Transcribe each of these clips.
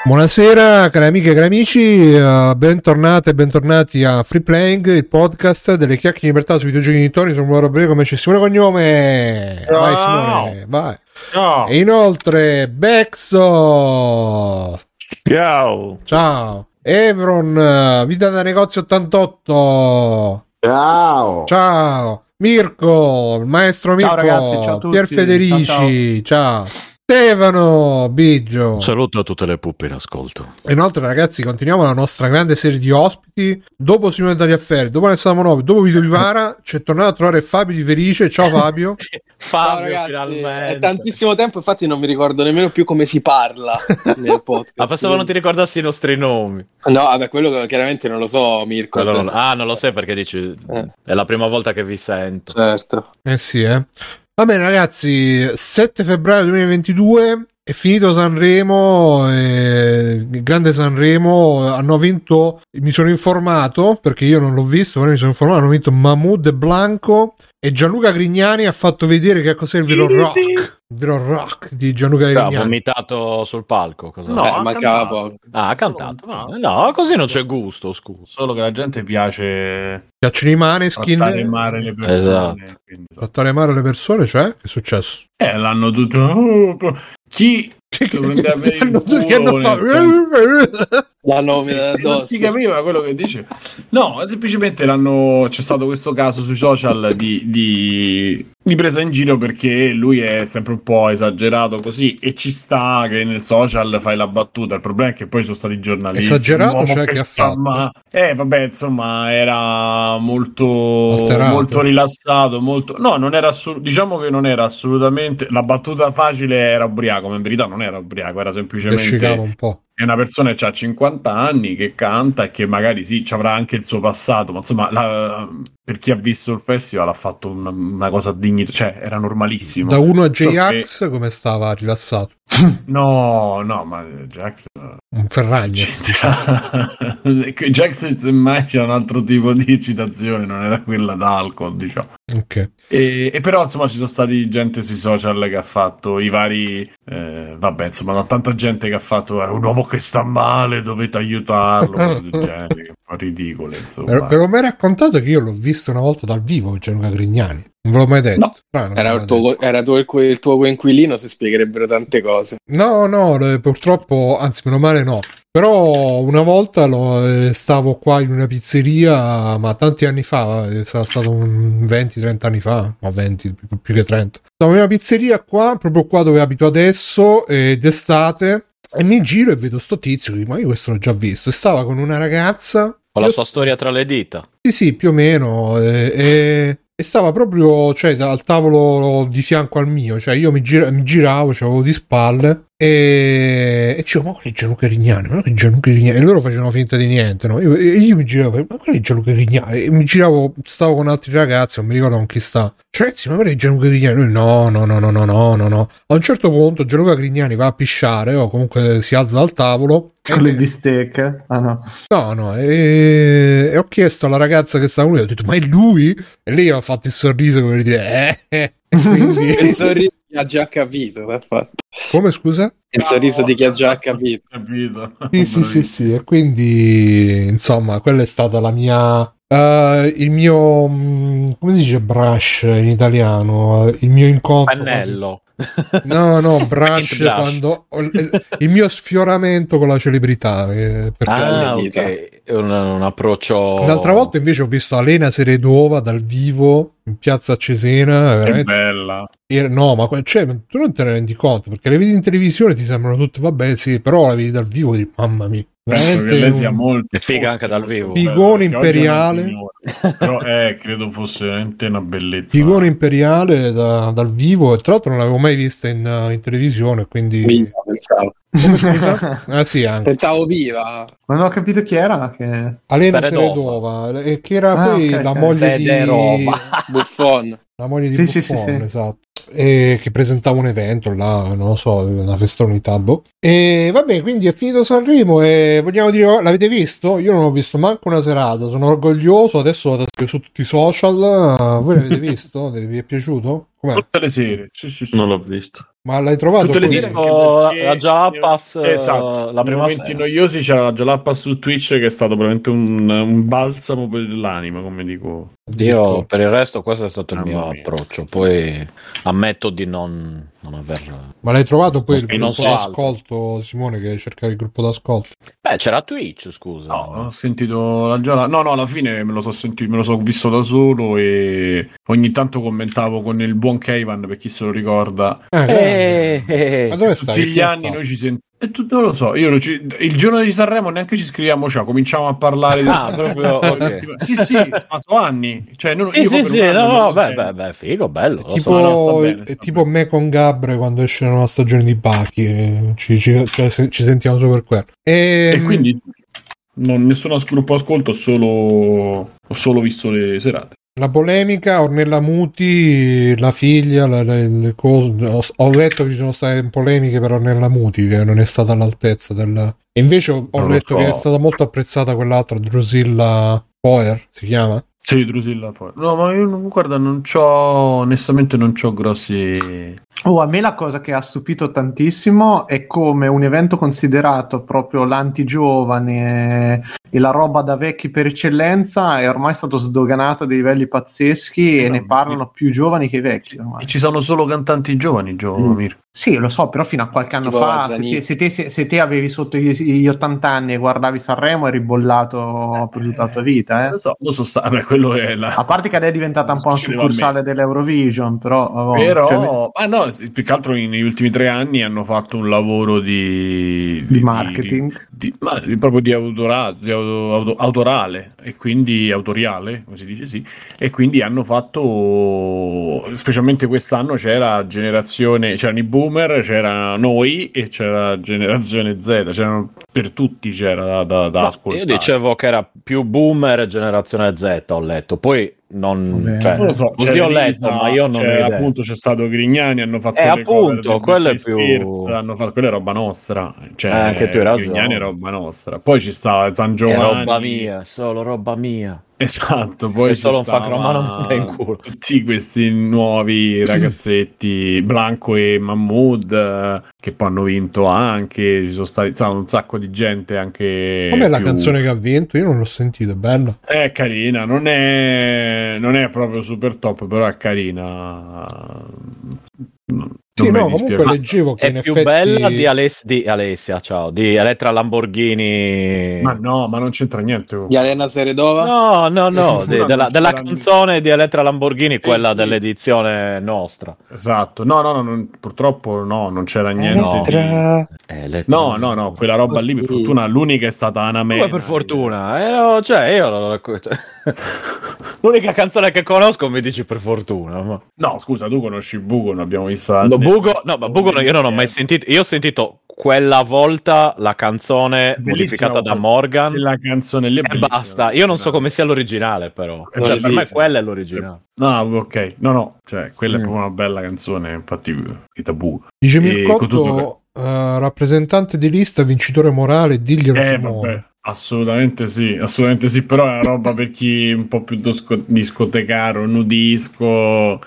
Buonasera cari amiche e cari amici, bentornate e bentornati a Free Playing, il podcast delle chiacchiere di libertà sui videogiochi di Tony. Sono Mauro Brego, come c'è Simone Cognome. Ciao. Vai Simone, vai. Ciao. E inoltre Bexo. Ciao. Ciao. Evron, Vita da Negozio 88. Ciao. Ciao. Mirko, il maestro Mirko. Ciao ragazzi, ciao a tutti. Pier Federici, ciao. Stefano Biggio. Un saluto a tutte le puppe in ascolto. E inoltre ragazzi continuiamo la nostra grande serie di ospiti. Dopo Simone dagli Affari, dopo Alessandro Monovi, dopo Vito Vivara c'è tornato a trovare Fabio Di Felice. Ciao Fabio. Ciao ragazzi, finalmente. È tantissimo tempo, infatti non mi ricordo nemmeno più come si parla nel podcast. Ma pensavo non ti ricordassi i nostri nomi. No, vabbè, quello chiaramente non lo so, Mirko. Non lo sai perché dici è la prima volta che vi sento. Certo. Sì. Va bene ragazzi, 7 febbraio 2022 è finito Sanremo, il grande Sanremo. Hanno vinto, mi sono informato perché io non l'ho visto, però mi sono informato, hanno vinto Mahmood e Blanco, e Gianluca Grignani ha fatto vedere che cos'è il vero rock di Gianluca Grignani. Ha vomitato sul palco. Cosa? No, mancava poco. Ha cantato. No, così non c'è gusto, scusa. Solo che la gente piacciono i Maneskin. trattare male le persone. Esatto. Trattare male le persone, cioè? Che è successo? L'hanno tutto. Chi lo prendeva per il culo, L'hanno non si capiva quello che dice. No, semplicemente c'è stato questo caso sui social di presa in giro, perché lui è sempre un po' esagerato così, e ci sta che nel social fai la battuta. Il problema è che poi sono stati i giornalisti. Esagerato, cioè che ha fatto? Vabbè, insomma, era molto rilassato, non era diciamo che non era assolutamente la battuta facile, era ubriaco, ma in verità non era ubriaco, era semplicemente un po'. È una persona che ha 50 anni, che canta e che magari sì, ci avrà anche il suo passato, ma insomma, per chi ha visto il festival ha fatto una cosa dignitosa, cioè era normalissimo. Da 1 a J-Ax come stava rilassato? No, ma Jax un ferragno. Jax semmai c'è un altro tipo di eccitazione, non era quella d'alcol, diciamo. Ok. E però insomma ci sono stati gente sui social che ha fatto i vari insomma, tanta gente che ha fatto un uomo che sta male, dovete aiutarlo, cose del genere, che è un po' ridicole, insomma. Ve l'ho mai raccontato che io l'ho visto una volta dal vivo Gianluca Grignani? Non ve l'ho mai detto. No. Era il tuo coinquilino, si spiegherebbero tante cose. No, purtroppo, anzi meno male no. Però una volta stavo qua in una pizzeria, ma tanti anni fa, sarà stato 20-30 anni fa, o 20, più che 30. Stavo in una pizzeria qua, proprio qua dove abito adesso, d'estate, e mi giro e vedo sto tizio, dico, ma io questo l'ho già visto, e stava con una ragazza. Con la sua storia tra le dita. Sì, più o meno, e stava proprio, cioè, al tavolo di fianco al mio, cioè io mi giravo, c'avevo di spalle, e dicevo, ma quello è Gianluca Grignani, e loro facevano finta di niente, no? Io mi giravo, ma quello è Gianluca Grignani, e mi giravo, stavo con altri ragazzi, non mi ricordo con chi sta, cioè, ma quello è Gianluca Grignani, lui no. A un certo punto Gianluca Grignani va a pisciare, o comunque si alza dal tavolo, con le bistecche? No, e ho chiesto alla ragazza che stava con lui, ho detto, ma è lui? E lei ha fatto il sorriso come dire, quindi... Il sorriso di chi ha già capito, l'ha fatto. Come, scusa? Il sorriso di chi ha già capito. Sì, e quindi, insomma, quella è stata la mia... il mio... come si dice brush in italiano? Il mio incontro... Pennello. No, brush quando il mio sfioramento con la celebrità, ok, un approccio. Un'altra volta invece ho visto Alena Seredova dal vivo in piazza Cesena, veramente bella. No, ma cioè, tu non te ne rendi conto, perché le vedi in televisione ti sembrano tutte vabbè, sì, però la vedi dal vivo e dici, mamma mia. Penso che lei sia molto è figa anche dal vivo. Pigone imperiale. Però credo fosse veramente una bellezza. Pigone imperiale dal vivo, e tra l'altro non l'avevo mai vista in televisione, quindi viva, pensavo. Come scusa? Sì, anche. Pensavo viva. Ma non ho capito chi era. Alena Seredova, che era poi la moglie di Buffon. La moglie di Buffon, esatto. Che presentava un evento là, non lo so, una festività. E vabbè, quindi è finito Sanremo e vogliamo dire, l'avete visto? Io non ho visto manco una serata, sono orgoglioso, adesso vado su tutti i social. Voi l'avete visto? Vi è piaciuto? Com'è? Tutte le serie, sì. Non l'ho visto. Ma l'hai trovato? Tutte le poi? sere la Jalapas, esatto, la prima momenti sera. noiosi c'era la Jalapas su Twitch che è stato veramente un balsamo per l'anima, come dico. Io per il resto questo è stato il mio Mamma mia. approccio, poi ammetto di non aver... Ma l'hai trovato poi il Non gruppo so d'ascolto, Simone, che cercavi il gruppo d'ascolto? Beh, c'era Twitch, scusa. No, ho sentito la Jalapas. No, alla fine me lo so sentito, me lo so visto da solo e ogni tanto commentavo con il buon Keivan, per chi se lo ricorda. Ma dove stai? Tutti gli anni noi ci sentiamo. Non lo so, il giorno di Sanremo neanche ci scriviamo, cioè cominciamo a parlare di proprio okay. Sì, ma sono anni. Cioè, io beh, figo, bello. Tipo me con Gabre quando esce la nuova stagione di Bacchi, ci sentiamo solo per quello. E quindi nessun gruppo ascolto, ho solo visto le serate. La polemica, Ornella Muti, la figlia, ho letto che ci sono state polemiche per Ornella Muti, che non è stata all'altezza del... E invece ho letto che è stata molto apprezzata quell'altra, Drusilla Poer, si chiama? Sì, Drusilla Poer. No, ma io, guarda, onestamente non c'ho grossi... a me la cosa che ha stupito tantissimo è come un evento considerato proprio l'antigiovane e la roba da vecchi per eccellenza è ormai stato sdoganato a dei livelli pazzeschi e ne parlano più giovani che vecchi ormai. E ci sono solo cantanti giovani, Mir. Sì, lo so, però fino a qualche anno fa se te avevi sotto gli 80 anni e guardavi Sanremo eri bollato per tutta la tua vita, Lo so vabbè, quello è la... A parte che adesso è diventata un po' una succursale dell'Eurovision, però più che altro negli ultimi 3 anni hanno fatto un lavoro di marketing, proprio di autorale e quindi autoriale, come si dice, sì, e quindi hanno fatto, specialmente quest'anno c'erano i boomer, c'era noi e c'era generazione Z, c'erano per tutti, c'era da ascoltare. Io dicevo che era più boomer e generazione Z, ho letto, poi non lo so, così ho letto, ma io non ho idea. Appunto c'è stato Grignani, hanno fatto le appunto, quello è più quella è roba nostra, cioè anche tu hai ragione. Grignani è roba nostra. Poi ci stava San Giovanni, è roba mia, solo roba mia. Esatto, poi solo un facromano in culo. Tutti questi nuovi ragazzetti, Blanco e Mahmood, che poi hanno vinto anche, ci sono stati un sacco di gente anche. Com'è la canzone che ha vinto? Io non l'ho sentita, è bella. È carina, non è proprio super top, però è carina. Comunque leggevo che è in più effetti... bella di Alessia, di Elettra Lamborghini. Ma no, ma non c'entra niente. Di Elena Seredova? No, della canzone di Elettra Lamborghini, quella dell'edizione nostra. Esatto, no, purtroppo no, non c'era niente. No, quella roba lì per fortuna, l'unica è stata Ana Mena. Come per fortuna? Io l'unica canzone che conosco mi dici per fortuna. Ma... No, scusa, tu conosci Bugo, non abbiamo visto. Bugo io non ho mai sentito. Io ho sentito quella volta la canzone modificata da Morgan. La canzone lì e basta. Io non so come sia l'originale, però. Per me quella è l'originale. No, ok. No, cioè quella è proprio una bella canzone, infatti scritta Bugo. Dice Mircotto, rappresentante di lista, vincitore morale, diglielo Simone. Vabbè. Assolutamente sì, però è una roba per chi un po' più discotecaro, nudismo.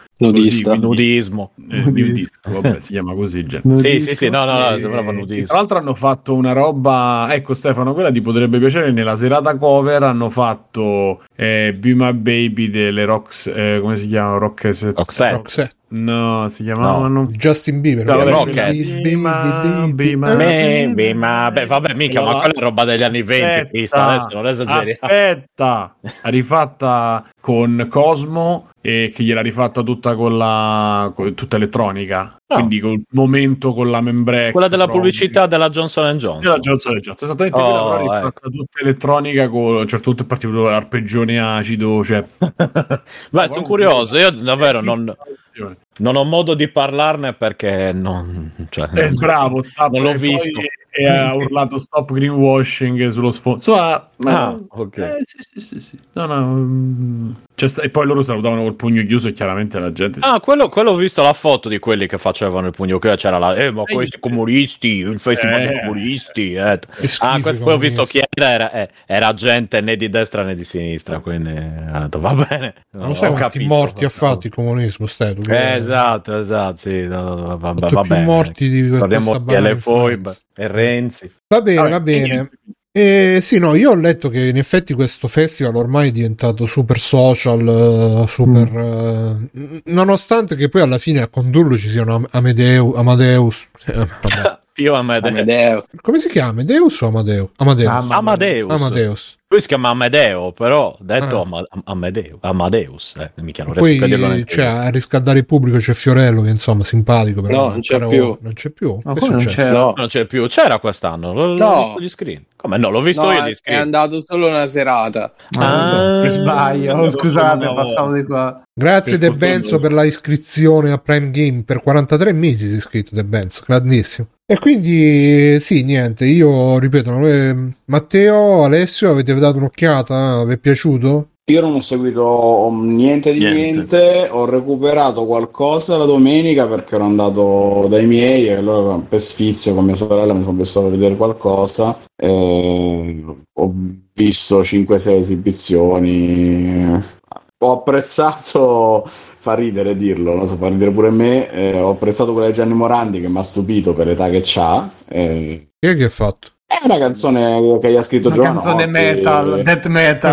Vabbè, si chiama così già. Sì, no, sembrava nudismo. Tra l'altro hanno fatto una roba, ecco Stefano, quella ti potrebbe piacere, nella serata cover hanno fatto Be My Baby delle come si chiama? Roxette. No, si chiamavano Justin Bieber. Vabbè, mica, ma quella è roba degli anni 20. Adesso non esageri. Aspetta, ha rifatta con Cosmo e che gliel'ha rifatta tutta tutta elettronica. Quindi col momento con la membrane. Quella della pubblicità della Johnson & Johnson. Della Johnson & Johnson, esattamente. Quella però rifatta tutta elettronica con certo tutto in particolare arpeggione acido. Cioè... Beh, sono curioso. Io davvero non ho modo di parlarne perché non. È bravo, non l'ho visto. E ha urlato stop greenwashing sullo sfondo. Ok. Sì. No, E poi loro salutavano col pugno chiuso e chiaramente la gente... quello ho visto la foto di quelli che facevano il pugno chiuso, c'era ma questi comunisti, il festival dei comunisti. Questo ho visto chi era gente né di destra né di sinistra, quindi va bene. Non sai quanti morti ha fatto il comunismo, esatto, sì, va bene. Morti di parliamo di Le Foib e Renzi. Va bene. Sì, no, io ho letto che in effetti questo festival ormai è diventato super social, nonostante che poi alla fine a condurlo ci siano Amadeus. Io Amedeo. Come si chiama? Amadeus o Amadeus. Lui si chiama Amedeo, però detto Amadeus. Mica non riesco a dirlo neanche. A riscaldare il pubblico c'è Fiorello che insomma simpatico, però non c'è più. Non c'è più. Non c'è più. C'era quest'anno. L'ho visto gli screen. Come no? L'ho visto io gli screen. È andato solo una serata. Per sbaglio. Scusate, passavo di qua. Grazie De Benzo per la iscrizione a Prime Game. Per 43 mesi si è iscritto De Benzo. Grandissimo. E quindi sì, niente, io ripeto, Matteo, Alessio, avete dato un'occhiata? Vi è piaciuto? Io non ho seguito niente, ho recuperato qualcosa la domenica perché ero andato dai miei e allora per sfizio con mia sorella mi sono messo a vedere qualcosa e ho visto 5-6 esibizioni, ho apprezzato, fa ridere dirlo, non so, fa ridere pure me, ho apprezzato quella di Gianni Morandi che mi ha stupito per l'età che c'ha. Chi è che ha fatto? È una canzone che gli ha scritto Giovanni. Una canzone metal, death metal.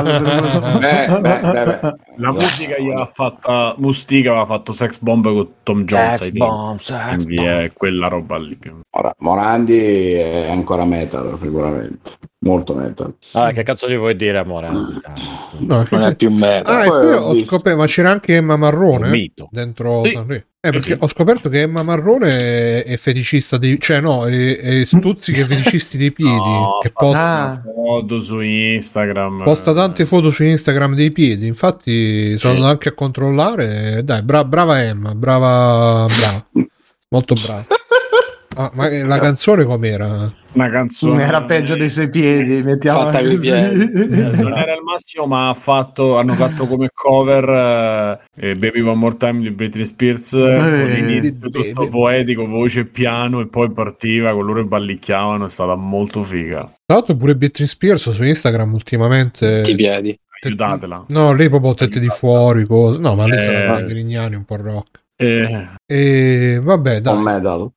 La musica gli ha fatta Mustica, aveva fatto Sex Bomb con Tom Jones. Quindi è quella roba lì più. Ora, Morandi è ancora metal, sicuramente. Molto metal. Che cazzo gli vuoi dire a Morandi? No, non è più metal. E poi ho scoperto, ma c'era anche Emma Marrone dentro sì. Sanremo. Perché ho scoperto che Emma Marrone è feticista è stuzzica i feticisti dei piedi. Che posta foto su Instagram. Posta tante foto su Instagram dei piedi. Infatti sono andato anche a controllare. Dai, brava Emma, brava. Molto brava. Ma la canzone com'era? Una canzone era peggio dei suoi piedi, mettiamola fatta coi piedi. Non era il massimo, ma hanno fatto come cover Baby One More Time di Britney Spears, con l'inizio tutto poetico, voce piano, e poi partiva con loro e ballicchiavano. È stata molto figa. Tra l'altro pure Britney Spears su Instagram ultimamente i piedi, aiutatela. No, lei proprio tette di fuori cose. No, ma lei sarà Grignani un po' rock. Vabbè, dai. Metal.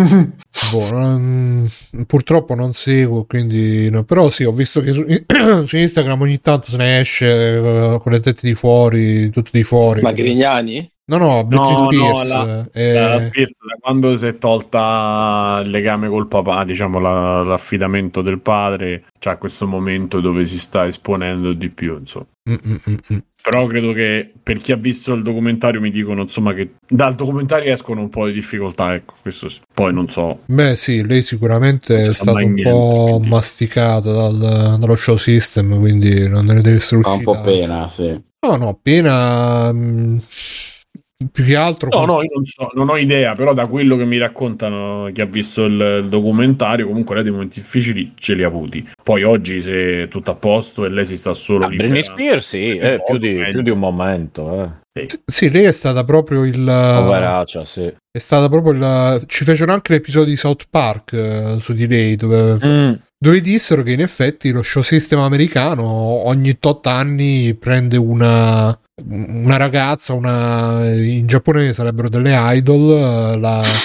Purtroppo non seguo, quindi no. Però sì, ho visto che su Instagram ogni tanto se ne esce con le tette di fuori, tutto di fuori. Ma Grignani? No, Britney Spears. La Spears, da quando si è tolta il legame col papà, diciamo l'affidamento del padre, c'ha questo momento dove si sta esponendo di più, insomma. Però credo che per chi ha visto il documentario mi dicono insomma che dal documentario escono un po' di difficoltà, ecco, questo sì. Poi non so. Beh sì, lei sicuramente è stata un po' masticata dallo show system, quindi non ne deve essere uscita. Fa un po' pena, sì. No, pena più che altro. No, io non so, non ho idea, però da quello che mi raccontano chi ha visto il documentario, comunque lei dei momenti difficili ce li ha avuti. Poi oggi se è tutto a posto e lei si sta solo Britney Spears sì, più di un momento. Sì, lei è stata proprio poveraccia, sì. È stata proprio ci fecero anche l'episodio di South Park su di lei dove dissero che in effetti lo show system americano ogni tot anni prende una ragazza, in Giappone sarebbero delle idol,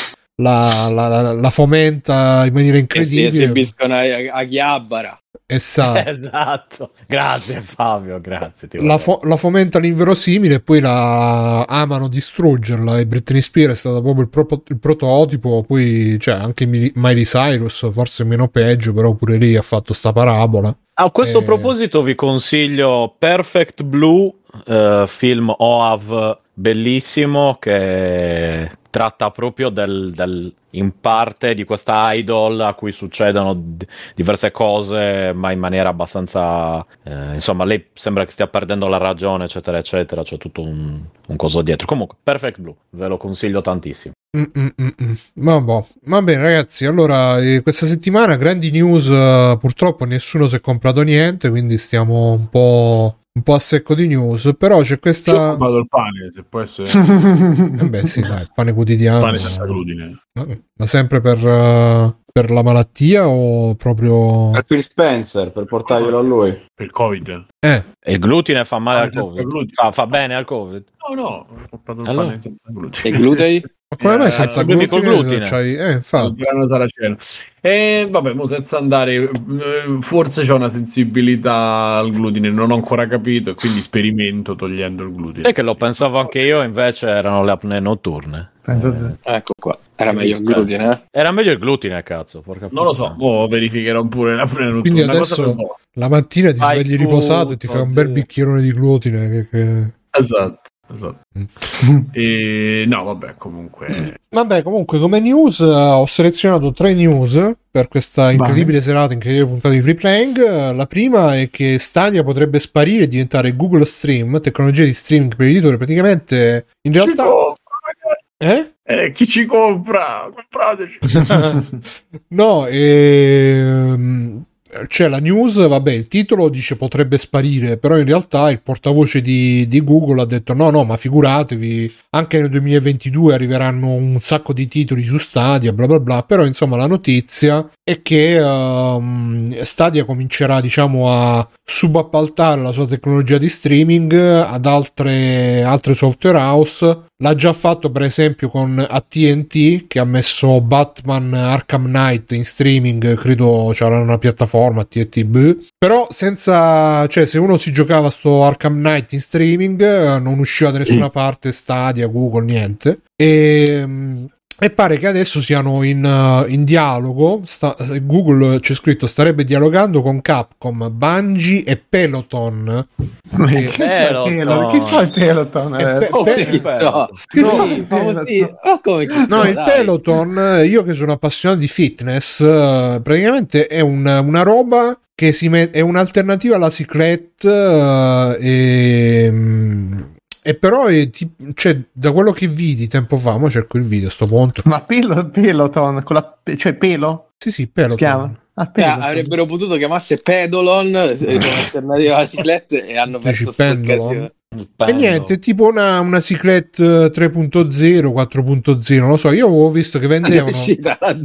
la fomenta in maniera incredibile. Si esibiscono a Chiabara. Esatto. Grazie Fabio, grazie. La fomenta l'inverosimile e poi la amano distruggerla, e Britney Spears è stata proprio il prototipo. Poi anche Miley Cyrus, forse meno peggio, però pure lì ha fatto sta parabola. A questo proposito vi consiglio Perfect Blue, film OAV bellissimo, che tratta proprio in parte di questa idol a cui succedono diverse cose, ma in maniera abbastanza insomma lei sembra che stia perdendo la ragione, eccetera eccetera, c'è tutto un coso dietro. Comunque Perfect Blue ve lo consiglio tantissimo. Va bene ragazzi, allora questa settimana grandi news, purtroppo nessuno si è comprato niente, quindi stiamo un po' un po' a secco di news, però c'è questa... Io ho comprato il pane, se può essere. Beh sì, dai, il pane quotidiano. Pane senza glutine. Ma sempre per la malattia o proprio... Per Phil Spencer, per portarglielo a lui. Per il Covid. E il glutine fa male al senza Covid? glutine. Fa bene al Covid? No, ho comprato il Allora. pane senza glutine. E glutei? Ma come mai senza bevi glutine? col glutine? Infatti. Grano saraceno. E vabbè, mo senza andare, forse c'ho una sensibilità al glutine, non ho ancora capito, e quindi sperimento togliendo il glutine. È che lo pensavo anche io, invece erano le apnee notturne. Ecco qua. Era meglio il glutine, eh? Era meglio il glutine, cazzo. Porca Non lo so, mo verificherò pure la apnea notturna. Quindi Una cosa per adesso volta. la mattina ti Fai svegli tutto, riposato e ti fai un bel sì. bicchierone di glutine. Esatto. E no, vabbè, comunque. Vabbè, comunque come news ho selezionato 3 news per questa incredibile serata, incredibile puntata di Free Playing. La prima è che Stadia potrebbe sparire e diventare Google Stream, tecnologia di streaming per editore. Praticamente in realtà Chi ci compra? Comprateci. No, c'è la news, vabbè, il titolo dice potrebbe sparire, però in realtà il portavoce di Google ha detto no, ma figuratevi, anche nel 2022 arriveranno un sacco di titoli su Stadia, bla bla bla. Però insomma la notizia è che Stadia comincerà, diciamo, a subappaltare la sua tecnologia di streaming ad altre software house. L'ha già fatto per esempio con AT&T, che ha messo Batman Arkham Knight in streaming, credo c'era una piattaforma AT&T, però senza, cioè se uno si giocava sto Arkham Knight in streaming non usciva da nessuna parte Stadia, Google, niente. E pare che adesso siano in dialogo. Google, c'è scritto, starebbe dialogando con Capcom, Bungie e Peloton. Chi so il Peloton? No, il Peloton, io che sono appassionato di fitness, praticamente è una roba che è un'alternativa alla cyclette, e però è cioè, da quello che vidi tempo fa, ma cerco il video a sto punto. Ma Peloton, cioè pelo? Sì, Peloton. Si chiama? Avrebbero potuto chiamarsi Pedolon come alternativa alla ciclette e hanno perso sta e niente, tipo una Cyclette 3.0, 4.0, non lo so. Io avevo visto che vendevano, è uscita la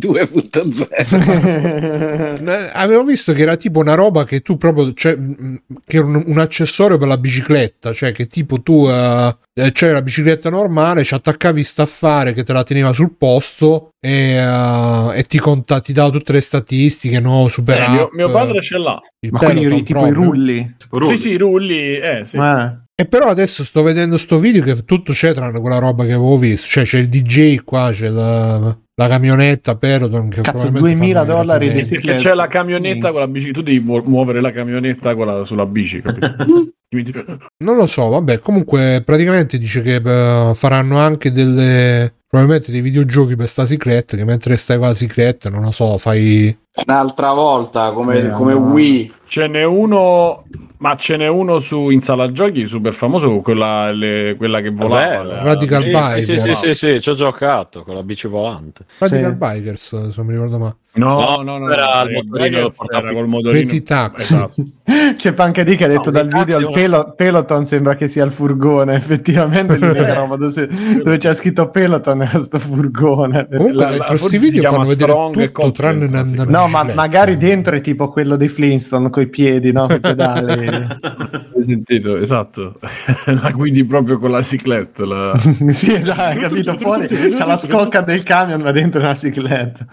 2.0. avevo visto che era tipo una roba che tu proprio, cioè, che era un accessorio per la bicicletta, cioè che tipo tu c'era la bicicletta normale, ci attaccavi staffare che te la teneva sul posto e ti dava tutte le statistiche, no? Super mio padre ce l'ha. Ma quindi tipo i rulli? Sì, i rulli, sì. E però adesso sto vedendo sto video che tutto c'è tranne quella roba che avevo visto, cioè c'è il DJ qua, c'è la camionetta Peloton che cazzo, $2.000 di bicicletta. Perché c'è la camionetta con la bici, tu devi muovere la camionetta sulla bici, capito? Non lo so, vabbè, comunque praticamente dice che faranno anche probabilmente dei videogiochi per sta cicletta, che mentre stai con la cicletta, non lo so, fai un'altra volta come Wii. Ce n'è uno in sala giochi super famoso, quella che volava, Radical Bikers. Sì, ci ho giocato con la bici volante. Radical Bikers, se non mi ricordo male. No, era il motorino, era col motorino. Esatto. C'è Panca D che ha detto dal video il Peloton sembra che sia il furgone, effettivamente l'unica roba dove c'è scritto Peloton era sto furgone. Comunque questi video fanno vedere tutto tranne no, ma magari dentro è tipo quello dei Flintstone coi piedi, no? Coi pedali. Hai sentito? Esatto. La guidi proprio con la cicletta. Sì, esatto, hai capito? Fuori c'ha la scocca del camion, ma dentro è una cicletta.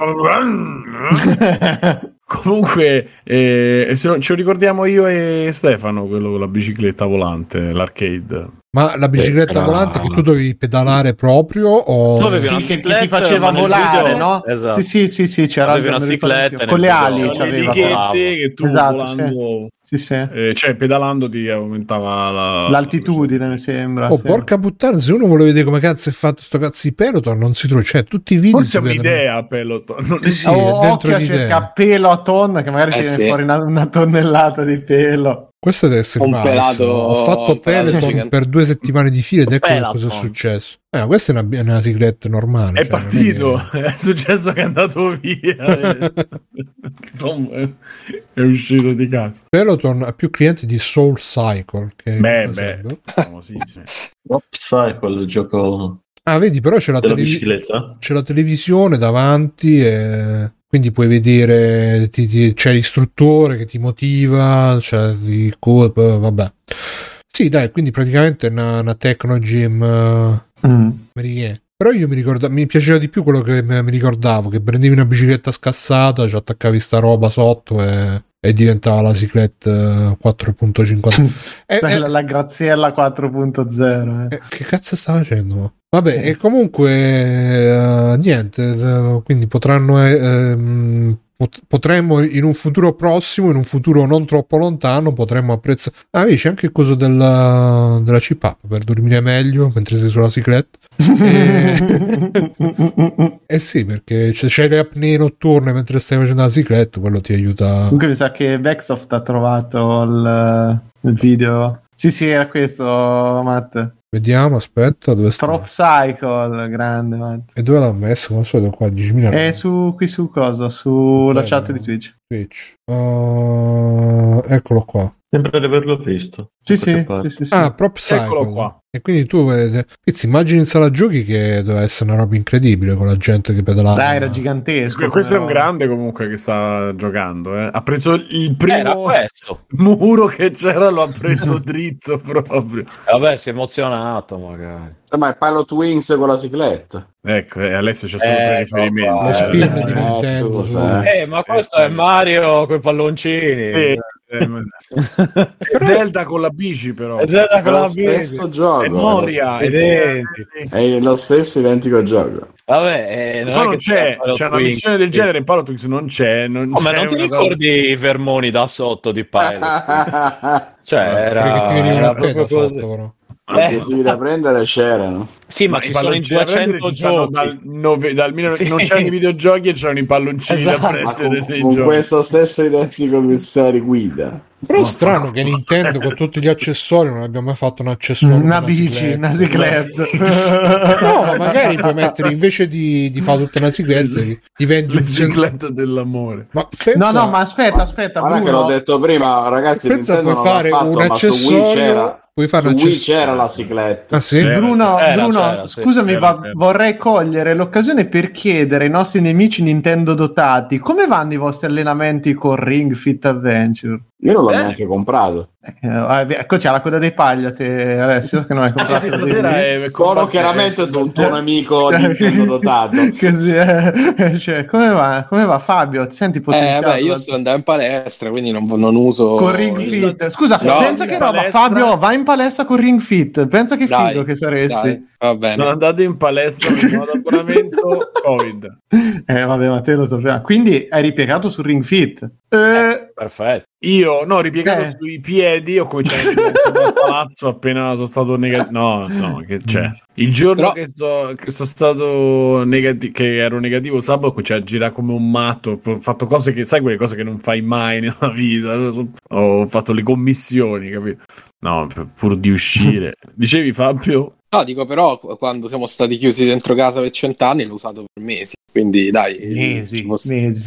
Comunque ce lo ricordiamo io e Stefano, quello con la bicicletta volante, l'arcade. Ma la bicicletta volante che tu dovevi pedalare proprio o che ti faceva volare, no? Esatto. Sì, c'era una bicicletta con le ali, c'aveva che tu volando, sì. Cioè pedalando ti aumentava l'altitudine, mi sembra. Porca puttana, se uno vuole vedere come cazzo è fatto sto cazzo di Peloton non si trova, cioè tutti i video forse è un'idea Peloton, non sì, occhio, cerca pelo a tonna che magari tiene fuori una tonnellata di pelo. Questo deve essere Un falso. pelato- Ho fatto un pelato Peloton gigante. per 2 settimane di fila ed ecco Peloton. cosa è successo. Questa è una cicletta normale. È cioè, non partito, che- è successo che è andato via. Tom è uscito di casa. Peloton ha più clienti di Soul Cycle. Che Beh, famosissimo. Cycle, il gioco vedi, però c'è la, della bicicletta. c'è la televisione davanti e quindi puoi vedere, c'è l'istruttore che ti motiva, c'è vabbè. Sì, dai, quindi praticamente è una techno gym americana. Però io mi piaceva di più quello che mi ricordavo, che prendevi una bicicletta scassata, ci attaccavi sta roba sotto e diventava la Cyclette 4.50. La Graziella 4.0. Che cazzo sta facendo? Vabbè, e comunque niente, quindi potremmo in un futuro prossimo, in un futuro non troppo lontano, potremmo apprezzare. Vedi, c'è anche il coso della CPAP per dormire meglio mentre sei sulla cicletta. Sì, perché c'è le apnee notturne mentre stai facendo la cicletta, quello ti aiuta. Comunque mi sa che Vexoft ha trovato il video. Sì, era questo, Matt. Vediamo, aspetta, dove sta? Prop Cycle, grande, Matt. E dove l'ha messo? Come sono qua 10.000? È qui su cosa? Sulla Ok, chat di Twitch. Eccolo qua. Sembra di averlo visto. Sì, Da qualche sì, parte. sì. Eccolo Prop Cycle. qua. E quindi tu immagini in sala giochi che doveva essere una roba incredibile con la gente che pedalava. Dai, era gigantesco. Questo è un però. grande comunque che sta giocando. Ha preso il Era primo questo. muro che c'era, lo ha preso dritto proprio. Vabbè, si è emozionato magari. Ma è Pilot Wings con la cicletta. Ecco, Alessio c'ha solo 3 riferimenti. Lo spin di Eh, Nintendo. scusa, Ma questo è Mario con i palloncini. Sì, è Zelda con la bici però. È Zelda È con lo la bici. stesso gioco. È Moria, È lo stesso identico gioco. Vabbè, Ma non c'è, Pilot c'è una Wings. missione del genere in Pilot Wings, non c'è. Ma non c'è ti una ricordi i vermoni da sotto di Pilot? Cioè, Perché ti venivano era a te da proprio così. sotto, però. Devi da prendere c'erano. Sì, ma ci i sono in palloncini da prendere 200 ci stanno giochi. non c'erano i videogiochi e c'erano i palloncini Esatto. da Ma prendere nei con giochi. questo stesso identico commissario di guida. Però è strano che Nintendo con tutti gli accessori non abbia mai fatto un accessorio. Una per bici, una cicletta. No, ma magari puoi mettere invece di fare tutta una cicletta ti vendi Le un ciclette dell'amore. Ma pensa, No, ma aspetta, Guarda che Bruno. l'ho detto prima, ragazzi, pensa Nintendo puoi non fare l'ha fatto, un ma su Wii accessorio, c'era. puoi fare Su un Wii accessorio. c'era la cicletta. Ah sì? C'era. Bruno, C'era, scusami, c'era. vorrei cogliere l'occasione per chiedere ai nostri nemici Nintendo dotati come vanno i vostri allenamenti con Ring Fit Adventure. Io non l'ho neanche comprato. Ecco, c'è la coda dei paglia, te, Alessio, che non hai comprato. Sì, stasera è Coro chiaramente un tuo amico Nintendo dotato. Così, cioè, come va Fabio? Ti senti potenziato? Vabbè, io sto andando in palestra, quindi non uso Con Ring Fit. Scusa, No, pensa che roba, palestra. Fabio, vai in palestra con Ring Fit. Pensa che Dai, figo che saresti. dai, va bene. Sono andato in palestra in modo abbonamento Covid. Vabbè, ma te lo sappiamo. Quindi hai ripiegato su Ring Fit. Perfetto. Io no, ripiegato sui piedi, ho cominciato a diventare al palazzo appena sono stato negativo. No, che c'è. Il giorno che sono stato negativo, che ero negativo sabato, ho cominciato a girare come un matto. Ho fatto cose che, sai, quelle cose che non fai mai nella vita. Ho fatto le commissioni, capito? No, pur di uscire. Dicevi, Fabio? No, dico però quando siamo stati chiusi dentro casa per 100 anni l'ho usato per mesi, quindi dai. Mesi. Quando-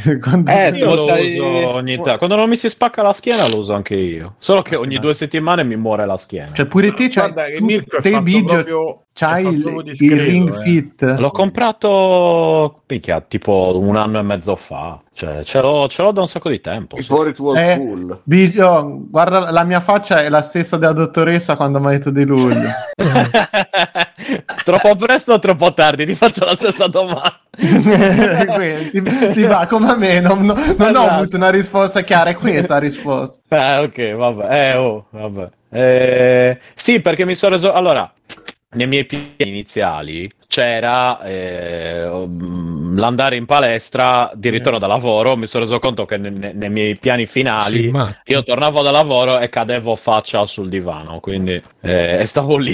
Io siamo lo stati- uso ogni tanto. Quando non mi si spacca la schiena lo uso anche io. Solo che ogni 2 settimane mi muore la schiena. Cioè, pure te c'hai. Guarda che Mirko è fatto proprio... C'hai è fatto il, proprio il discreto, Ring Fit. L'ho comprato tipo 1 anno e mezzo fa. Cioè, ce l'ho da un sacco di tempo. Sì. Before it was cool. Biggio, guarda, la mia faccia è la stessa della dottoressa quando mi ha detto di luglio. Troppo presto o troppo tardi? Ti faccio la stessa domanda. Quindi, ti va come a me, non ho avuto una risposta chiara, è questa la risposta. Ok, vabbè. Vabbè. Sì, perché mi sono reso... Allora, nei miei piani iniziali c'era l'andare in palestra di ritorno da lavoro. Mi sono reso conto che nei miei piani finali Sì, ma... io tornavo da lavoro e cadevo faccia sul divano, quindi e stavo lì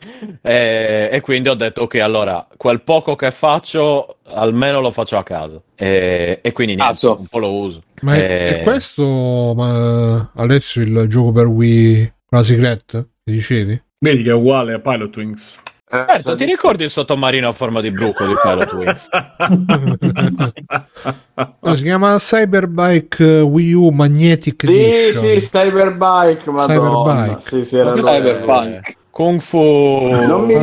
e quindi ho detto ok, allora quel poco che faccio almeno lo faccio a casa e quindi niente, un po' lo uso. Ma è questo, ma Alessio, il gioco per Wii con la Secret, che dicevi? Vedi che è uguale a Pilot Wings. Certo, ti ricordi il sottomarino a forma di bruco di Pilot Wings? No, si chiama Cyberbike Wii U Magnetic Edition. Sì, Cyberbike, madonna. Cyberbike. Sì, era Cyberpunk. Kung Fu. Non mi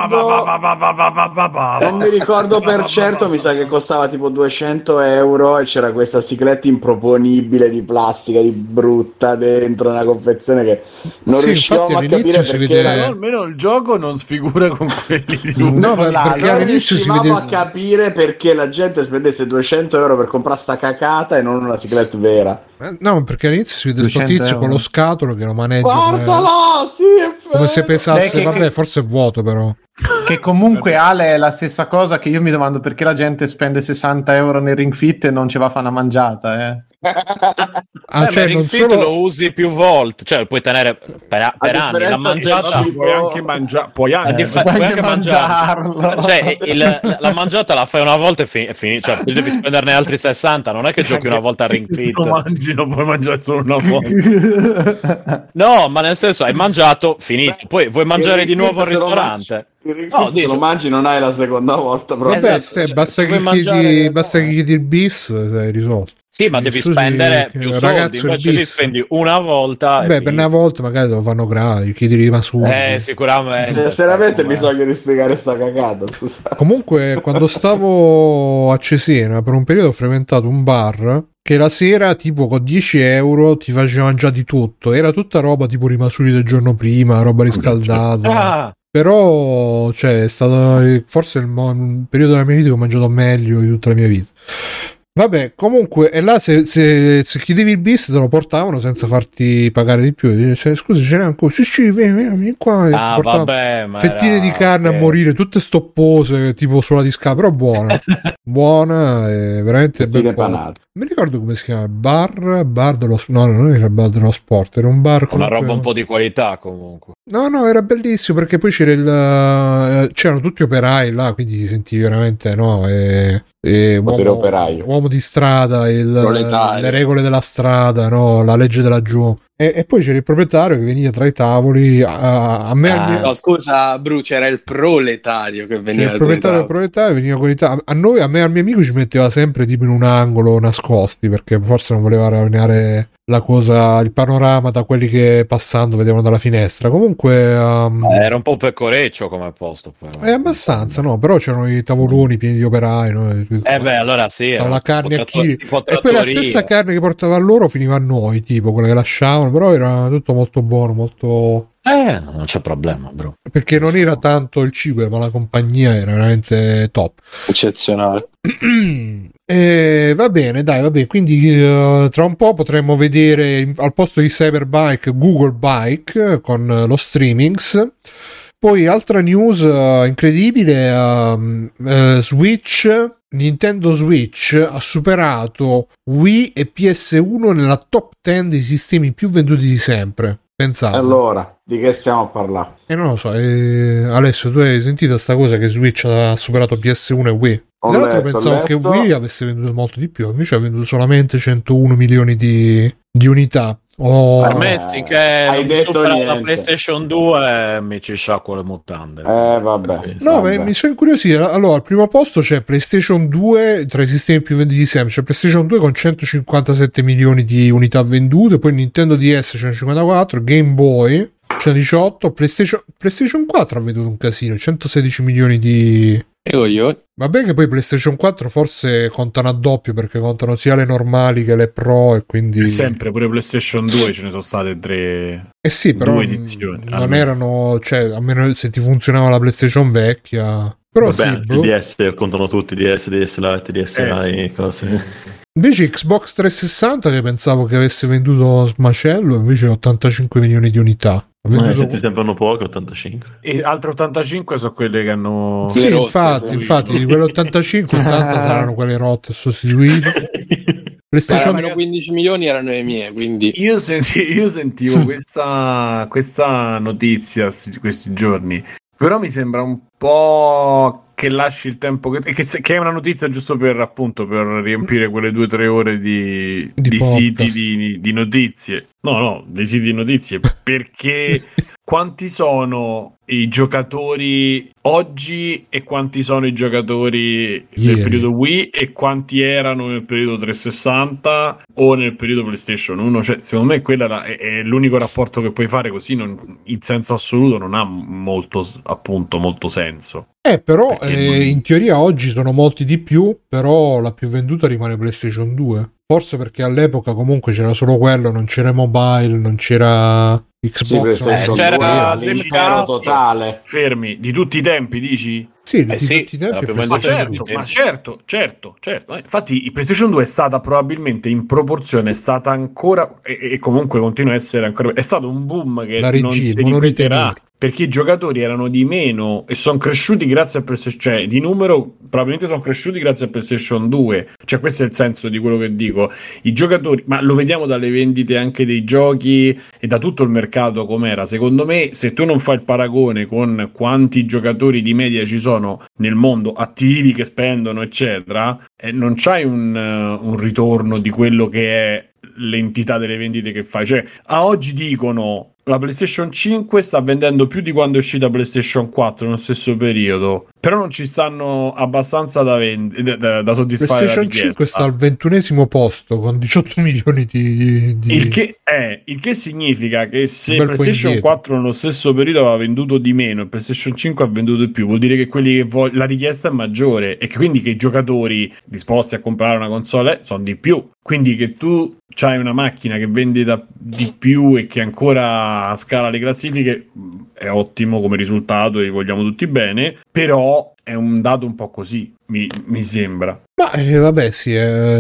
ricordo per certo, mi sa che costava tipo 200 euro e c'era questa cicletta improponibile di plastica, di brutta dentro una confezione che non riuscivamo a capire perché era... almeno il gioco non sfigura con quelli di no, perché non riuscivamo a capire perché la gente spendesse 200 euro per comprare sta cacata e non una cicletta vera. No, perché all'inizio si vede sto tizio con lo scatolo che lo maneggia. Guardala, sì, è vero. Come se pesasse, vabbè, forse è vuoto però. Che comunque Ale è la stessa cosa che io mi domando perché la gente spende 60 euro nel Ring Fit e non ce va a fare una mangiata, cioè non solo lo usi più volte, cioè lo puoi tenere per anni. La mangiata puoi anche mangiarlo. Cioè la mangiata la fai una volta e finita, cioè devi spenderne altri 60, non è che giochi una volta a Ring Fit. Se lo mangi non puoi mangiare solo una volta. No, ma nel senso hai mangiato, finito, poi vuoi mangiare di nuovo al ristorante. Se lo mangi non hai la seconda volta. Vabbè, basta che chiedi il bis, hai risolto. Sì, ma devi spendere più soldi, invece li spendi una volta. Beh, per una volta magari lo fanno gratis, chiedi rimasuti. Sicuramente. Seriamente bisogna rispiegare sta cagata, scusa. Comunque, quando stavo a Cesena, per un periodo ho frequentato un bar che la sera, tipo, con 10 euro ti facevano già di tutto. Era tutta roba tipo rimasuti del giorno prima, roba riscaldata. Però, cioè, è stato forse il periodo della mia vita che ho mangiato meglio di tutta la mia vita. Vabbè, comunque, e là se chiedevi il bis te lo portavano senza farti pagare di più. Dice, scusa, ce n'è ancora? Sì, vieni qua. Vabbè, ma fettine di carne a morire, tutte stoppose, tipo sulla disca, però buona. Buona e veramente bella. Mi ricordo come si chiama, bar dello no, non era il bar dello sport, era un bar una roba un po' di qualità comunque. No, era bellissimo perché poi c'erano tutti operai là, quindi ti sentivi veramente uomo di strada, le regole della strada, no, la legge della giù. E poi c'era il proprietario che veniva tra i tavoli no, scusa Bru, c'era il proletario che veniva. Il proprietario veniva con a me e al mio amico ci metteva sempre tipo in un angolo nascosti perché forse non voleva rovinare la cosa, il panorama da quelli che passando vedevano dalla finestra. Comunque era un po' pecoreccio come posto, però. È abbastanza, no, però c'erano i tavoloni pieni di operai, no? Allora sì, la carne a chili e poi la stessa carne che portava a loro finiva a noi, tipo quella che lasciavano, però era tutto molto buono, molto non c'è problema, bro, perché non era tanto il cibo ma la compagnia era veramente top, eccezionale. Va bene, quindi tra un po' potremmo vedere al posto di Cyberbike Google Bike con lo streamings. Poi altra news incredibile, Nintendo Switch ha superato Wii e PS1 nella top 10 dei sistemi più venduti di sempre. Pensate. Allora, di che stiamo a parlare? Non lo so, Alessio, tu hai sentito sta cosa che Switch ha superato PS1 e Wii? Tra l'altro pensavo che Wii avesse venduto molto di più, invece ha venduto solamente 101 milioni di unità. Per me finché hai detto supera niente. la PlayStation 2 mi ci sciacquo le mutande. Vabbè. No, vabbè. Mi sono incuriosito. Allora, al primo posto c'è PlayStation 2 tra i sistemi più venduti di sempre. C'è PlayStation 2 con 157 milioni di unità vendute, poi Nintendo DS 154, Game Boy 118, PlayStation 4 ha venduto un casino, 116 milioni di... Vabbè che poi PlayStation 4 forse contano a doppio perché contano sia le normali che le Pro e quindi... Sempre, pure PlayStation 2 ce ne sono state 3... sì, però 2 edizioni. Non erano... Cioè, almeno se ti funzionava la PlayStation vecchia... Però vabbè, sì, i DS contano tutti, DS Lite, DSi, cose... Invece Xbox 360 che pensavo che avesse venduto smacello, invece 85 milioni di unità. Ma se ti sembrano poco, 85. E altre 85 sono quelle che hanno... Sì, infatti di quelle 85, 80 saranno quelle rotte sostituite. PlayStation... Meno 15 milioni erano le mie, quindi... Io sentivo questa notizia questi giorni Però mi sembra un po' che lasci il tempo che è una notizia giusto per appunto per riempire quelle 2 o 3 ore di siti di notizie. No, dei siti di notizie, perché quanti sono i giocatori oggi e quanti sono i giocatori del periodo Wii e quanti erano nel periodo 360 o nel periodo PlayStation 1? Cioè, secondo me quella è l'unico rapporto che puoi fare, così in senso assoluto non ha molto senso. Però in teoria oggi sono molti di più, però la più venduta rimane PlayStation 2. Forse perché all'epoca comunque c'era solo quello, non c'era mobile, non c'era Xbox. Sì, PlayStation 2 c'era l'impero totale. Fermi, di tutti i tempi, dici? Sì, di tutti i tempi. Ma certo. Infatti il PlayStation 2 è stata probabilmente in proporzione, è stata ancora e comunque continua a essere ancora, è stato un boom che non si ripeterà, perché i giocatori erano di meno e sono cresciuti grazie a PlayStation, cioè di numero probabilmente sono cresciuti grazie a PlayStation 2, cioè questo è il senso di quello che dico. I giocatori, ma lo vediamo dalle vendite anche dei giochi e da tutto il mercato com'era. Secondo me, se tu non fai il paragone con quanti giocatori di media ci sono nel mondo attivi che spendono eccetera, non c'hai un ritorno di quello che è l'entità delle vendite che fai. Cioè a oggi dicono la PlayStation 5 sta vendendo più di quando è uscita PlayStation 4 nello stesso periodo, però non ci stanno abbastanza da soddisfare la PlayStation 5 sta al 21esimo posto con 18 milioni di... Il che significa che se PlayStation 4 nello stesso periodo aveva venduto di meno e PlayStation 5 ha venduto di più, vuol dire che quelli che la richiesta è maggiore e che quindi che i giocatori disposti a comprare una console sono di più. Quindi che tu c'hai una macchina che vende di più e che ancora scala le classifiche è ottimo come risultato e vogliamo tutti bene, però è un dato un po' così, mi sembra. Ma vabbè, sì,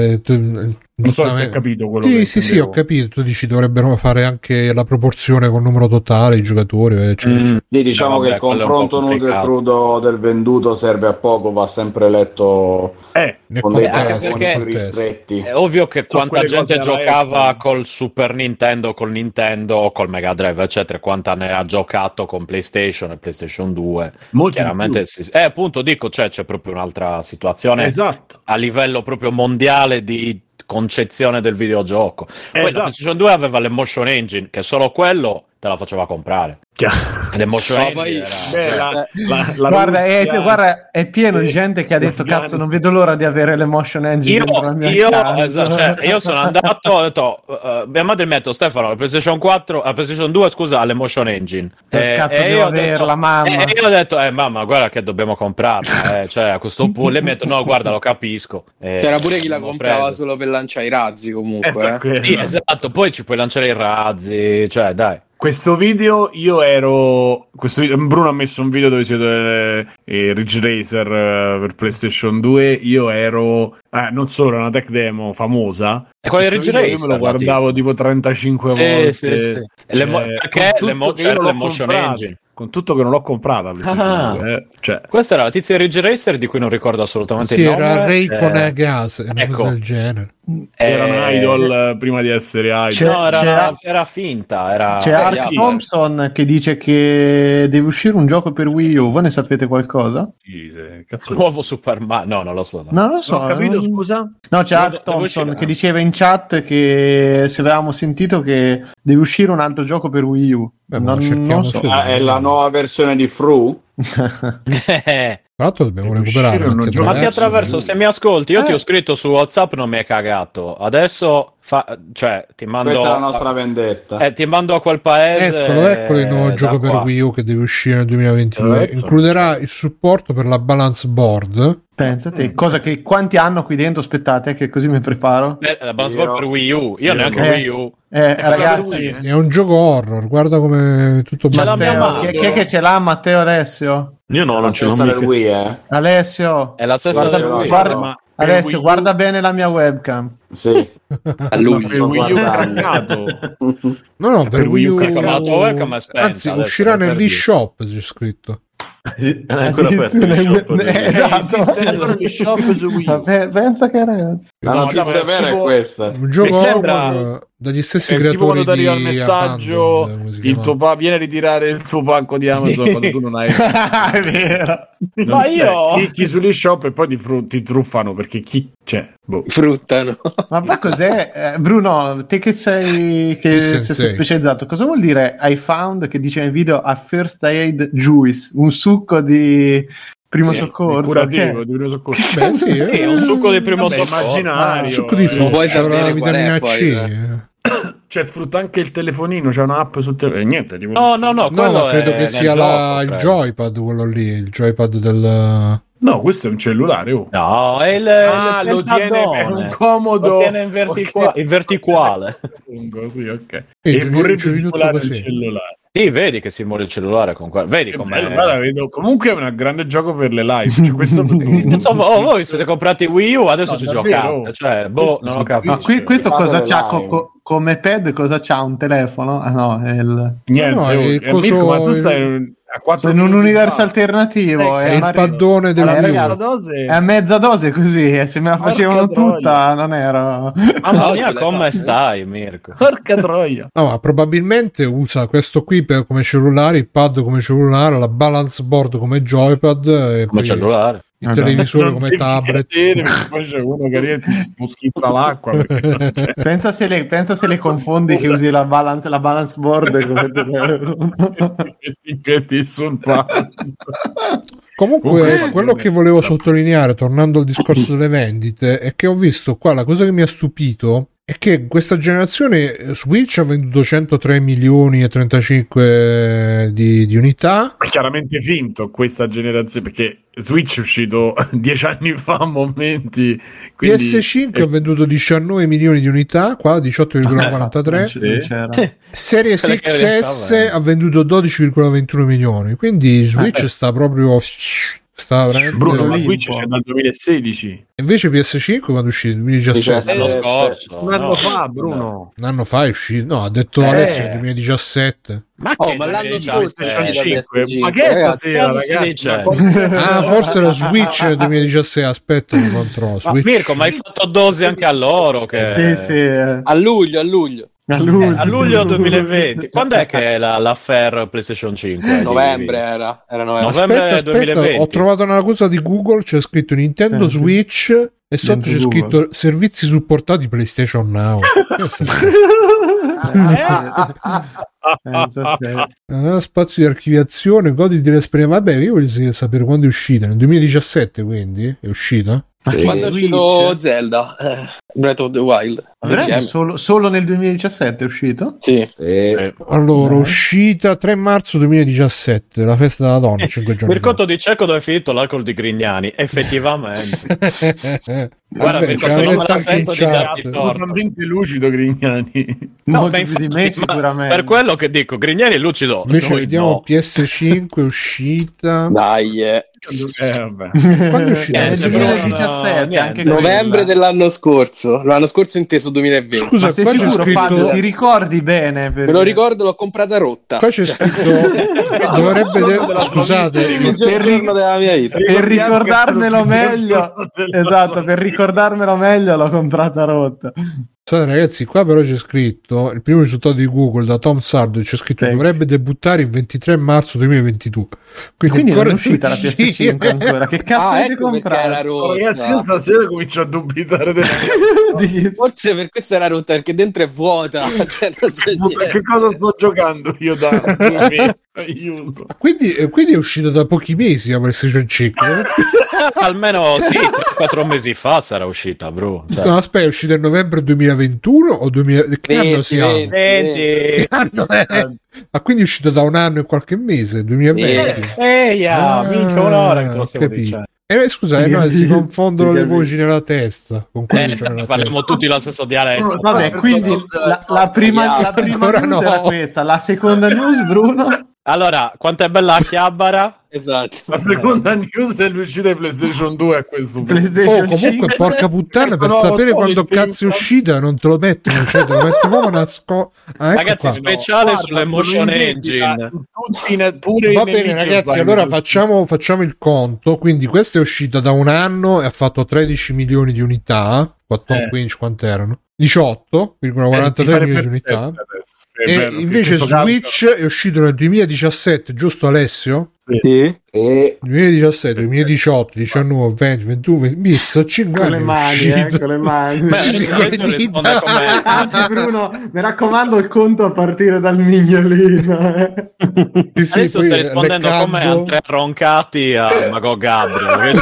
non so se hai capito quello che sì, ho capito. Tu dici dovrebbero fare anche la proporzione con il numero totale i giocatori, Sì, diciamo che il confronto nudo e crudo del venduto serve a poco, va sempre letto con dei paragoni più ristretti. È ovvio che quanta gente giocava col Super Nintendo, col Nintendo, col Mega Drive eccetera, quanta ne ha giocato con PlayStation e PlayStation 2. Chiaramente appunto dico, c'è proprio un'altra situazione, esatto, a livello proprio mondiale di concezione del videogioco. Poi la PlayStation 2 aveva l'Emotion Engine, che solo quello te la faceva comprare. L'Emotion Engine guarda, è pieno di gente che ha detto cazzo, non vedo l'ora di avere l'Emotion Engine io sono andato, ho detto mia madre mi ha detto Stefano, la PlayStation 4, la PlayStation 2 scusa, l'Emotion Engine, cazzo devo averla, mamma, e io ho detto mamma guarda che dobbiamo comprarla, cioè a questo punto lei mi ha detto no guarda lo capisco, c'era pure chi la comprava solo per lanciare i razzi comunque sì, esatto, poi ci puoi lanciare i razzi, cioè dai. Questo video Bruno ha messo un video dove si vede Ridge Racer per PlayStation 2. Io ero non solo una tech demo famosa, e quella di Ridge Racer io me lo guardavo tipo 35 volte. Sì. Perché l'Emotion Engine, con tutto che non l'ho comprata cioè. Questa era la tizia di Ridge Racer di cui non ricordo assolutamente il nome. Era Ray con gas, del genere. Era un idol prima di essere idol. Era finta. C'è Art Thompson che dice che deve uscire un gioco per Wii U. Voi ne sapete qualcosa? Nuovo Super Mario? No, non lo so. Non lo so. Non ho capito, scusa? No, c'è Art Thompson che diceva in chat che se avevamo sentito che deve uscire un altro gioco per Wii U. Non so. È la nuova versione di Fru? Tra l'altro dobbiamo recuperare Mattia Traverso, se mi ascolti, io ti ho scritto su WhatsApp, non mi hai cagato. Adesso ti mando. Questa è la nostra vendetta. Ti mando a quel paese. Eccolo il nuovo gioco per Wii U che deve uscire nel 2022. Includerà il supporto per la balance board. Pensate, cosa che quanti hanno qui dentro? Aspettate, che così mi preparo. La balance board per Wii U. Io neanche Wii U. Ragazzi, è un gioco horror. Guarda come tutto Matteo, chi è che ce l'ha? Matteo, Alessio? Io non ce l'ho mica. Wii, Alessio, è la stessa Alessio, guarda bene la mia webcam. Sì. A lui per Wii U caricato. No, per Wii U. Anzi, uscirà nell'eShop, c'è scritto. È ancora aperto esatto. Shop su Wii U. Pensa che ragazzi. La notizia vera è questa. Un gioco sembra horror dagli stessi è tipo creatori quando ti arriva il di messaggio Abandoned, viene a ritirare il tuo pacco di Amazon quando tu non hai È vero. Ma io clicchi sugli shop e poi ti truffano perché chi c'è fruttano. Ma poi cos'è, Bruno, te che sei specializzato, cosa vuol dire I found, che dice nel video, a first aid juice, un succo di primo soccorso, curativo di primo soccorso? Beh, sì, È un succo di primo soccorso. Immaginario, un succo di non puoi frutta, la sapere qual è, vitamina poi, C. Cioè sfrutta anche il telefonino, c'è un'app sul telefono, niente tipo... No, No, ma credo che sia il credo. joypad, quello lì, il joypad del... No, questo è un cellulare. No, è il lo tiene per un comodo. Lo tiene in verticale. Sì, ok. E vorrebbe c'è di tutto simulare il così. cellulare. Sì, vedi che si muore il cellulare con quello. Vedi com'è. Guarda, vedo. Comunque è un grande gioco per le live. Cioè, questo Non so, voi siete comprati Wii U, adesso No, ci davvero? giocate. Cioè, Questo non ho su capito. Ma questo cosa Fate c'ha live. come pad? Cosa c'ha? Un telefono? Ah no, è Niente, No, è coso- Mirko, ma tu stai a 4 in un minuti universo fa. alternativo. È il Mario- paddone del Allora, Wii U. ragazzi, dose. è a mezza dose così, e se me la Porca facevano troia. tutta non ero... Mamma oggi mia, le come fai. stai, Mirko? Porca troia. No, ma probabilmente usa questo qui come cellulare, il pad come cellulare, la balance board come joypad e Come poi cellulare. il televisore Non come devi tablet. vedere, perché poi c'è uno che arriva e ti schizza l'acqua. Perché non c'è. Pensa se le confondi che usi la balance board come telefono. Metti i piedi sul pad. Comunque, quello che volevo sottolineare, tornando al discorso delle vendite, è che ho visto qua la cosa che mi ha stupito è che questa generazione Switch ha venduto 103 milioni e 35 di unità. È chiaramente finto questa generazione perché Switch è uscito 10 anni fa a momenti, quindi PS5 ha venduto 19 milioni di unità, qua 18,43. Non c'era. Series Quella che XS pensavo, ha venduto 12,21 milioni, quindi Switch sta proprio... sta veramente... Bruno, ma Olimpo. Switch c'è dal 2016, Invece PS5 quando è uscito? 2017. L'anno scorso. un anno no. fa, Bruno. Un anno fa è uscito, no, ha detto Alessio nel 2017. Ma, Oh, che ma l'anno ne scorso sai? è PlayStation uscito 5. Ma che è stasera, cazzo si ragazzi? dice? Ma quando- Ah, forse lo Switch nel 2017. Aspetta, lo controllo. Ma Switch. Mirko, ma hai fatto dosi anche a loro? Che... Sì, sì. A luglio. A luglio, A luglio 2020. Quando è che è l'affair PlayStation 5? Novembre era novembre. Novembre 2020. Ho trovato una cosa di Google, c'è scritto Nintendo Sì. Switch e sotto Dentro c'è Google. scritto servizi supportati PlayStation Now. Spazio di archiviazione, goditi l'esperienza. Vabbè, io voglio sapere quando è uscita. Nel 2017, quindi è uscita? Quando è uscito Zelda, Breath of the Wild. Veramente Insieme. solo nel 2017 è uscito? Sì. Allora, uscita 3 marzo 2017, la festa della donna, 5 giorni. Mirko dice dove è finito l'alcol di Grignani. Effettivamente. Guarda, Vabbè, Mirko, c'è se non me detto la anche in sento di chat. darti storto. Assolutamente lucido Grignani. No, Molto ma più di infatti, me ma sicuramente. per quello che dico, Grignani è lucido. Invece Noi vediamo no. PS5 uscita. Dai, Vabbè. Quando è uscita? Nel Niente, 2017 niente. anche novembre quella. dell'anno scorso. L'anno scorso inteso 2020. Scusa, Ma sei qua c'è sicuro, scritto... Fabio? Ti ricordi bene? Me lo ricordo, l'ho comprata rotta. Qua c'è scritto... dovrebbe... Scusate, Il giorno della mia vita. Per ricordarmelo meglio, esatto, per ricordarmelo meglio l'ho comprata rotta. scusate ragazzi, qua però c'è scritto il primo risultato di Google da Tom Sardo, c'è scritto Sì. dovrebbe debuttare il 23 marzo 2022. Quindi non ancora è uscita la PS5 ancora. Che cazzo avete ecco perché era comprato? rotta. Ragazzi, io stasera comincio a dubitare del... Forse per questo era rotta, perché dentro è vuota. Cioè, non c'è niente. Che cosa sto giocando io da 2 mesi? Aiuto. Quindi è uscito da pochi mesi la PlayStation 5. Almeno sì, 4 mesi fa sarà uscita, bro. Cioè. No, aspetta, è uscita nel novembre 2021 o 2000... Che anno siamo? 20. Che anno è? Ah, quindi è uscito da un anno e qualche mese, 2020. Minchia, un'ora che te lo stiamo capito. dicendo. Scusate, no, si confondono le Capito. voci nella testa con quello che c'è nella Parliamo tutti lo stesso dialetto. Vabbè, quindi la prima Ancora news no. era questa, la seconda news, Bruno? Allora, quanto è bella la Chiabara? Esatto. La seconda news è l'uscita di PlayStation 2 a questo punto. PlayStation Oh, comunque 5. porca puttana, per No, sapere so, quando il cazzo è primo- uscita non te lo mettono, cioè te lo mettono proprio nascosto. Ragazzi, speciale sull'Emotion Engine. Pure Va bene ragazzi, allora facciamo il conto. Quindi questa è uscita da un anno e ha fatto 13 milioni di unità. 15 quanto erano? 18,43 milioni di unità. E invece Switch è uscito nel 2017, giusto Alessio? Sì. 2017, 2018, 19, 20, 21, 20, 5 con le mani, con le mani. Anzi, Bruno, mi raccomando il conto a partire dal mignolino. Adesso stai rispondendo come a 3 roncati a Mago Gabriel.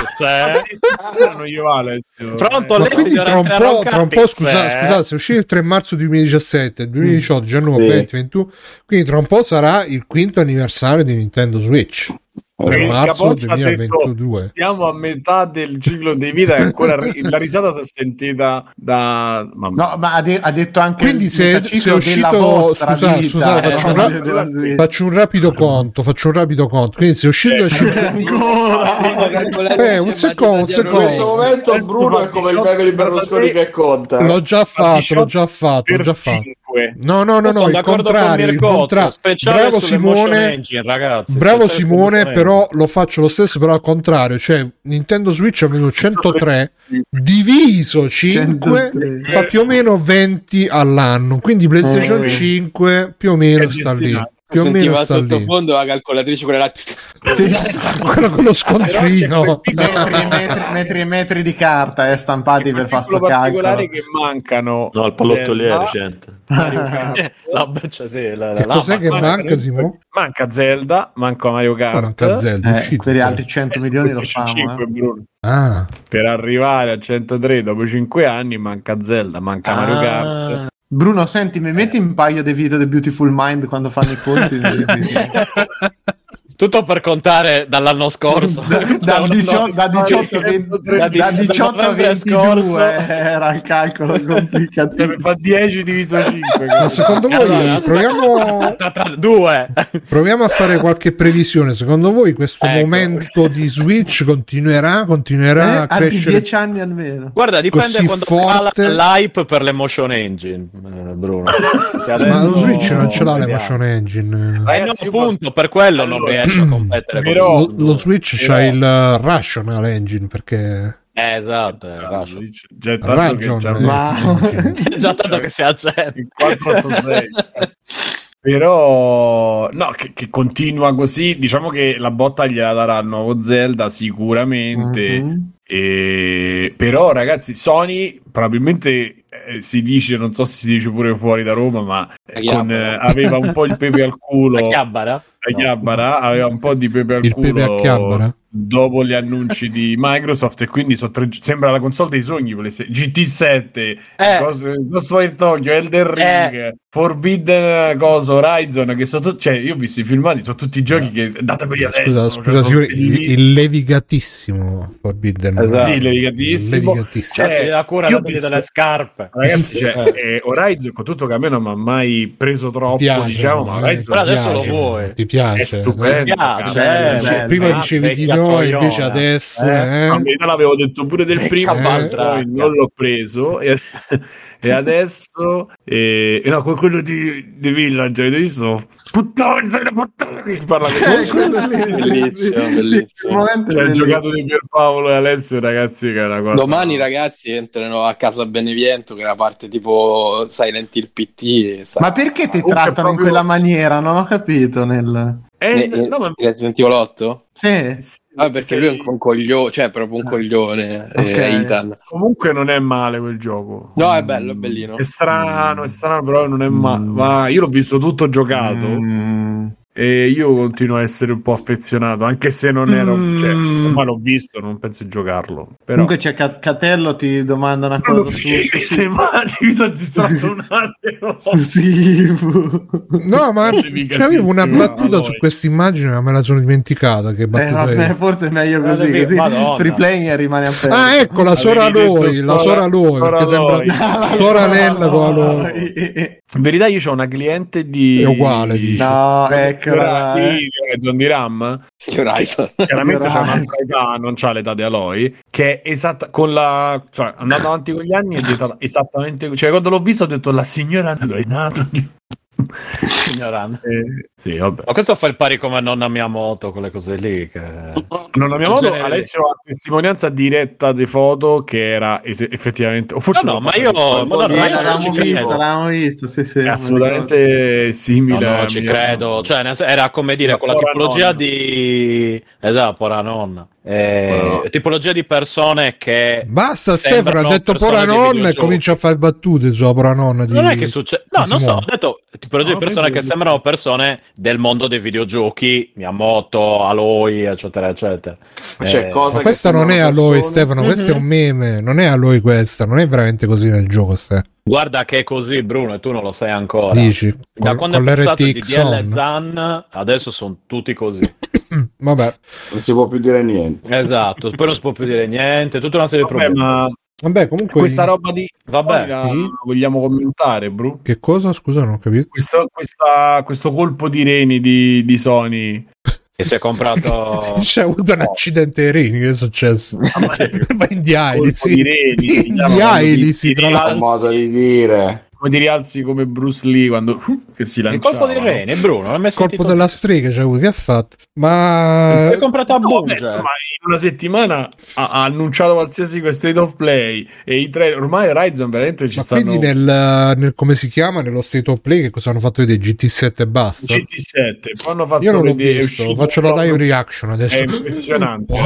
Pronto, Alessio? Tra un po', scusate, se uscì il 3 marzo 2017, 2018, 19, 20, 21, quindi tra un po' sarà il quinto anniversario di Nintendo Switch. Il marzo Capoccia 2022. Ha detto, siamo a metà del ciclo di vita e ancora la risata si è sentita da no, ma ha detto anche quindi se è uscito scusate, faccio un rapido conto, quindi se è uscito un secondo in questo momento Bruno è come il meme di Berlusconi che conta. L'ho già fatto. No, il contrario. Bravo Simone, engine, ragazzi, bravo Simone, però lo faccio lo stesso, però al contrario, cioè Nintendo Switch è venuto 103 diviso 5 fa più o meno 20 all'anno, quindi PlayStation 5 più o meno sta lì. Più o meno sta sottofondo la calcolatrice quella quello con lo scontrino, metri e metri di carta stampati per fare sto calcolo. Particolari che mancano. No, il pallottoliere recente. Cos'è che manca, Simo? Manca Zelda, manca Mario Kart. Manca Zelda, per gli altri 100 milioni lo famo. 5, per arrivare a 103 dopo 5 anni manca Zelda, manca Mario Kart. Bruno, senti, mi metti un paio di video di Beautiful Mind quando fanno i conti? Tutto per contare dall'anno scorso. Da 18 a 22 era il calcolo complicato. Fa 10 diviso 5. Ma secondo voi proviamo a fare qualche previsione. Secondo voi questo momento di Switch continuerà a crescere? 10 anni almeno. Guarda, dipende quando cala l'hype per l'Emotion Engine, Bruno. Ma lo Switch non ce l'ha l'Emotion Engine. Appunto, per quello non riesce a competere. Però lo Switch c'ha il Rational Engine, perché esatto, già tanto che si accende il 486. Però no, che continua così, diciamo che la botta gliela darà il nuovo Zelda sicuramente. Però ragazzi, Sony probabilmente si dice, non so se si dice pure fuori da Roma, ma aveva un po' il pepe al culo. La Chiabbara aveva un po' di pepe al culo dopo gli annunci di Microsoft, e quindi sembra la console dei sogni, GT7, Ghostwire Tokyo, Elden Ring, Forbidden Horizon, che sono cioè io ho visto i filmati, sono tutti giochi che datemeli adesso. Scusa, il levigatissimo Forbidden. Esatto. Sì, levigatissimo. Cioè, la cura delle scarpe. Ragazzi, Horizon, con tutto che a me non mi ha mai preso troppo, diciamo, ma Horizon però adesso lo vuoi. Ti piace? È stupendo. Prima dicevi di no, invece adesso a me l'avevo detto pure del primo, poi non l'ho preso e adesso no, quello di Village, avete visto? Puttana, sei una puttana che parla bellissimo. C'è il giocato di Pierpaolo e Alessio, ragazzi, che è una cosa. Domani ragazzi entrano a casa Beneviento, che è la parte tipo Silent Hill PT. Ma perché ti trattano in quella maniera? Non ho capito Resident Evil 8? Sì. Perché lui è un coglione, cioè proprio un coglione. Ethan. Comunque non è male quel gioco. No, è bello, è bellino. È strano, però non è male. Ma io l'ho visto tutto giocato. E io continuo a essere un po' affezionato, anche se non ero, cioè, ma l'ho visto, non penso di giocarlo. Però... Comunque c'è Catello, ti domanda una cosa mi sono distratto un attimo. No, ma c'avevo una battuta su questa immagine, ma me la sono dimenticata. Che battuta forse è meglio così, free playing e rimane aperto. Ah, ecco, la Sora Loi, perché sembra Sora Nella con la Loi. In verità io ho una cliente di... È uguale, dici. No, ecco. Horizon di RAM. Chiaramente c'è un'altra età, non c'ha l'età di Aloy, che è esatta, con la... Cioè, andando avanti con gli anni è diventata esattamente... Cioè, quando l'ho vista ho detto, la signora Aloy è nata... Ignorante. Sì, vabbè. Ma questo fa il pari come nonna Miyamoto, quelle cose lì. Che... Nonna Miyamoto, Alessio ha testimonianza diretta di foto che era effettivamente. O forse no, ma io l'avevamo visto, sì, è assolutamente simile. No, ci credo. Cioè, era come dire quella tipologia di. Esatto, pora nonna. Tipologia di persone che basta. Stefano ha detto pora nonna e comincia a fare battute sulla pora nonna non è che succede, no, non so, ho detto tipologia di persone che sembrano persone del mondo dei videogiochi, Miyamoto, Aloy, eccetera eccetera. Ma questa non è Aloy, Stefano, questo è un meme, non è Aloy, questa non è veramente così nel gioco, guarda che è così, Bruno, e tu non lo sai ancora. Dici, da quando è passato di DL Zan adesso sono tutti così. Vabbè, non si può più dire niente. Esatto, poi non si può più dire niente, tutta una serie di problemi. Vabbè, comunque questa roba di vogliamo commentare, Bru? Che cosa? Scusa, non ho capito. Questo colpo di reni di Sony che si è comprato. C'è avuto un accidente ai reni, che è successo? Ma in dialisi. In dialisi, tra l'altro. Modo di dire. Come ti rialzi come Bruce Lee quando che si lanciava. Il colpo di rene, Bruno, non il colpo della strega, che ha fatto? Ma si è comprato a Bungie. Ma in una settimana ha annunciato qualsiasi State of Play e i tre ormai Horizon veramente ci stanno. Quindi nel come si chiama, nello State of Play, che cosa hanno fatto vedere? GT7 e basta. GT7, poi hanno fatto io non l'ho visto, faccio la live reaction adesso. È impressionante,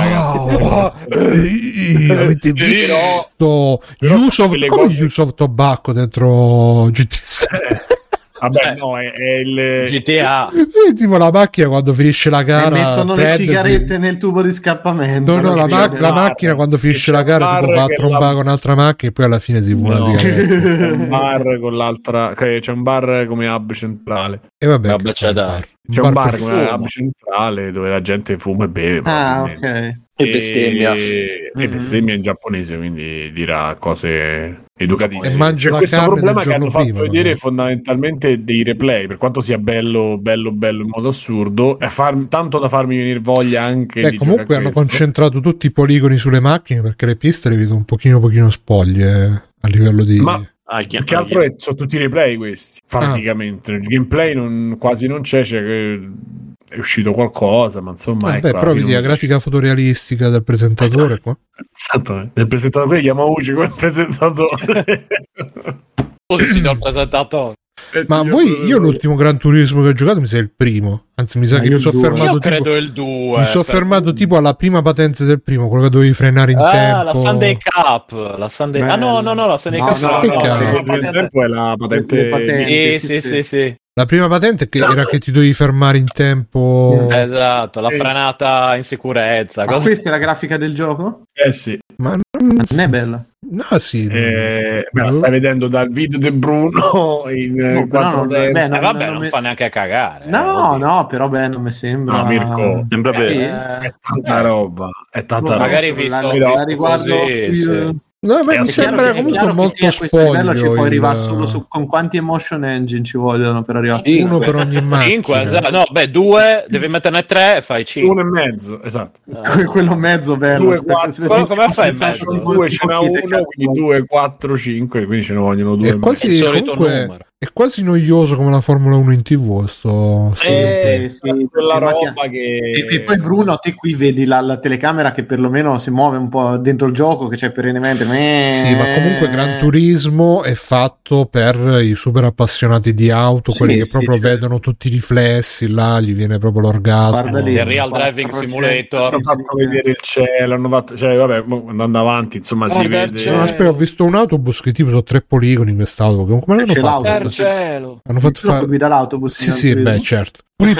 ragazzi. Avete visto Ubisoft Tobacco dentro GT7? Vabbè, no, è il GTA. È tipo la macchina quando finisce la gara. E mettono le sigarette nel tubo di scappamento. No, la macchina quando finisce la gara tipo va a trombare con un'altra macchina e poi alla fine si fuma la sigaretta. C'è un bar con l'altra, c'è un bar come hub centrale. E vabbè, c'è un bar come hub centrale dove la gente fuma e beve. Ok. E bestemmia. E bestemmia in giapponese, quindi dirà cose educatissime. E mangia la questo carne problema che hanno prima, fatto vedere fondamentalmente dei replay, per quanto sia bello in modo assurdo, è tanto da farmi venire voglia anche di comunque hanno concentrato tutti i poligoni sulle macchine, perché le piste le vedo un pochino spoglie a livello di... Ma che altro sono tutti i replay questi, praticamente. Il gameplay quasi non c'è è uscito qualcosa, ma insomma però vedi la grafica fotorealistica del presentatore qua. Esatto, del presentatore Yamauchi come presentatore. Signor presentatore. Ma io l'ultimo Gran Turismo che ho giocato mi sa il primo, anzi mi sa che mi sono fermato credo il 2. Mi sono fermato tipo alla prima patente del primo, quello che dovevi frenare in tempo. La Sunday Cup, la Sunday no, la Sunday Cup il tempo è la patente. Sì. La prima patente era che ti dovevi fermare in tempo. Esatto, la frenata in sicurezza. Ma questa è la grafica del gioco? Sì. Ma non è bella. No, sì. La stai vedendo dal video di Bruno in 4D. Vabbè, non fa neanche a cagare. No, però non mi sembra. No, Mirko, sembra bene. È tanta roba. È tanta roba. Magari visto riguardo così. No, ma mi sembra comunque molto spoglio. Ci puoi arrivare solo con quanti emotion engine ci vogliono per arrivare uno per ogni macchina. 5, esatto. No, 2, devi metterne 3 e fai 5. 1,5, esatto. Quello mezzo bello. 2, 4, come fai mezzo? 2 ce n'è uno, quindi 2, 4, 5, quindi ce ne vogliono 2. È quasi, il solito numero. È quasi noioso come la Formula 1 in TV sì, quella roba che... E poi Bruno, te qui vedi la telecamera che perlomeno si muove un po' dentro il gioco, che c'è perennemente. Sì, ma comunque Gran Turismo è fatto per i super appassionati di auto, quelli che proprio vedono tutti i riflessi, là gli viene proprio l'orgasmo. Il Real Driving Simulator. Hanno fatto vedere il cielo, hanno fatto, andando avanti, insomma, si vede. No, aspetta, ho visto un autobus che tipo sono 3 poligoni in quest'auto. Come l'hanno fatto? Cielo. Hanno fatto fare guida l'autobus. Sì, certo. Pure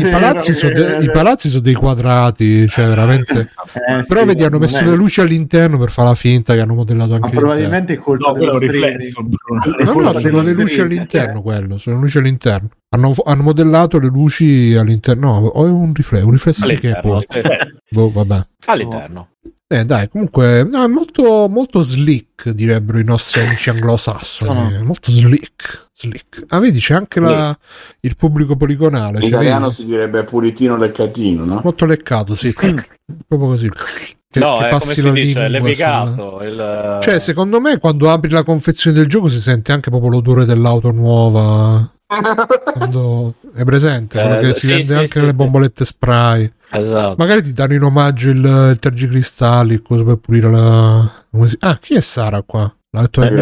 i palazzi sono dei quadrati, cioè veramente. Però vedi, hanno messo le luci all'interno per fare la finta che hanno modellato anche. Ma probabilmente è colpa dello riflesso. No, sono le luci all'interno, sono le luci all'interno. Hanno modellato le luci all'interno. No, o è un riflesso che è poi. Vabbè. All'interno. Dai, comunque è molto, molto slick, direbbero i nostri amici anglosassoni. Molto slick. Ah, vedi, c'è anche il pubblico poligonale. In italiano si direbbe puritino leccatino, no? Molto leccato, sì. Proprio così. Che come si dice, levigato. Cioè, secondo me, quando apri la confezione del gioco si sente anche proprio l'odore dell'auto nuova. Quando è presente, quello che si vende anche nelle bombolette spray. Esatto. Magari ti danno in omaggio il tergicristalli, cosa per pulire chi è Sara qua? La tua a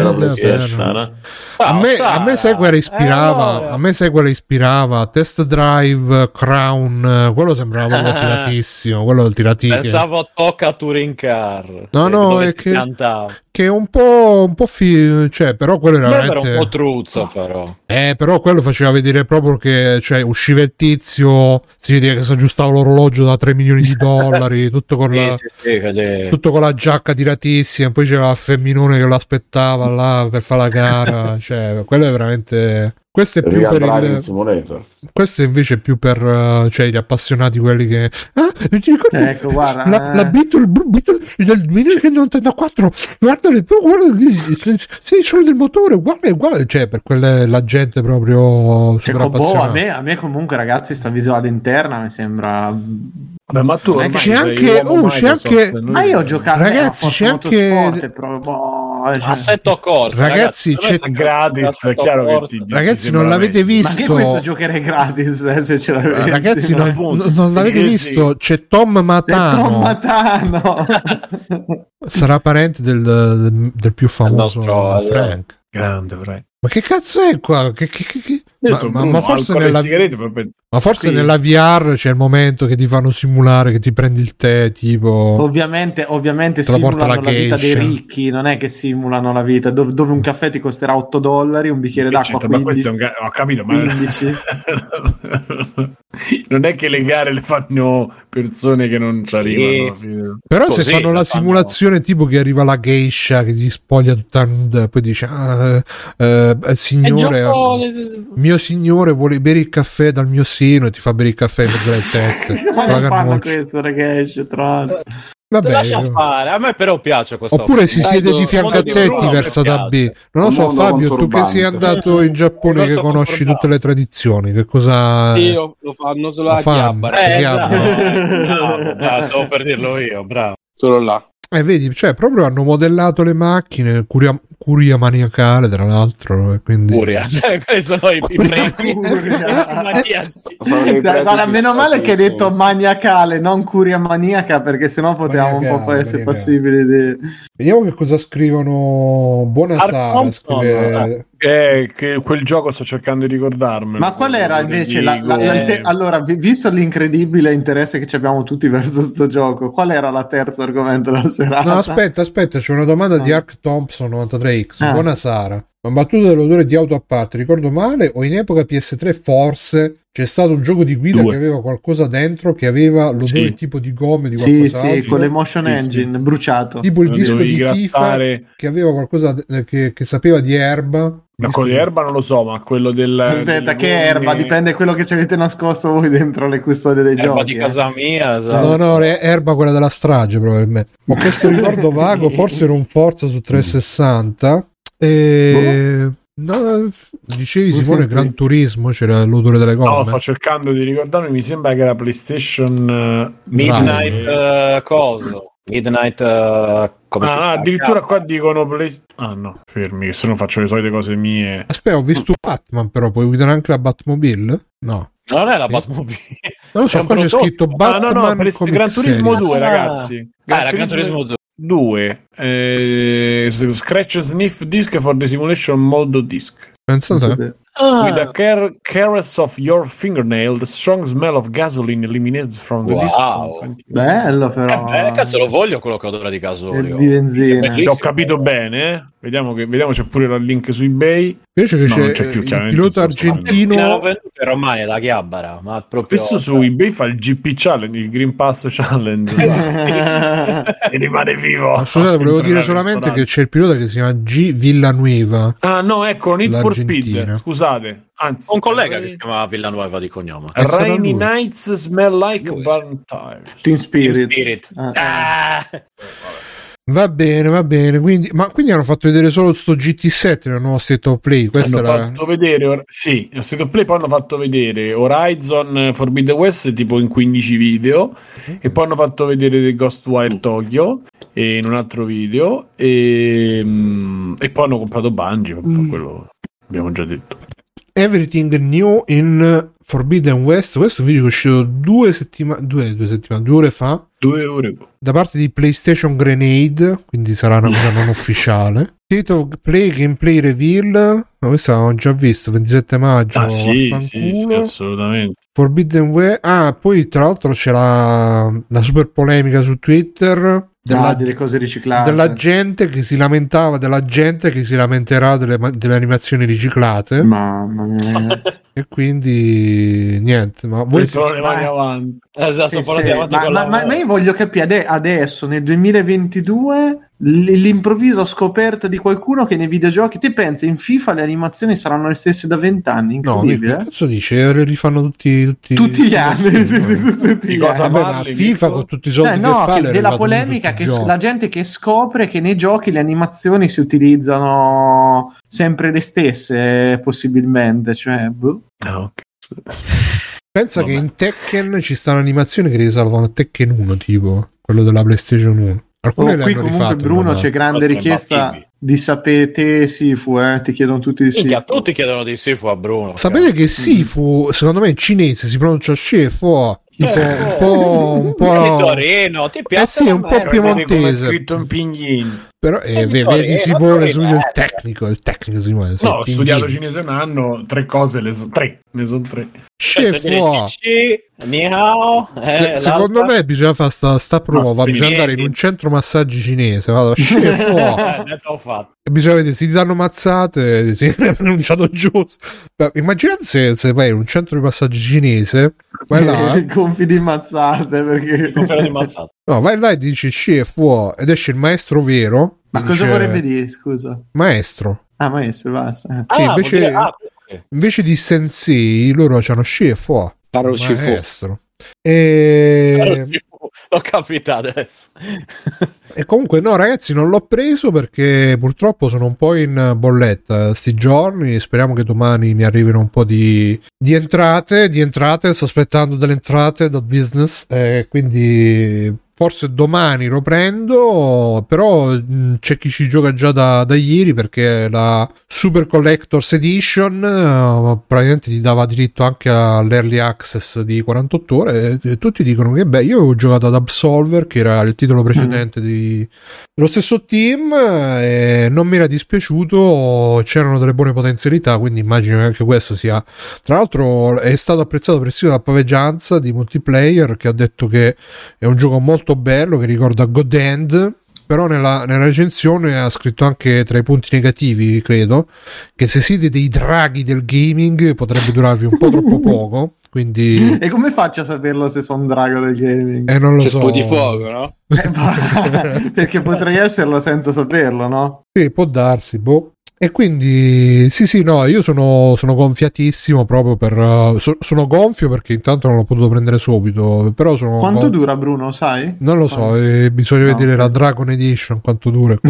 me sai quella ispirava a me sai quella ispirava Test Drive Crown, quello sembrava proprio tiratissimo, quello tiratissimo. Pensavo Tocca Touring Car. No, è che è un po' cioè, però quello era veramente un po' truzzo, però quello faceva vedere proprio che, cioè, usciva il tizio, si vedeva che si aggiustava l'orologio da $3 milioni, tutto con tutto con la giacca tiratissima, poi c'era il femminone che lo aspettava là per fare la gara, cioè, quello è veramente... Questo è più per questo invece è più per gli appassionati, quelli che ti ricordi, ecco, guarda, la Beetle del 1984, guarda solo del motore, guarda, cioè, per quelle la gente proprio super appassionata. A me comunque, ragazzi, sta visuale interna mi sembra... Beh, ma tu c'è anche ma io ho giocato, ragazzi, c'è anche Assetto Corsa, ragazzi, c'è gratis, è chiaro che ragazzi, non l'avete visto, ma che questo giocherei gratis, se ce l'avete ragazzi, non l'avete visto, c'è Tom Matano. Sarà parente del più famoso Frank. Grande Frank. Ma che cazzo è qua? Ma forse nella VR c'è il momento che ti fanno simulare che ti prendi il tè, tipo ovviamente simulano la vita dei ricchi, non è che simulano la vita dove un caffè ti costerà $8, un bicchiere d'acqua 15. Ma questo è ho capito, ma 15. non è che le gare le fanno persone che non ci arrivano. Però così, se fanno la simulazione tipo che arriva la geisha che si spoglia tutta nuda e poi dice signore, mio signore vuole bere il caffè dal mio seno e ti fa bere il caffè in mezzo alle tette. Ma non fanno questo, ragazzi, vabbè, lascia fare, a me però piace questo. Oppure si siede di fianco a te e ti versa da B. Non lo so, Fabio, tu che sei andato in Giappone, che conosci tutte le tradizioni, che cosa... Sì, lo fanno solo a Chiabara. Bravo, stavo per dirlo io, bravo. Solo là. Vedi, cioè proprio hanno modellato le macchine, curia maniacale tra l'altro, quindi... Curia, cioè quali sono i premi? Meno male che hai detto maniacale, non curia maniaca, perché sennò potevamo un po' essere passibili di... Vediamo che cosa scrivono. Buona Sara, scrive... che quel gioco sto cercando di ricordarmelo. Ma qual era invece allora, visto l'incredibile interesse che ci abbiamo tutti verso sto gioco, qual era la terza argomento della serata? No, aspetta, c'è una domanda di Ark Thompson 93X. Buona Sara, ma battuto dell'odore di auto a parte, ricordo male o in epoca PS3 forse c'è stato un gioco di guida che aveva qualcosa dentro, che aveva l'odore tipo di gomme, di qualcosa sì, con l'Emotion Engine bruciato, tipo il disco di FIFA che aveva qualcosa che sapeva di erba. Ma quello di erba non lo so, ma quello aspetta, che erba? Dipende da quello che ci avete nascosto voi dentro le custodie dei erba giochi. Di casa mia, esatto. No, erba quella della strage probabilmente. Ho questo ricordo vago, forse era un Forza su 360 no, dicevi Simone, Gran Turismo, c'era l'odore delle gomme. No, sto cercando di ricordarmi, mi sembra che era PlayStation Midnight coso. Midnight addirittura qua dicono no, fermi, che se no faccio le solite cose mie. Aspetta, ho visto Batman, però puoi guidare anche la Batmobile? No, non è la Batmobile, non lo so, qua c'è scritto Batman. Per Gran Turismo 2, ragazzi. Gran Turismo 2 Scratch Sniff Disc for the Simulation Mode Disc. Pensate. With a caress of your fingernail, the strong smell of gasoline eliminated from the disc. Bello, però. Cazzo, lo voglio quello che odora di gasolio. Di benzina. Ho capito bene. Vediamo c'è pure il link su eBay. Invece che c'è più, il pilota argentino. Ormai è la Chiabara, ma proprio. Questo su eBay fa il GP Challenge, il Green Pass Challenge. E rimane vivo. Ma scusate, volevo dire solamente che c'è il pilota che si chiama G. Villanueva. Ah, no, ecco, Need for Speed. Scusate. Anzi, un collega che si chiama Villanueva di cognome. Rainy Nights Smell Like Burnt Tires. Team Spirit. Va bene. Quindi hanno fatto vedere solo sto GT7 nel nuovo State of Play. Fatto vedere, sì, nel State of Play poi hanno fatto vedere Horizon Forbidden West tipo in 15 video e poi hanno fatto vedere Ghostwire Tokyo in un altro video e poi hanno comprato Bungie, quello abbiamo già detto. Everything New in Forbidden West. Questo video è uscito 2 ore fa. 2 ore. Da parte di PlayStation Grenade, quindi sarà una cosa non ufficiale. State of Play Gameplay Reveal. No, questo l'avevamo già visto, 27 maggio. Ah sì, assolutamente. Forbidden West. Ah, poi tra l'altro c'è la super polemica su Twitter delle cose riciclate, della gente che si lamentava, della gente che si lamenterà delle animazioni riciclate. Mamma mia. E quindi niente, ma voi sono le mani avanti. Esatto, ma io voglio capire adesso nel 2022 l'improvvisa scoperta di qualcuno che nei videogiochi, ti pensi in FIFA le animazioni saranno le stesse da 20 anni? Incredibile. No, che cazzo dice? Le rifanno tutti gli anni. Tutti gli anni. Vabbè, ma FIFA con tutti i soldi che fa, della polemica che la gente che scopre che nei giochi le animazioni si utilizzano sempre le stesse, possibilmente, cioè pensa che in Tekken ci stanno animazioni che risalvano a Tekken 1, tipo quello della PlayStation 1. Alcune qui comunque rifatte, Bruno c'è grande richiesta di sapete Sifu, ti chiedono tutti di Sifu. Tutti chiedono di Sifu a Bruno. Sapete che Sifu secondo me in cinese si pronuncia Shifu, un po' Torino, ti piace? Sì, un po' piemontese, scritto in pinyin. Però vedi Simone subito il tecnico Simone. No, ho studiato cinese un anno, 3 cose ne sono 3. Secondo me bisogna fare sta prova, bisogna andare in un centro massaggi cinese, e bisogna vedere se ti danno mazzate, se hai pronunciato giusto. Immaginate se vai in un centro di massaggi cinese, vai là, gonfi di mazzate, perché no, vai là e dici Shifu ed esce il maestro vero. Ma cosa vorrebbe dire, scusa? Maestro. Ah, maestro, basta. Sì, invece di sensei loro c'hanno Shifu, maestro. L'ho capito adesso. E comunque no ragazzi, non l'ho preso perché purtroppo sono un po' in bolletta sti giorni. Speriamo che domani mi arrivino un po' di entrate. Sto aspettando delle entrate dal business, quindi forse domani lo prendo, però c'è chi ci gioca già da ieri, perché la Super Collector's Edition praticamente ti dava diritto anche all'early access di 48 ore e tutti dicono che io avevo giocato ad Absolver, che era il titolo precedente dello stesso team, e non mi era dispiaciuto, c'erano delle buone potenzialità, quindi immagino che anche questo sia. Tra l'altro è stato apprezzato persino da Paveggianza di Multiplayer, che ha detto che è un gioco molto bello, che ricorda God Hand, però nella recensione ha scritto anche tra i punti negativi, credo, che se siete dei draghi del gaming potrebbe durarvi un po' troppo poco, quindi... E come faccio a saperlo se sono un drago del gaming? Non lo c'è so. C'è di fuoco, no? Perché potrei esserlo senza saperlo, no? Sì, può darsi, E quindi sì, no, io sono gonfiatissimo proprio per sono gonfio perché intanto non l'ho potuto prendere subito, però sono quanto dura, Bruno, sai? Non lo so, bisogna vedere la Dragon Edition quanto dura.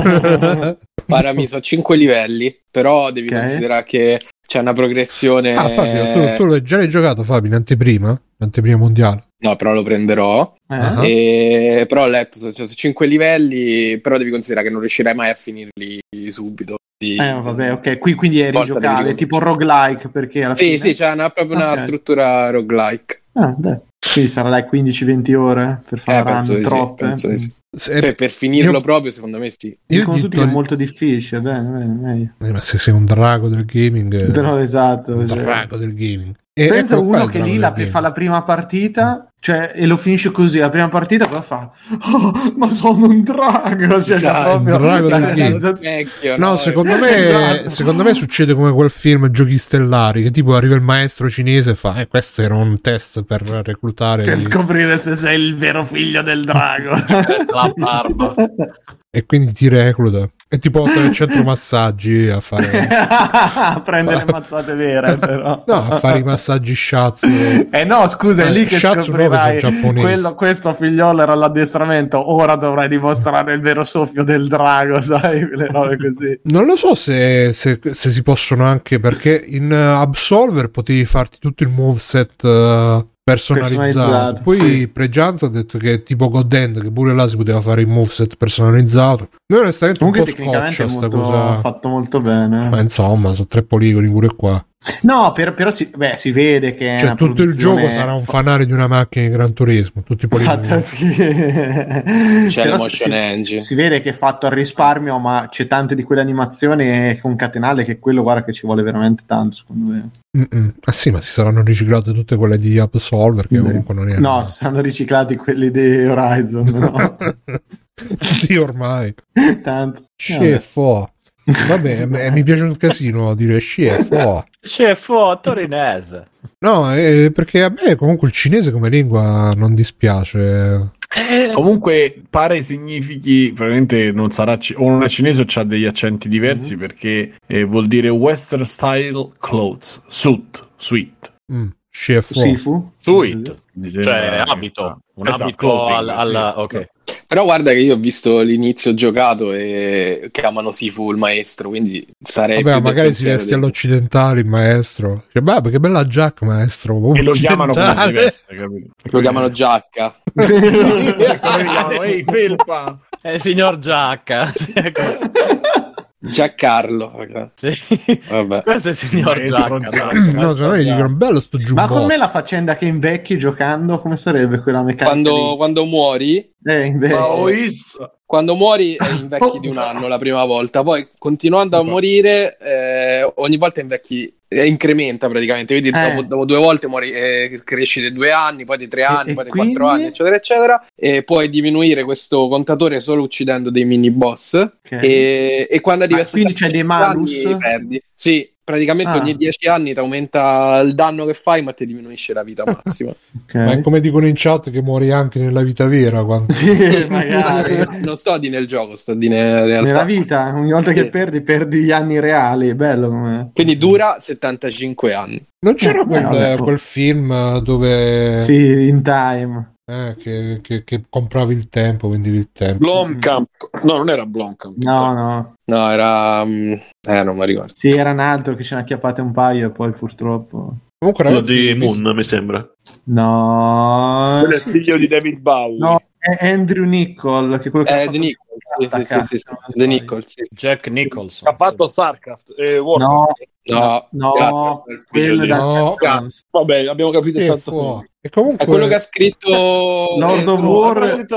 Mi sono 5 livelli, però devi considerare che c'è una progressione. Fabio, tu già l'hai giocato, Fabio, in anteprima mondiale? No, però lo prenderò. Però ho letto, cioè, 5 livelli, però devi considerare che non riuscirai mai a finirli subito. Vabbè, ok, quindi è rigiocabile, tipo roguelike, perché alla fine... Sì, c'è proprio una struttura roguelike. Quindi sarà like 15-20 ore per fare troppe. Penso di sì. Per finirlo proprio, secondo me sì. Dicono tutti che è molto difficile, bene. Ma se sei un drago del gaming... Però esatto. Un drago del gaming. Pensa uno che lì fa la prima partita, cioè, e lo finisce così, la prima partita cosa fa? Oh, ma sono un drago, cioè, proprio un drago del game. No, secondo me succede come quel film Giochi Stellari, che tipo arriva il maestro cinese e fa questo era un test per reclutare, per scoprire se sei il vero figlio del drago. La barba. E quindi ti recluta e ti porta nel centro massaggi a fare a prendere mazzate vere, però a fare i massaggi shiatsu. No, scusa, è lì che scoprirai questo figliolo era l'addestramento, ora dovrai dimostrare il vero soffio del drago, sai, le robe così. Non lo so se si possono, anche perché in Absolver potevi farti tutto il moveset personalizzato. Poi Pregianza ha detto che è tipo God Hand, che pure là si poteva fare il moveset personalizzato. Noi onestamente comunque un po' scoccia sta cosa, fatto molto bene, ma insomma sono 3 poligoni pure qua. No, però si vede che è cioè una tutto il produzione gioco sarà un fanale di una macchina di Gran Turismo, tutti i fatta C'è però l'emotion engine. si vede che è fatto al risparmio, ma c'è tante di quelle animazioni concatenate che quello, guarda, che ci vuole veramente tanto, secondo me. Ah sì, ma si saranno riciclate tutte quelle di Absolver che comunque non erano. No, si saranno riciclati quelli di Horizon, no? Sì, ormai. Tanto. Sceffo. Vabbè, mi piace un casino dire sceffo. Sceffo torinese. No, perché a me comunque il cinese come lingua non dispiace. Comunque pare significhi, probabilmente non sarà o non è cinese o c'ha degli accenti diversi, perché vuol dire Western style clothes, suit. Sceffo. Sifu? Suit. Cioè abito, un Esatto, abito clothing, sì. ok. Però guarda che io ho visto l'inizio giocato e chiamano Sifu il maestro, quindi sarei Vabbè, più magari del si pensiero veste all'occidentale il maestro. Cioè, beh, che bella giacca, maestro. E lo chiamano come si veste, capito? lo chiamano giacca. Come chiamano? Ehi, felpa! Signor Giacca. Giancarlo. Sì. Vabbè. Questo è il signor Giacca. No, cioè, mi dicono bello sto giubbotto. Ma con me la faccenda che invecchi giocando, come sarebbe quella meccanica lì? Quando muori, Quando muori invecchi di un anno la prima volta, poi continuando a morire ogni volta invecchi, incrementa praticamente, quindi dopo 2 volte muori, cresci di 2 anni, poi di 3 anni, poi di 4 anni, eccetera eccetera, e puoi diminuire questo contatore solo uccidendo dei mini boss, e quando arrivi a quindi c'è dei malus anni, perdi. Sì, praticamente ogni 10 anni ti aumenta il danno che fai, ma ti diminuisce la vita massima. Ma è come dicono in chat che muori anche nella vita vera quando... Sì, magari. Non sto di nel gioco, sto di realtà. Nella vita, ogni volta che perdi gli anni reali, è bello come... Quindi dura 75 anni. Non c'era quel film dove... Sì, In Time. Che compravi il tempo, vendevi il tempo. Blomkamp. No, non era Blomkamp. No, era... non mi ricordo. Sì, era un altro che ce ne ha acchiappate un paio e poi purtroppo... Comunque Quello ragazzi, di Moon, mi sembra. No... Quello è il figlio di David Bowie. No, è Andrew Nichol, che è quello che ha fatto... The Nichols, sì. The Nichols, sì. Jack Nicholson. Ha fatto StarCraft. No, quello è Vabbè, abbiamo capito e comunque è quello che ha scritto Lord of War.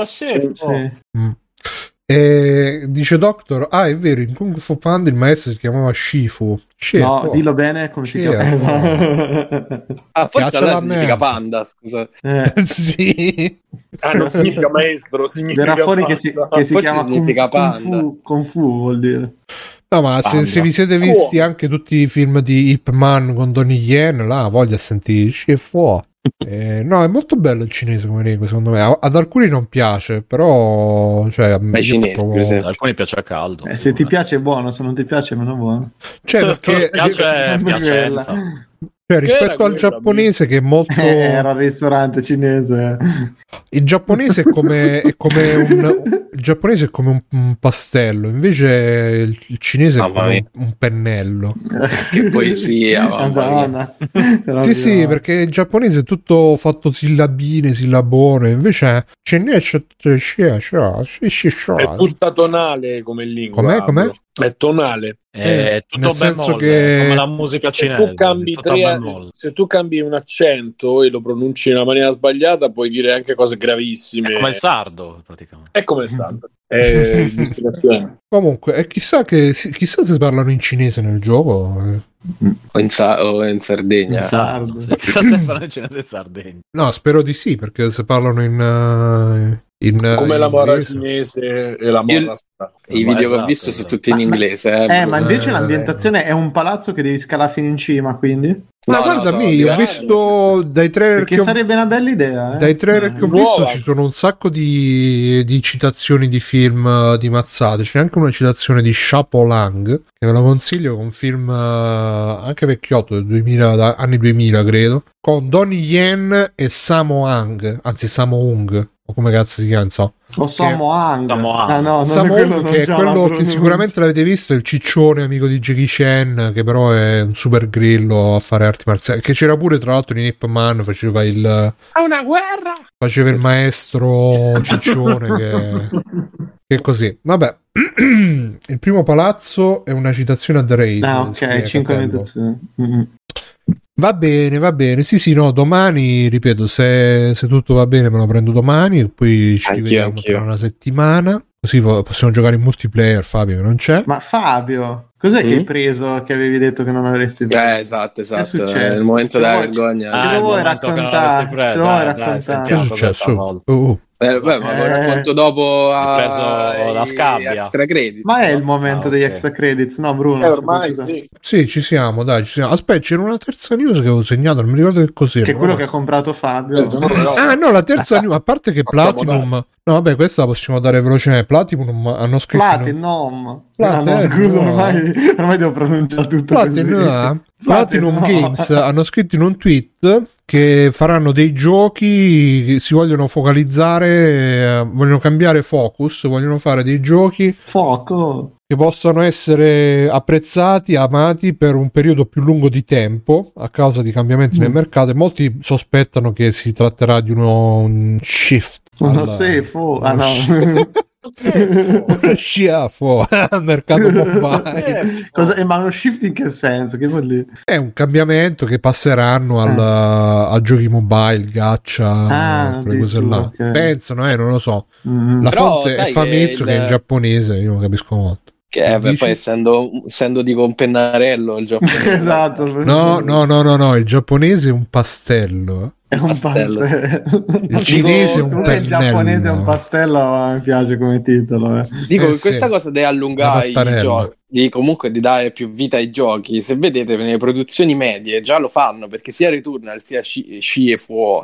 Dice Doctor, è vero, in Kung Fu Panda il maestro si chiamava Shifu. No, dillo bene come si chiama. Forse allora significa panda, scusa. Sì. Non significa maestro, significa verrà fuori che si chiama Kung Fu vuol dire. No, ma se vi siete visti anche tutti i film di Ip Man con Donnie Yen, là voglia sentire Shifu. No, è molto bello il cinese come lingua, secondo me. Ad alcuni non piace, però cioè, alcuni piace a caldo. Se ti piace è buono, se non ti piace è meno buono. Cioè, perché piacenza. Cioè, rispetto al giapponese che è molto... era il ristorante cinese. Il giapponese è come il giapponese è come un pastello, invece il cinese è come un pennello. Che poesia, Madonna. Sì, perché il giapponese è tutto fatto sillabine, sillabone, invece è tutta tonale come lingua. Com'è? È tonale. È tutto bemolle, come la musica cinese. Se tu cambi un accento e lo pronunci in una maniera sbagliata, puoi dire anche cose gravissime. È come il sardo, praticamente. È come il sardo. È comunque, chissà se parlano in cinese nel gioco. O in Sardegna. Chissà se parlano in cinese in Sardegna. No, spero di sì, perché se parlano come la morra cinese e la morra i video che ho visto sono tutti in inglese. Ma invece l'ambientazione è un palazzo che devi scalare fino in cima, quindi? No, guarda, ho visto dai trailer che sarebbe una bella idea. Dai trailer che ho visto ci sono un sacco di citazioni di film di mazzate. C'è anche una citazione di Chapeau-Lang, che ve lo consiglio, con un film anche vecchiotto del 2000, anni 2000 credo, con Donnie Yen e Sammo Hung, anzi Sammo Hung, o come cazzo si chiama, insomma. O Sammo Hung. Sammo Hung, che è quello che sicuramente l'avete visto, è il ciccione amico di Jackie Chan, che però è un super grillo a fare arti marziali, che c'era pure tra l'altro in Ip Man, faceva il faceva il maestro ciccione che è così. Vabbè. Il primo palazzo è una citazione a The Raid. Ok, 5 citazioni. Va bene. Sì, no, domani, ripeto, se tutto va bene me lo prendo domani e poi ci rivediamo tra una settimana. Così possiamo giocare in multiplayer, Fabio, che non c'è. Ma Fabio, cos'è che hai preso che avevi detto che non avresti detto? Esatto. È il momento della vergogna. Ce lo vuoi raccontare? Che è successo? Ma lo racconto dopo. Hai preso la scabbia. Extra credits. Ma è il momento degli extra credits, no, Bruno? Ormai Sì, ci siamo. Aspetta, c'era una terza news che avevo segnato, non mi ricordo che cos'era. Che è quello che ha comprato Fabio. Ah, no, la terza news, a parte che Platinum. No, vabbè, questa la possiamo dare velocemente. Platinum hanno scritto. Platinum. No, scusa, ormai devo pronunciare tutto Platinum Games hanno scritto in un tweet che faranno dei giochi, si vogliono focalizzare, vogliono cambiare focus, vogliono fare dei giochi che possano essere apprezzati, amati per un periodo più lungo di tempo a causa di cambiamenti nel mercato, e molti sospettano che si tratterà di un shift. Uno sefo, sciafo al mercato mobile. Ma uno shift in che senso? Che vuol dire? È un cambiamento che passeranno a giochi mobile, gacha, quelle cose là. Okay. Pensano, non lo so. La fonte è Famitsu, che è in giapponese, io non capisco molto. Poi essendo di con pennarello il giapponese. Esatto. No, il giapponese è un pastello. È un pastello. Il cinese è un pennello. Il giapponese è un pastello, ma mi piace come titolo. Dico che questa cosa di allungare i giochi, comunque di dare più vita ai giochi, se vedete nelle produzioni medie già lo fanno, perché sia Returnal sia Schiefo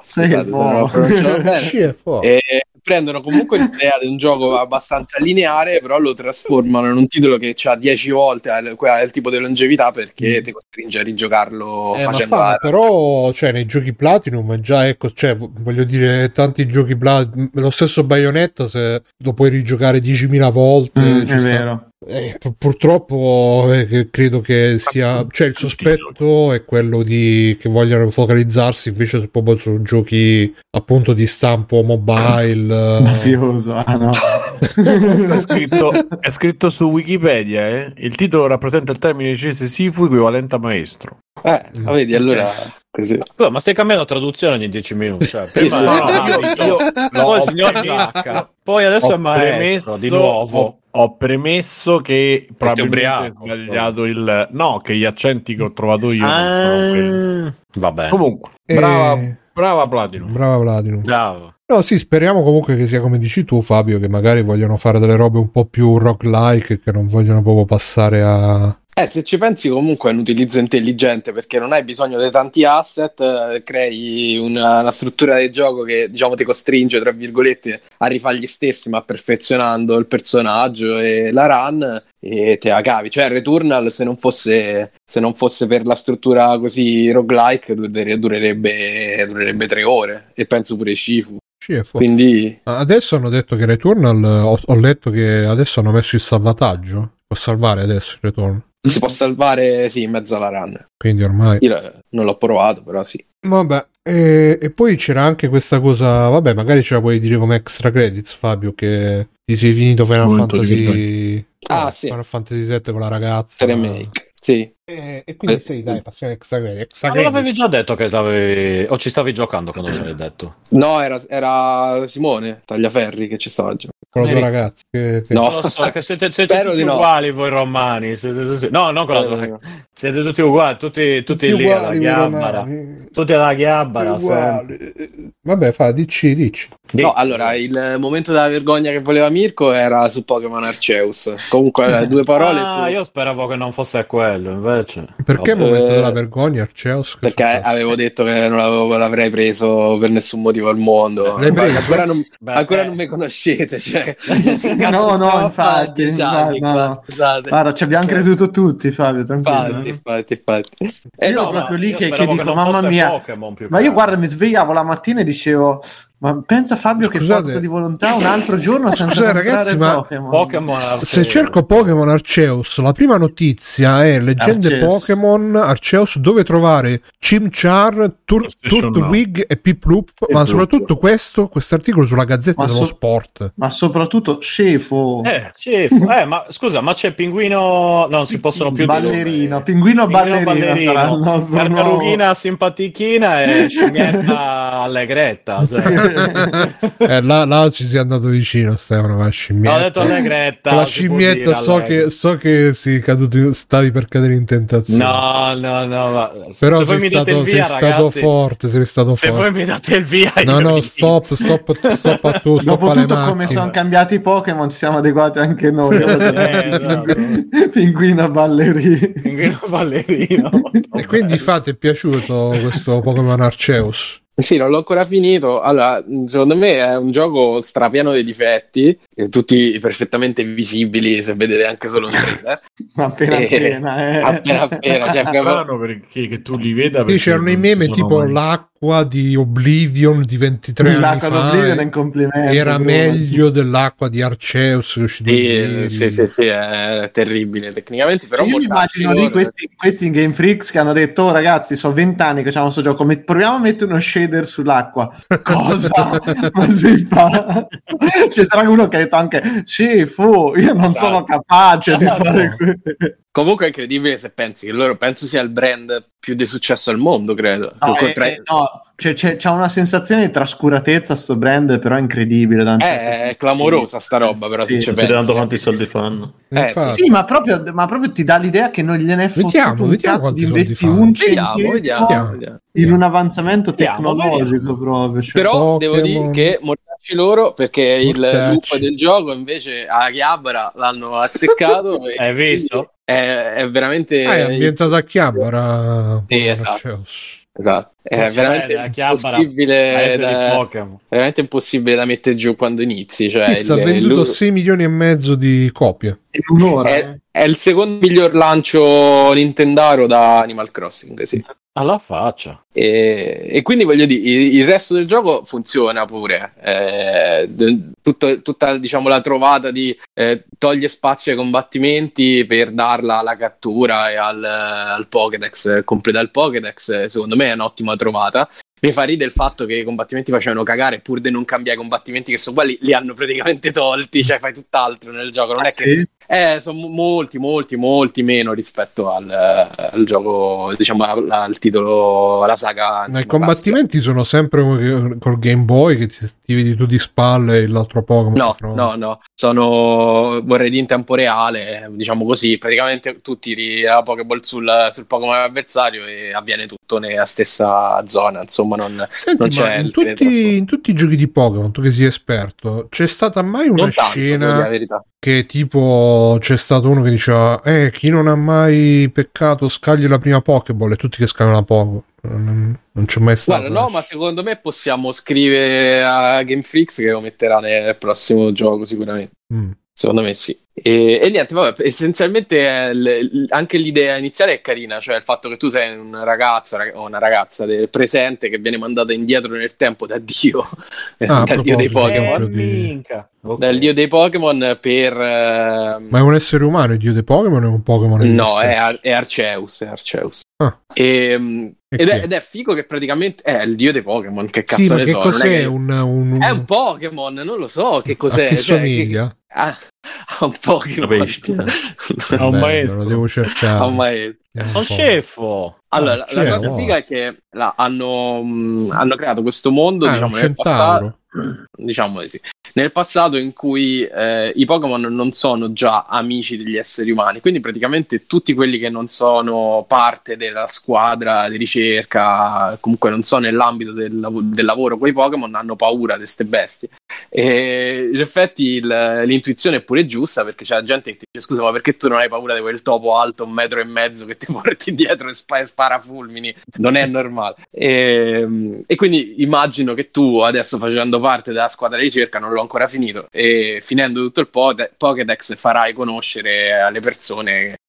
prendono comunque l'idea di un gioco abbastanza lineare, però lo trasformano in un titolo che ha 10 volte il tipo di longevità, perché ti costringe a rigiocarlo facendo però nei giochi Platinum già, voglio dire, tanti giochi lo stesso Bayonetta, se lo puoi rigiocare 10.000 volte, è vero. Purtroppo credo che sia, il sospetto è quello che vogliono focalizzarsi invece proprio su giochi appunto di stampo mobile mafioso. No. È scritto su Wikipedia, il titolo rappresenta il termine cinese Sifu equivalente a maestro. Vedi, allora così. Ma stai cambiando traduzione ogni 10 minuti, Poi il signor Zacca, poi adesso è maestro di nuovo. Ho premesso che probabilmente è sbagliato che gli accenti che ho trovato io va bene. Comunque, brava Platinum. Bravo. No, sì, speriamo comunque che sia come dici tu, Fabio, che magari vogliono fare delle robe un po' più roguelike, che non vogliono proprio passare a... Se ci pensi comunque è un utilizzo intelligente, perché non hai bisogno di tanti asset, crei una struttura di gioco che ti costringe, tra virgolette, a rifare gli stessi, ma perfezionando il personaggio e la run, e te la cavi. Returnal, se non fosse per la struttura così roguelike, durerebbe 3 ore, e penso pure Shifu. Quindi adesso hanno detto che Returnal, ho letto che adesso hanno messo il salvataggio, può salvare adesso il Returnal. Si può salvare, in mezzo alla run. Quindi ormai io non l'ho provato, però sì. Vabbè, e poi c'era anche questa cosa, magari ce la puoi dire come extra credits, Fabio, che ti sei finito Final Fantasy VII con la ragazza. Remake, sì. E quindi dai, passiamo extra credits. Ma non l'avevi già detto che o ci stavi giocando quando me l'hai detto? No, era Simone Tagliaferri che ci stava giocando. Con la tua ragazza No, lo so, che siete tutti uguali voi romani. No, non con la tua ragazza. Siete tutti uguali, tutti lì alla Chiabara. Tutti alla Chiabara. Vabbè, dici. No, allora, il momento della vergogna che voleva Mirko era su Pokémon Arceus. Comunque, 2 parole io speravo che non fosse quello, invece. Perché il momento della vergogna Arceus? Perché avevo detto che non l'avrei preso per nessun motivo al mondo. Ancora non mi conoscete, No, infatti. Guarda, ci abbiamo creduto tutti, Fabio, tranquillo. Infatti. Io proprio lì che dico, mamma mia. Ma io guarda, mi svegliavo la mattina e dicevo, Ma pensa Fabio che forza di volontà un altro giorno senza ragazzi, ma Pokémon se cerco Pokémon Arceus, la prima notizia è Leggende Pokémon Arceus, dove trovare Chimchar, Turtwig e Piplup, ma soprattutto questo articolo sulla Gazzetta dello Sport. Ma soprattutto Scefo. Ma scusa, ma c'è Pinguino, non si possono più ballerino, Pinguino ballerino sarà il nostro tartarughina simpatichina e scimmietta allegretta, cioè. Là ci sei andato vicino, Stefano, con la scimmietta. Ho detto allegretta. Con la scimmietta so che sei caduto, stavi per cadere in tentazione. No, però se poi mi date il via, sei stato forte, se poi mi date il via, no, stop a tu. Dopo tutto come sono cambiati i Pokémon, ci siamo adeguati anche noi. Pinguino ballerino. E quindi fate, è piaciuto questo Pokémon Arceus? Sì, non l'ho ancora finito. Allora, secondo me è un gioco strapieno di difetti, tutti perfettamente visibili se vedete anche solo un trailer. appena. Cioè, è strano perché che tu li veda. Sì, c'erano i meme tipo l'acqua di Oblivion di 23 anni fa era meglio dell'acqua di Arceus che è uscito sì, è terribile tecnicamente, però io mi immagino lì questi in Game Freaks che hanno detto: oh ragazzi, sono 20 anni che facciamo questo gioco, proviamo a mettere uno shader sull'acqua. Cosa? Ma si fa? Ci sarà uno che ha detto anche io non sono capace di fare questo. Comunque è incredibile se pensi che loro penso sia il brand più di successo al mondo, credo. C'è una sensazione di trascuratezza sto brand, però è incredibile. È clamorosa sta roba, però se ci pensi. Tanto quanti soldi fanno. Sì, ma proprio ti dà l'idea che non gliene è fottuto un cazzo di investi un centesimo in un avanzamento tecnologico proprio. Cioè. Però devo dire che mortacci loro, perché il loop del gioco invece a Chiabra l'hanno azzeccato. Hai visto? È veramente è ambientato a Chiabra. Sì, esatto. È veramente impossibile veramente impossibile da mettere giù quando inizi. Cioè, ha venduto 6 milioni e mezzo di copie in un'ora. È il secondo miglior lancio Nintendaro da Animal Crossing, sì. Alla faccia. E quindi voglio dire, il resto del gioco funziona pure. Tutta diciamo la trovata di toglie spazio ai combattimenti per darla alla cattura e al Pokédex, completa il Pokédex, secondo me è un'ottima trovata. Mi fa ridere il fatto che i combattimenti facevano cagare, pur di non cambiare i combattimenti che sono uguali, li hanno praticamente tolti, cioè fai tutt'altro nel gioco, non è che sono molti meno rispetto al gioco, diciamo al titolo, alla saga. I combattimenti sono sempre col Game Boy che ti vedi tu di spalle e l'altro Pokémon. No, sono, vorrei dire in tempo reale, diciamo così, praticamente tu tiri la Pokéball sul Pokémon avversario e avviene tutto nella stessa zona, insomma. Non c'è in tutti i giochi di Pokémon, tu che sei esperto, c'è stata mai una scena che tipo c'è stato uno che diceva chi non ha mai peccato scagli la prima Pokéball e tutti che scagliano la Pokéball? Non c'è mai stato. Guarda, no, ma secondo me possiamo scrivere a Game Freaks che lo metterà nel prossimo gioco sicuramente. Secondo me sì. E niente, vabbè, essenzialmente anche l'idea iniziale è carina, cioè il fatto che tu sei un ragazzo o una ragazza del presente che viene mandata indietro nel tempo da Dio, dal Dio dei Pokémon. Dal Dio dei Pokémon per... Ma è un essere umano il Dio dei Pokémon o è un Pokémon? No, è Arceus. Ed è figo che praticamente è il dio dei Pokémon. Che cazzo ne so? Cos'è? È un Pokémon, non lo so che cos'è. A che somiglia? Un Pokémon. A un maestro. Lo devo cercare. A un maestro. Un scefo. Allora, la cosa figa è che hanno creato questo mondo, diciamo, nel passato. Diciamo sì. Nel passato in cui i Pokémon non sono già amici degli esseri umani, quindi praticamente tutti quelli che non sono parte della squadra di ricerca, comunque non sono nell'ambito del lavoro con i Pokémon, hanno paura di queste bestie. E in effetti l'intuizione è pure giusta, perché c'è la gente che ti dice: scusa, ma perché tu non hai paura di quel topo alto 1,5 metri che ti porti dietro e spara fulmini? Non è normale. E quindi immagino che tu adesso, facendo parte della squadra di ricerca, non l'ho ancora finito, e finendo tutto il Pokédex farai conoscere alle persone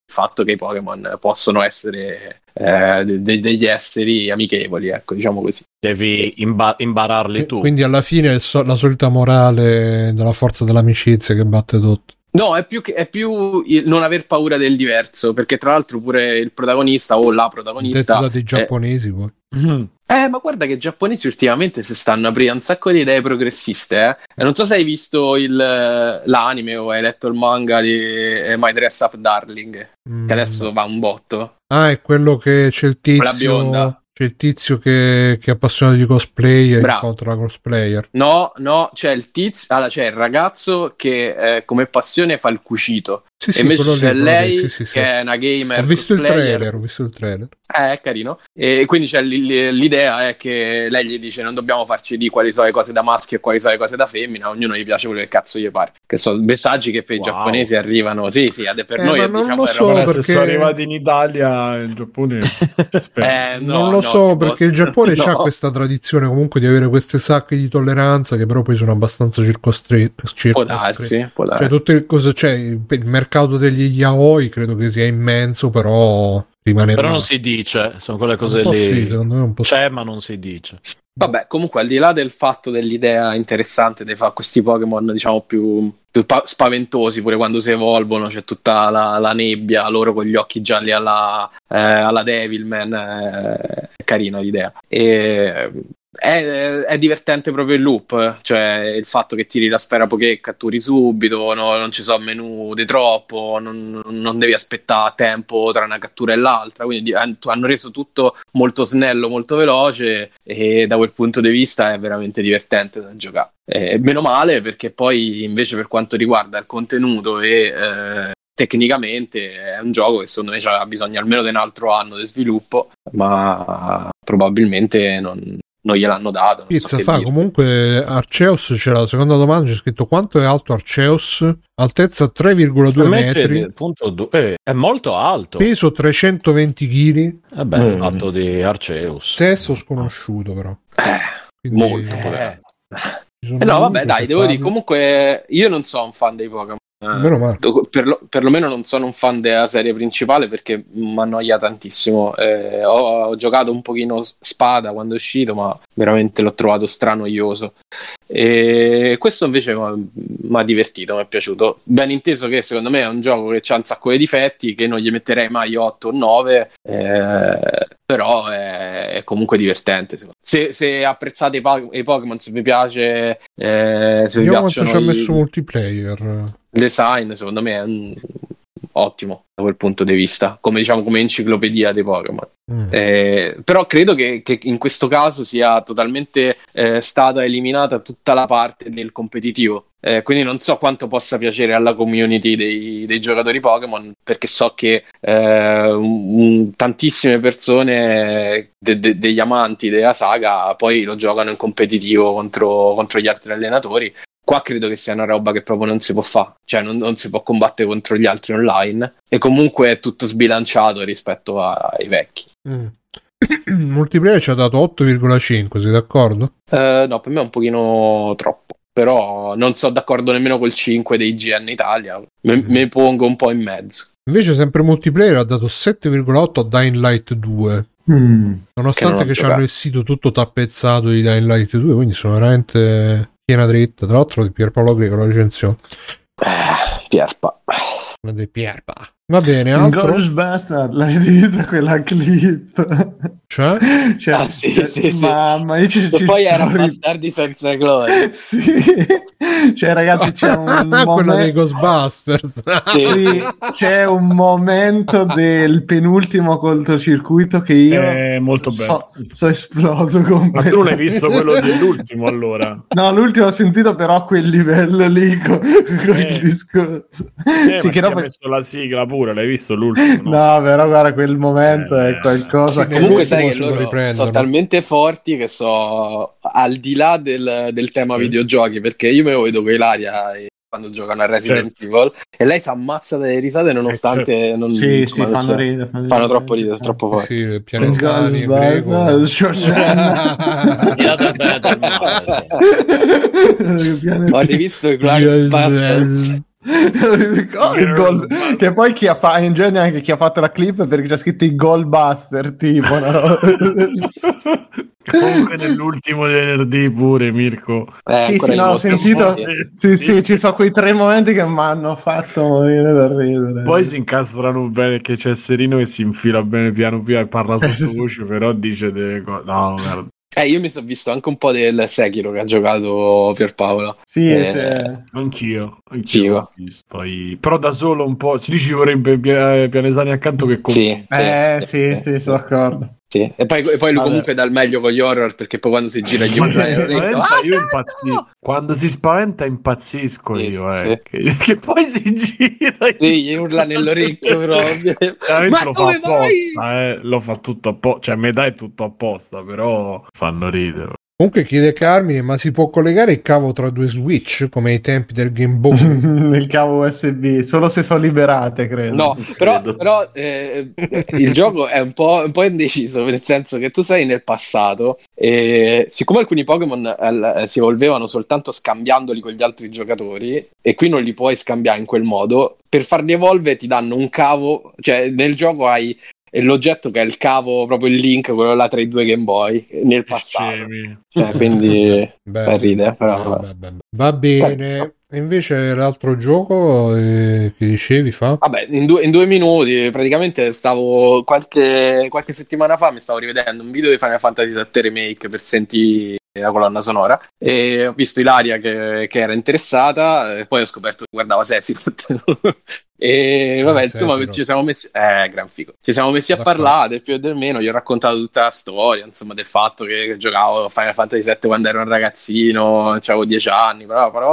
fatto che i Pokémon possono essere degli esseri amichevoli, ecco, diciamo così. Devi imbararli tu. Quindi alla fine è la solita morale della forza dell'amicizia che batte tutto. No, è più il non aver paura del diverso, perché tra l'altro pure il protagonista o la protagonista... Detto dai giapponesi poi. Ma guarda che i giapponesi ultimamente si stanno aprendo un sacco di idee progressiste, Non so se hai visto l'anime o hai letto il manga di My Dress Up Darling, che adesso va un botto. Ah, è quello che c'è il tizio... La bionda. C'è il tizio che è appassionato di cosplay e incontra la cosplayer. No, c'è il tizio... Allora, c'è il ragazzo che come passione fa il cucito. Sì, e invece c'è lei sì. che è una gamer. Ho visto il trailer. È carino. E quindi c'è l'idea è che lei gli dice: non dobbiamo farci di quali sono le cose da maschio e quali sono le cose da femmina, ognuno gli piace quello che cazzo gli pare. Che sono messaggi che per i giapponesi arrivano. Sì, per noi ma non diciamo lo so, perché... se sono arrivati in Italia, in Giappone non lo so, perché il Giappone ha questa tradizione comunque di avere queste sacche di tolleranza che però poi sono abbastanza circostrette. Può darsi. Cioè tutte le cose, cioè il mercato degli yaoi credo che sia immenso, però rimane però non si dice, sono quelle cose lì. Sì, secondo me un po' c'è, ma non si dice. Vabbè, comunque al di là del fatto dell'idea interessante di fare questi Pokémon diciamo più spaventosi, pure quando si evolvono c'è tutta la nebbia, loro con gli occhi gialli alla Devilman, è carina l'idea. È divertente proprio il loop, cioè il fatto che tiri la sfera Poké e catturi subito, non ci sono menu di troppo, non devi aspettare tempo tra una cattura e l'altra, quindi hanno reso tutto molto snello, molto veloce, e da quel punto di vista è veramente divertente da giocare. Meno male, perché poi invece per quanto riguarda il contenuto e tecnicamente è un gioco che secondo me ha bisogno almeno di un altro anno di sviluppo, ma probabilmente non gliel'hanno dato. Pizza fa comunque Arceus. C'è la seconda domanda, c'è scritto: quanto è alto Arceus? Altezza 3,2 metri, è molto alto, peso 320 kg. Vabbè, fatto di Arceus, sesso sconosciuto però. Quindi, molto no vabbè dai, devo dire, comunque io non sono un fan dei Pokémon. Meno male. Perlomeno non sono un fan della serie principale perché mi annoia tantissimo. Ho giocato un pochino Spada quando è uscito, ma veramente l'ho trovato stranoioso. E questo invece mi ha divertito, mi è piaciuto. Ben inteso che secondo me è un gioco che ha un sacco di difetti, che non gli metterei mai 8 o 9, però è comunque divertente. Se apprezzate i Pokémon, se vi piace, se vi piacciono, quanto ci ha messo multiplayer. Il design secondo me è ottimo da quel punto di vista, come enciclopedia dei Pokémon. Però credo che in questo caso sia totalmente stata eliminata tutta la parte del competitivo, quindi non so quanto possa piacere alla community dei giocatori Pokémon, perché so che tantissime persone degli amanti della saga poi lo giocano in competitivo contro gli altri allenatori. Qua credo che sia una roba che proprio non si può fare, cioè non si può combattere contro gli altri online, e comunque è tutto sbilanciato rispetto ai vecchi. Multiplayer ci ha dato 8,5, sei d'accordo? No, per me è un pochino troppo, però non sono d'accordo nemmeno col 5 dei GN Italia, me pongo un po' in mezzo. Invece sempre multiplayer ha dato 7,8 a Dying Light 2. Nonostante che c'hanno il sito tutto tappezzato di Dying Light 2, quindi sono veramente piena dritta. Tra l'altro di Pierpaolo Greco la recensione. Pierpa. Va bene, altro? Ghostbusters, l'avete vista quella clip? Cioè? Sì. Mamma, e poi era Bastardi senza gloria. Sì. Cioè ragazzi, c'è un quella dei Ghostbusters. Sì, c'è un momento del penultimo cortocircuito che io è molto bello. So esploso completamente. Ma tu non hai visto quello dell'ultimo allora? No, l'ultimo ho sentito però a quel livello lì con il discorso. Sì, che dopo... ha messo la sigla pure, l'hai visto l'ultimo? No, però guarda, quel momento è qualcosa che comunque sai che loro sono talmente forti che so al di là del tema videogiochi, perché io me lo vedo con Ilaria quando giocano a Resident Evil e lei si ammazza dalle risate nonostante non fanno ridere, fanno troppo ridere, troppo forti. Sì, pianetani, greco. Ho rivisto i Ghostbusters. Il gol, che poi chi ha ingegna anche chi ha fatto la clip perché c'è scritto i Goldbuster tipo, no? Comunque nell'ultimo di venerdì pure Mirko sì, no, ho sentito. Sì, ci sono quei 3 momenti che mi hanno fatto morire da ridere. Poi si incastrano bene, che c'è Serino che si infila bene piano piano e parla sottovoce, però dice delle cose. No, guarda. Io mi sono visto anche un po' del Sekiro che ha giocato Pierpaolo. Sì. Anch'io. Poi, però da solo un po'. Si dice ci vorrebbe Pianesani accanto che sì, sono d'accordo. Sì. E poi lui comunque dà il meglio con gli horror, perché poi quando si gira gli quando si spaventa impazzisco io. Sì. Che poi si gira. Sì, gli urla nell'orecchio proprio. Ma lo fa apposta, lo fa tutto apposta. Cioè, metà è tutto apposta, però fanno ridere. Comunque chiede Carmine, ma si può collegare il cavo tra 2 switch come ai tempi del Game Boy? Il cavo USB, solo se sono liberate, credo. No, però il gioco è un po' indeciso, nel senso che tu sei nel passato e siccome alcuni Pokémon si evolvevano soltanto scambiandoli con gli altri giocatori e qui non li puoi scambiare in quel modo, per farli evolvere ti danno un cavo, cioè nel gioco hai l'oggetto che è il cavo, proprio il link, quello là tra i 2 Game Boy nel passato, quindi ride, però va bene. E invece l'altro gioco che dicevi fa? Vabbè, in 2 minuti praticamente stavo qualche settimana fa mi stavo rivedendo un video di Final Fantasy VII Remake per sentire la colonna sonora e ho visto Ilaria che era interessata e poi ho scoperto che guardava Sephiroth e vabbè, insomma ci siamo messi gran figo. Ci siamo messi a parlare del più e del meno, gli ho raccontato tutta la storia, insomma, del fatto che giocavo a Final Fantasy VII quando ero un ragazzino, avevo 10 anni,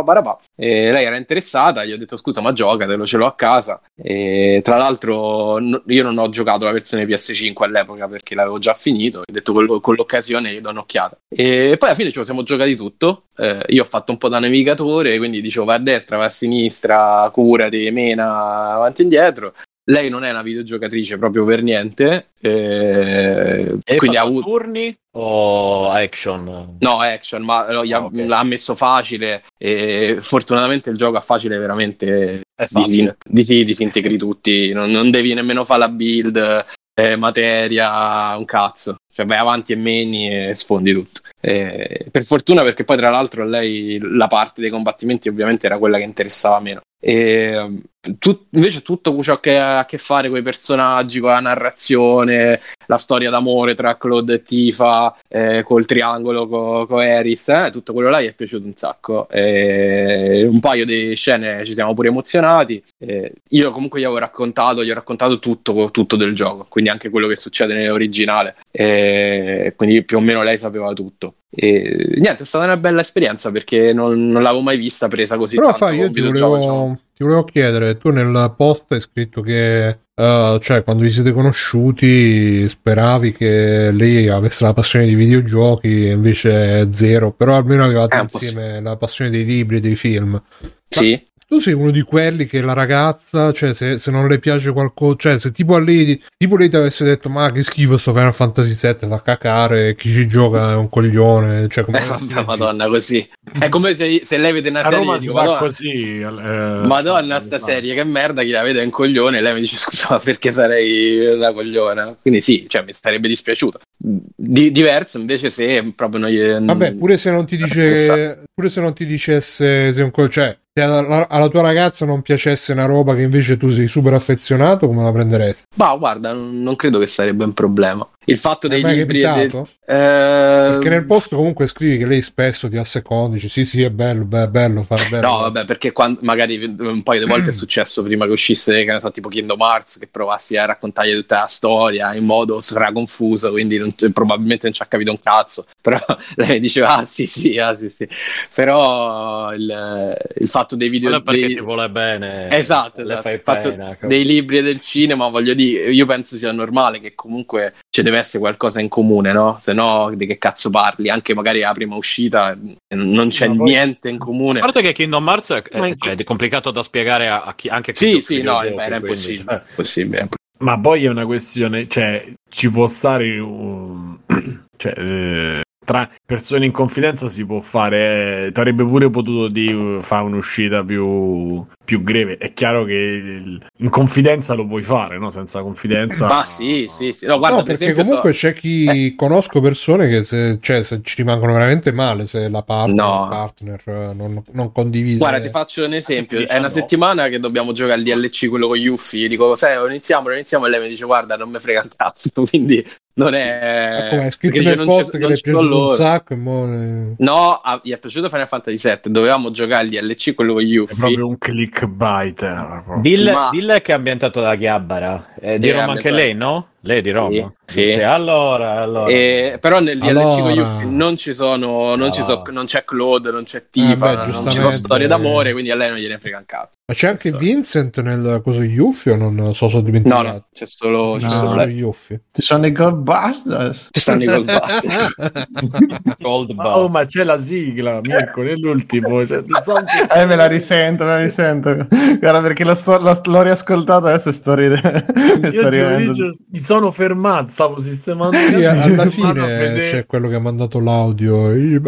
e lei era interessata, gli ho detto scusa ma giocatelo, ce l'ho a casa e tra l'altro io non ho giocato la versione PS5 all'epoca perché l'avevo già finito, ho detto con l'occasione gli do un'occhiata e poi alla fine ce lo siamo giocati tutto. Io ho fatto un po' da navigatore, quindi dicevo vai a destra, vai a sinistra, curati, mena, avanti e indietro. Lei non è una videogiocatrice proprio per niente, quindi ha avuto turni o action? No, action, ma l'ha messo facile e fortunatamente il gioco a facile veramente disintegri tutti, non devi nemmeno fare la build, materia, un cazzo, cioè vai avanti e meni e sfondi tutto. Per fortuna, perché poi tra l'altro a lei la parte dei combattimenti ovviamente era quella che interessava meno e invece tutto ciò che ha a che fare con i personaggi, con la narrazione, la storia d'amore tra Claude e Tifa, col triangolo con Eris, tutto quello là gli è piaciuto un sacco. Un paio di scene ci siamo pure emozionati. Io comunque gli ho raccontato tutto del gioco, quindi anche quello che succede nell'originale, quindi più o meno lei sapeva tutto. E niente, è stata una bella esperienza perché non l'avevo mai vista presa così. Però io ti volevo chiedere, tu nel post hai scritto che cioè quando vi siete conosciuti speravi che lei avesse la passione dei videogiochi e invece zero, però almeno avevate insieme la passione dei libri e dei film. Sì. Tu sei uno di quelli che la ragazza, cioè se non le piace qualcosa, cioè se tipo lei ti avesse detto ma che schifo sto Final Fantasy VII, fa cacare, chi ci gioca è un coglione, cioè come madonna, così è come se lei vede una serie Roma dico, va così madonna sta serie che merda, chi la vede è un coglione e lei mi dice scusa ma perché sarei una cogliona, quindi sì, cioè mi sarebbe dispiaciuto. Diverso invece se proprio non gli... Vabbè, pure se non ti dicesse sei un cioè se alla tua ragazza non piacesse una roba che invece tu sei super affezionato, come la prenderesti? Ma guarda, non credo che sarebbe un problema. Il fatto dei libri perché nel post comunque scrivi che lei spesso ti asseconda, dice sì è bello fare bello. No vabbè, perché quando magari un paio di volte è successo prima che uscisse, che ne so, tipo Kingdom Hearts, che provassi a raccontargli tutta la storia in modo straconfuso, quindi probabilmente non ci ha capito un cazzo, però lei diceva sì, però il fatto dei video perché ti vuole bene, esatto. Il fatto dei libri e del cinema, voglio dire, io penso sia normale che comunque ci deve essere qualcosa in comune, no? Se no di che cazzo parli? Anche magari la prima uscita non c'è niente in comune. A parte che Kingdom Hearts è complicato da spiegare a chi, anche chi era impossibile. Possibile. Ma poi è una questione, cioè ci può stare tra persone in confidenza si può fare, ti avrebbe pure potuto fare un'uscita più più greve. È chiaro che in confidenza lo puoi fare, no? Senza confidenza. Ah, sì. No, guarda, no, per perché esempio, comunque c'è chi conosco persone che se ci rimangono veramente male se la partner non condivide. Guarda, ti faccio un esempio. È una settimana che dobbiamo giocare al DLC, quello con Yuffie. Io dico, sai, lo iniziamo, e lei mi dice, guarda, non mi frega il cazzo. Quindi non è... come è scritto nel post che le è piaciuto un sacco No, gli è piaciuto Final Fantasy VII. Dovevamo giocare al DLC, quello con Yuffie. È proprio un clickbait. Dille che è ambientato da Chiabara. Di Roma anche lei, no? Lei è di Roma? Sì. Allora. Però nel DLC con Yuffie non c'è Claude, non c'è Tifa, non ci sono storie d'amore, quindi a lei non gliene frega un cazzo. Ma c'è anche Vincent nel coso Yuffie o non so se ho dimenticato? No, c'è solo Yuffie. Ci sono i Goldbusters. Oh, ma c'è la sigla, Mirko, nell'ultimo. Cioè, me la risento. Guarda, perché l'ho riascoltato adesso sto ridendo. Mi sono fermato, stavo sistemando. Alla fine c'è quello che ha mandato l'audio.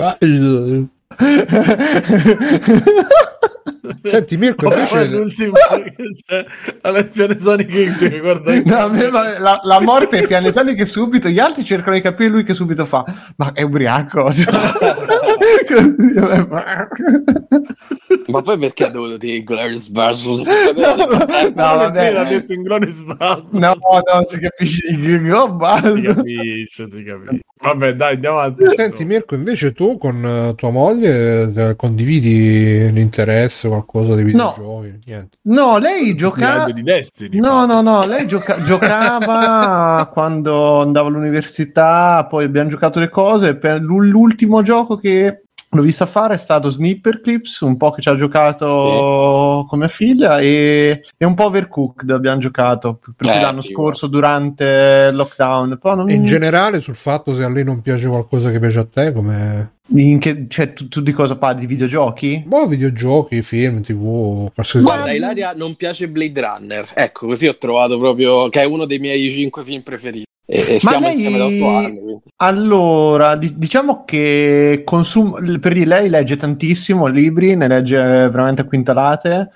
Senti Mirko, invece l'ultimo alle Pianesani che guarda la morte è Pianesani che subito, gli altri cercano di capire, lui che subito fa ma è ubriaco. Ma poi perché ha dovuto dire Glorious Bastards? No, vabbè, l'ha detto in Glorious Bastards. No, si capisce. Si capisce. Vabbè, dai, andiamo avanti. Senti Mirko, invece tu con tua moglie condividi l'interesse, qualcosa di videogiochi? Niente. No, lei giocava di Destiny. No, lei giocava quando andavo all'università, poi abbiamo giocato le cose. Per l'ultimo gioco che l'ho vista fare è stato Snipperclips, un po' che ci ha giocato come figlia, e un po' Overcooked abbiamo giocato per l'anno scorso durante il lockdown. Poi in generale sul fatto se a lei non piace qualcosa che piace a te, come... Cioè, tu di cosa parli? Di videogiochi? Videogiochi, film, TV, qualsiasi. Guarda, Ilaria non piace Blade Runner. Ecco, così ho trovato proprio che è uno dei miei 5 film preferiti. E stiamo insieme da 8 anni. Quindi. Allora, diciamo che per dire, lei legge tantissimo libri, ne legge veramente a quintalate,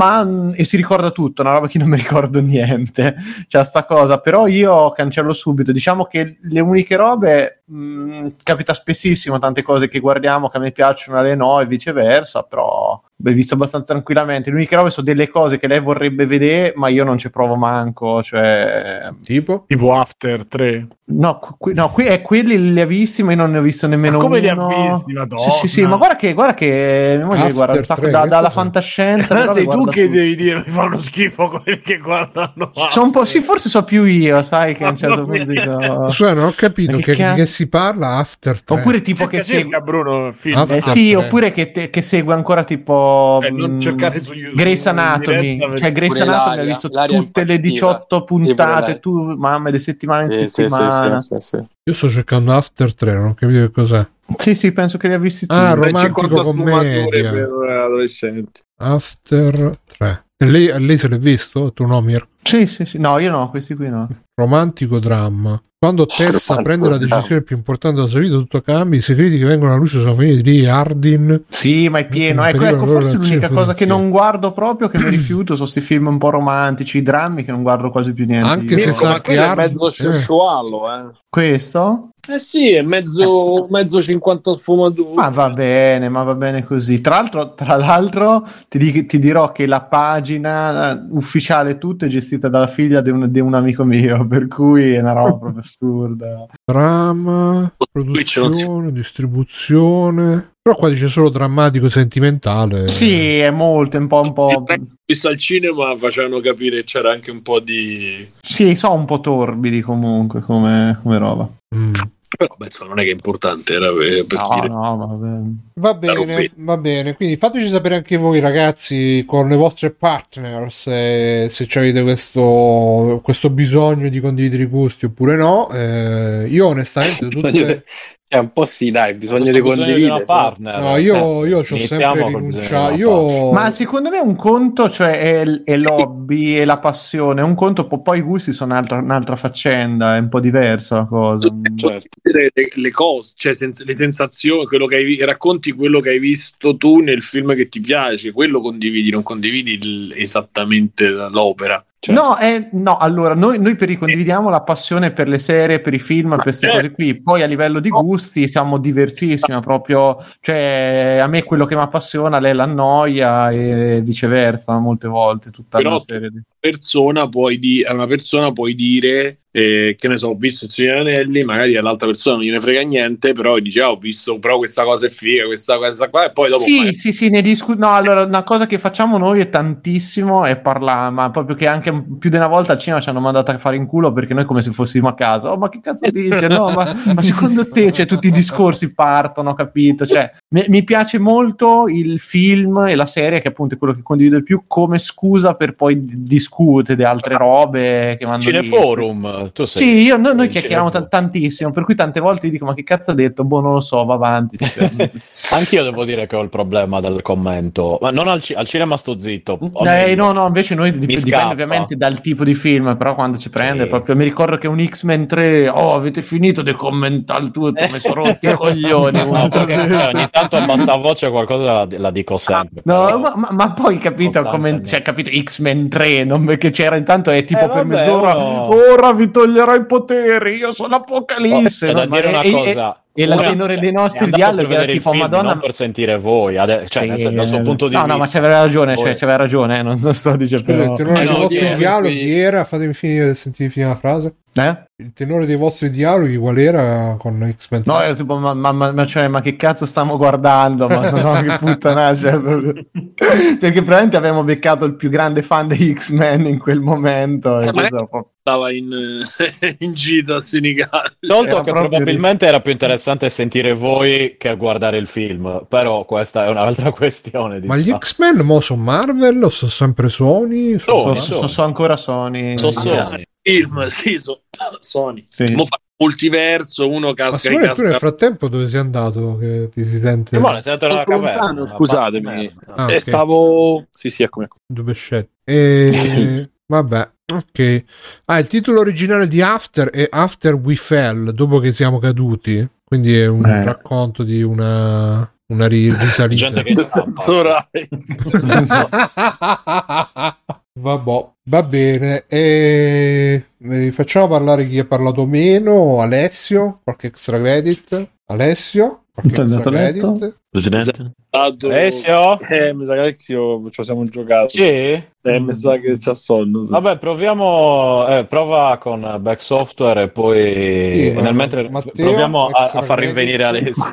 e si ricorda tutto, una roba che non mi ricordo niente. C'è sta cosa, però io cancello subito. Diciamo che le uniche robe capita spessissimo, tante cose che guardiamo che a me piacciono, a lei no, e viceversa, però visto abbastanza tranquillamente. Le uniche robe sono delle cose che lei vorrebbe vedere, ma io non ci provo manco, cioè tipo After 3. No, quelli li ha visti, ma io non ne ho visto nemmeno uno. Come li ha visti? Madonna. Sì, ma guarda che mia moglie guarda un sacco dalla fantascienza. Sei tu che devi dire mi fanno schifo quelli che guardano. Forse so più io, sai, che a un certo punto dico... Cioè, non ho capito che si parla After 3. Oppure tipo che segue Bruno film. Oppure che segue ancora tipo non cercare su YouTube Grey's Anatomy, cioè Grey's Anatomy ha visto tutte le 18 puntate, mamma, le settimane in settimana. Sì. Io sto cercando After 3, non ho capito che cos'è. Sì, penso che li ha visti tutti. Romantico commedia per adolescenti. After 3. E lei se l'è visto? Tu no, Mirko? Sì. No, io no, questi qui no. Romantico dramma. Quando Tessa prende la decisione più importante della sua vita, tutto cambia. I segreti che vengono alla luce sono famiglia di Lee Hardin. Sì, ma è pieno. Ecco, forse l'unica cosa che non guardo proprio, che mi rifiuto, sono questi film un po' romantici, i drammi, che non guardo quasi più niente. Anche se sa che è mezzo sessualo, Questo? Sì, è mezzo 50 sfumature. Ma va bene così. Tra l'altro ti dirò che la pagina ufficiale tutta è gestita dalla figlia di un amico mio, per cui è una roba proprio assurda. Trama, produzione, distribuzione. Però qua dice solo drammatico sentimentale. Sì, è molto, un po'. Visto al cinema facevano capire che c'era anche un po' di... Sì, sono un po' torbidi comunque come roba. Però non è che è importante, era per dire. No, va bene, quindi fateci sapere anche voi ragazzi con le vostre partner se avete questo bisogno di condividere i gusti oppure no. Io onestamente Un po' sì, dai, bisogno di condividere. No, io ci ho sempre rinunciato. Ma secondo me un conto, cioè è l'hobby e la passione, un conto, poi i gusti sono un'altra faccenda, è un po' diversa la cosa. Certo. Le cose, cioè le sensazioni, quello che racconti quello che hai visto tu nel film che ti piace, quello condividi, non condividi esattamente l'opera. Certo. No, allora noi condividiamo la passione per le serie, per i film, per queste cose qui. Poi a livello di gusti siamo diversissimi, proprio, cioè a me quello che mi appassiona, lei l'annoia e viceversa, molte volte tutta però una serie di a una persona puoi dire che ne so, ho visto il Signore degli Anelli, magari all'altra persona non gliene frega niente, però dice ho visto, però questa cosa è figa, questa qua, e poi dopo sì, ne no, allora una cosa che facciamo noi è tantissimo è parlare, ma proprio che anche più di una volta al cinema ci hanno mandato a fare in culo perché noi come se fossimo a casa, ma che cazzo dice, no, ma secondo te, cioè tutti i discorsi partono, capito, cioè mi piace molto il film e la serie, che appunto è quello che condivido di più, come scusa per poi discutere di altre robe che vanno Cineforum. Tu sei noi chiacchieriamo tantissimo, per cui tante volte dico ma che cazzo ha detto, non lo so, va avanti. Anch'io devo dire che ho il problema del commento, ma non al cinema sto zitto. No, invece noi dipende ovviamente dal tipo di film, però quando ci prende proprio, mi ricordo che un X-Men 3 avete finito di commentare tutto, mi sono rotti i coglioni. Ogni tanto a bassa voce qualcosa la dico sempre. Ma poi capito capito X-Men 3, non perché c'era intanto è tipo per mezz'ora ora vi toglierò i poteri, io sono Apocalisse. C'è da dire una cosa. E la tenore dei nostri dialoghi era tipo Madonna, non per sentire voi, dal suo punto di vista. No, ma c'aveva ragione, non sto dicendo. Il tenore dei vostri dialoghi era, fatemi sentire fine la frase. Il tenore dei vostri dialoghi qual era con X-Men? No, era tipo ma che cazzo stiamo guardando? Ma no, che puttana, perché probabilmente avevamo beccato il più grande fan degli X-Men in quel momento stava in gita a Senigallia. Tolto che probabilmente era più interessante sentire voi che guardare il film, però questa è un'altra questione. Ma gli X-Men mo sono Marvel o sono sempre Sony? Sono ancora Sony. Film, sì, Sony. Mo fa multiverso, uno casca in casca. Tu nel frattempo dove sei andato che ti si sente? Ma sei andato nella caverna, scusatemi. Okay. Stavo eccomi. Dove c'è? Vabbè, ok. Il titolo originale di After è After We Fell, dopo che siamo caduti. Quindi è un racconto di una risalita. Gente che Vabbè, va bene. Facciamo parlare chi ha parlato meno. Alessio, qualche extra credit. Alessio, qualche extra credit. Presidente. Alessio? Mi sa che Alessio ci siamo giocati. Sì? Mi sa che c'ha sonno. Sì. Vabbè, prova con Back Software e poi nel mentre Matteo, proviamo a far rinvenire Alessio.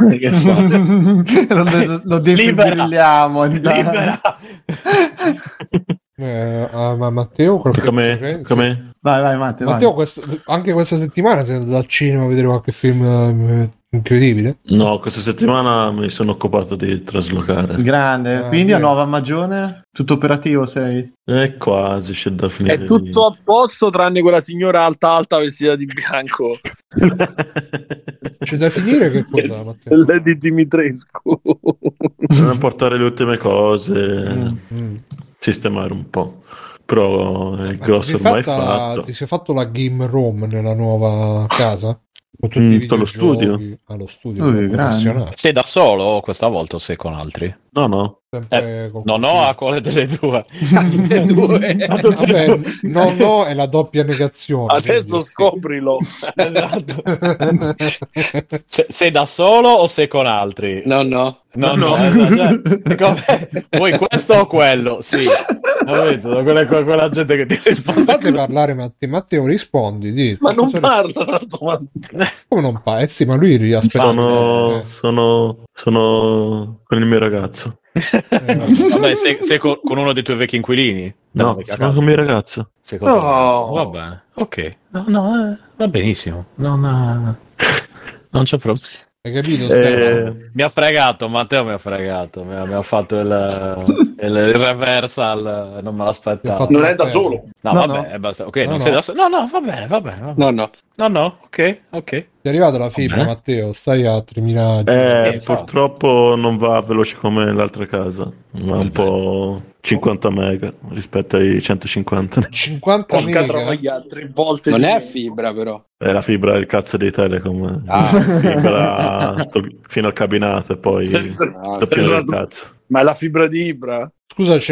Lo defibrilliamo. Libera. Ma Matteo, come? Vai Matteo. Matteo, anche questa settimana sei andato al cinema a vedere qualche film incredibile? No, questa settimana mi sono occupato di traslocare. Grande, quindi a Nuova Magione tutto operativo sei? Quasi, c'è da finire. È tutto a posto tranne quella signora alta vestita di bianco. C'è da finire che cosa, Matteo? Lady Dimitrescu. Non portare le ultime cose, sistemare un po'. Però il grosso ormai fatto. Ti sei fatto la game room nella nuova casa? Con tutti allo studio. Allo studio professionale. Sei da solo questa volta o sei con altri? No. A quale delle due? Le due. Vabbè, no, è la doppia negazione. Adesso scoprilo. Esatto. Sei da solo o sei con altri? No. Vuoi questo o quello? Sì. Quella gente che ti risponde. Fate parlare Matteo, rispondi. Ma non parla tanto. Come non parla? Sì, ma lui aspetta. Sono con il mio ragazzo. Vabbè, sei con uno dei tuoi vecchi inquilini? No, sono con il mio ragazzo. Va bene, ok. Va benissimo. Non c'è problema. Hai capito? Mi ha fregato, Matteo mi ha fregato. Mi ha fatto il reversal, non me l'aspettavo. Non è da solo. No, vabbè, basta. Ok, non sei da solo. No, va bene. No. No, ok. Ti è arrivata la fibra, Matteo? Stai a 3000. Purtroppo non va veloce come l'altra casa, ma un po' 50 mega rispetto ai 150. 50 mega? 3 volte non è fibra, però. È la fibra del cazzo dei Telecom. Fibra fino al cabinato e poi pieno del cazzo. Ma è la fibra di Ibra? Scusa, c'è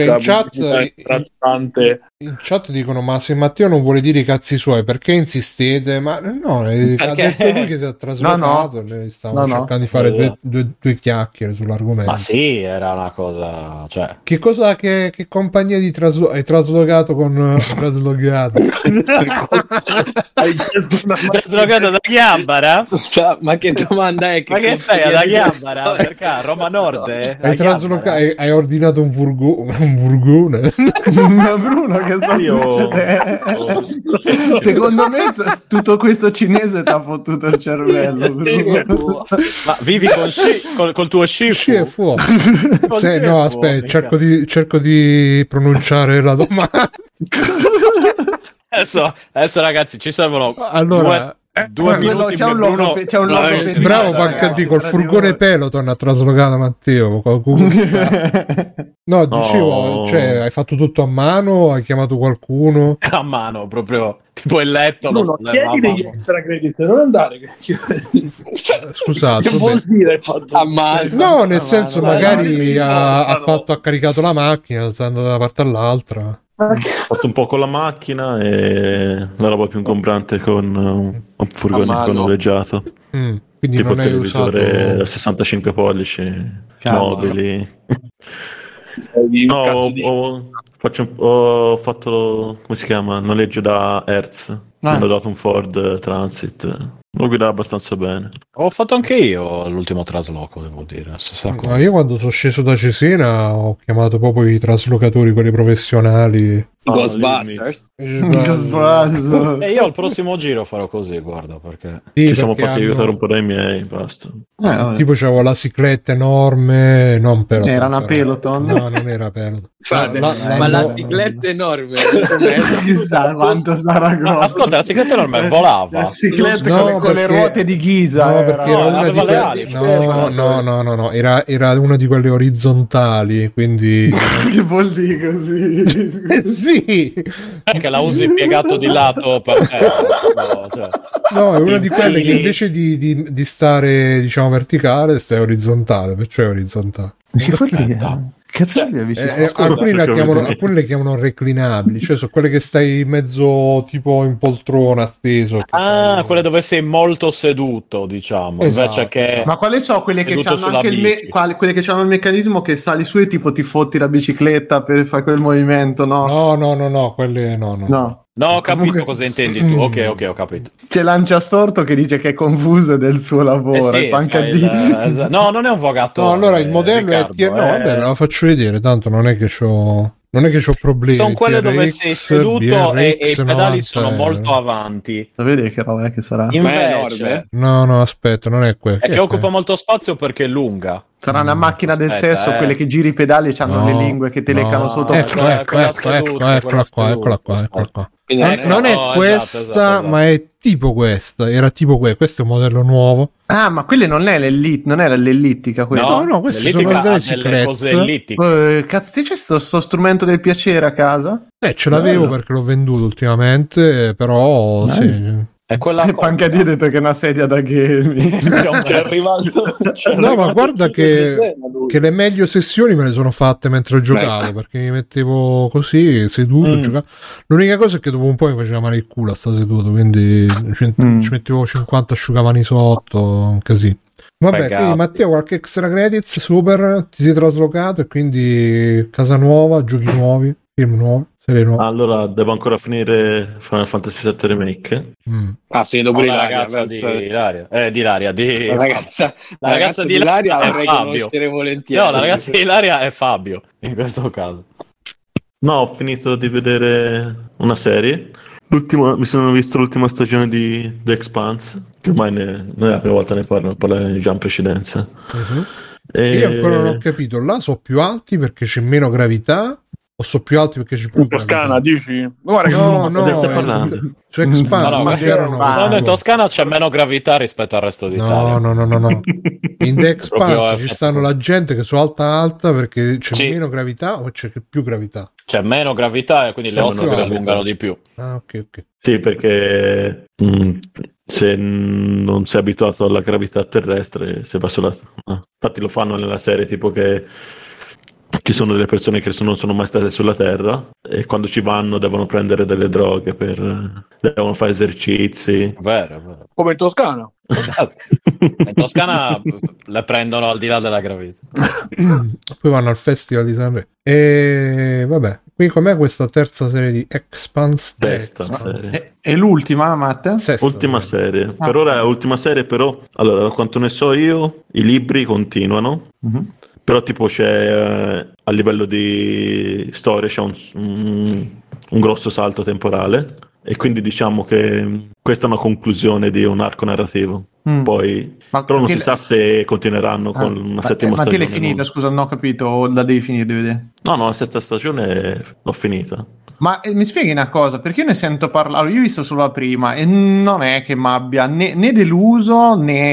in chat dicono: ma se Matteo non vuole dire i cazzi suoi, perché insistete? Ma no, ha detto lui che si è traslocato. Noi stavamo cercando di fare due chiacchiere sull'argomento. Ma sì, era una cosa, cioè. Che cosa, che compagnia di hai traslocato con traslocato? Hai traslocato da Chiambara? Ma che domanda è? Ma che stai da Chiambara? Perché a Roma Nord? Hai ordinato un furgone? Ma Bruno, che sta succedendo? Secondo me tutto questo cinese ti ha fottuto il cervello, Bruno. Ma vivi col tuo Sci è fuori. No, aspetta, cerco di pronunciare la domanda. Adesso ragazzi ci servono due minuti c'è un logo bravo Pancati col furgone Peloton ha traslocato Matteo. No, dicevo, cioè, hai fatto tutto a mano, hai chiamato qualcuno? A mano, proprio tipo il letto. No, chiedi degli extra credit, non andare. Scusate. Che vuol dire a mano? No, nel senso, magari ha caricato la macchina, sta andando da una parte all'altra. Ho fatto un po' con la macchina e la roba più ingombrante con un furgone noleggiato. Quindi tipo non hai televisore usato 65 pollici, mobili. Ho fatto, come si chiama? Noleggio da Hertz. Mi hanno dato un Ford Transit. Lo guidava abbastanza bene. Ho fatto anche io l'ultimo trasloco, devo dire. Io quando sono sceso da Cesena ho chiamato proprio i traslocatori, quelli professionali. Ghostbusters. E io al prossimo giro farò così, guarda, perché ci siamo fatti aiutare un po' dai miei, basta. Tipo c'avevo la cicletta enorme, non Peloton. Era una Peloton? No, non era Peloton. Ma la cicletta enorme, chissà quanto sarà grossa. Ascolta, la cicletta enorme volava. La cicletta con le ruote di ghisa. No, perché era una di quelle. No, era una di quelle orizzontali, quindi. Che vuol dire così? Sì. Che la usi piegato di lato per no, è una di quelle che invece di stare, diciamo, verticale, stai orizzontale, perciò è orizzontale. Che vuol dire? Alcuni le chiamano reclinabili, cioè sono quelle che stai mezzo tipo in poltrona steso. Quelle dove sei molto seduto, diciamo. Esatto, invece che ma quali sono quelle che hanno anche quelle che hanno il meccanismo che sali su e tipo ti fotti la bicicletta per fare quel movimento, no? No, quelle no. No, ho capito cosa intendi tu. Ok, ho capito. C'è Lancia Storto che dice che è confuso del suo lavoro. Sì, no, non è un vogatore. No, allora il modello Riccardo, no, vabbè, la faccio vedere, tanto non è che c'ho problemi. Sono quelle dove sei seduto e i pedali sono molto avanti. Da vedere che roba è che sarà. Invece, no, aspetta, non è quello. È che occupa molto spazio perché è lunga. Sarà una macchina del sesso, quelle che giri i pedali e hanno le lingue che te leccano sotto. Eccola qua. Non è questa, esatto. Ma è tipo questa. Era tipo questo è un modello nuovo. Ah, ma quelle non è non era l'ellittica quella. No, queste sono delle cose ellittiche. Cazzo, c'è sto strumento del piacere a casa? Ce l'avevo perché l'ho venduto ultimamente, però sì. È quella Pancati ha detto che è una sedia da gaming. È arrivato. No, ma guarda che le meglio sessioni me le sono fatte mentre giocavo, perché mi mettevo così seduto, giocavo. L'unica cosa è che dopo un po' mi faceva male il culo a sta seduto, quindi ci mettevo 50 asciugamani sotto, un casino. Vabbè, quindi Matteo, qualche extra credits, super, ti sei traslocato e quindi casa nuova, giochi nuovi, film nuovi. Allora, devo ancora finire Final Fantasy VII Remake. Finito pure la ragazza di Ilaria. La ragazza di Ilaria vorrei conoscere volentieri. No, la ragazza di Ilaria è Fabio, in questo caso. No, ho finito di vedere una serie. Mi sono visto l'ultima stagione di The Expanse, che ormai non è la prima volta ne parlo già in precedenza. Io ancora non ho capito, là sono più alti perché c'è meno gravità o sono più alti perché ci più in Toscana dici? Guarda che no, stai parlando? Su Expanse in Toscana c'è meno gravità rispetto al resto d'Italia. No. In The Expanse ci stanno la gente che sono alta perché c'è meno gravità o c'è più gravità? C'è meno gravità e quindi le ossa si allungano di più. Ok. Sì, perché se non sei abituato alla gravità terrestre, se va sulla... Infatti lo fanno nella serie, tipo che ci sono delle persone che non sono mai state sulla Terra e quando ci vanno devono prendere delle droghe, devono fare esercizi. Vero. Come in Toscana. In Toscana le prendono al di là della gravità. Poi vanno al Festival di Sanremo. E vabbè, qui com'è questa terza serie di Expanse? Serie. E l'ultima, Matt? Ultima serie. Per ora è ultima serie, però allora, da quanto ne so io, i libri continuano. Mm-hmm. Però tipo c'è a livello di storia c'è un grosso salto temporale e quindi diciamo che questa è una conclusione di un arco narrativo. Poi però non si sa se continueranno con una settima stagione. Ma te l'hai finita? Scusa, non ho capito, o la devi finire, devi vedere? No, la sesta stagione l'ho finita. Ma mi spieghi una cosa, perché io ne sento parlare, allora, io ho visto solo la prima e non è che mi abbia né deluso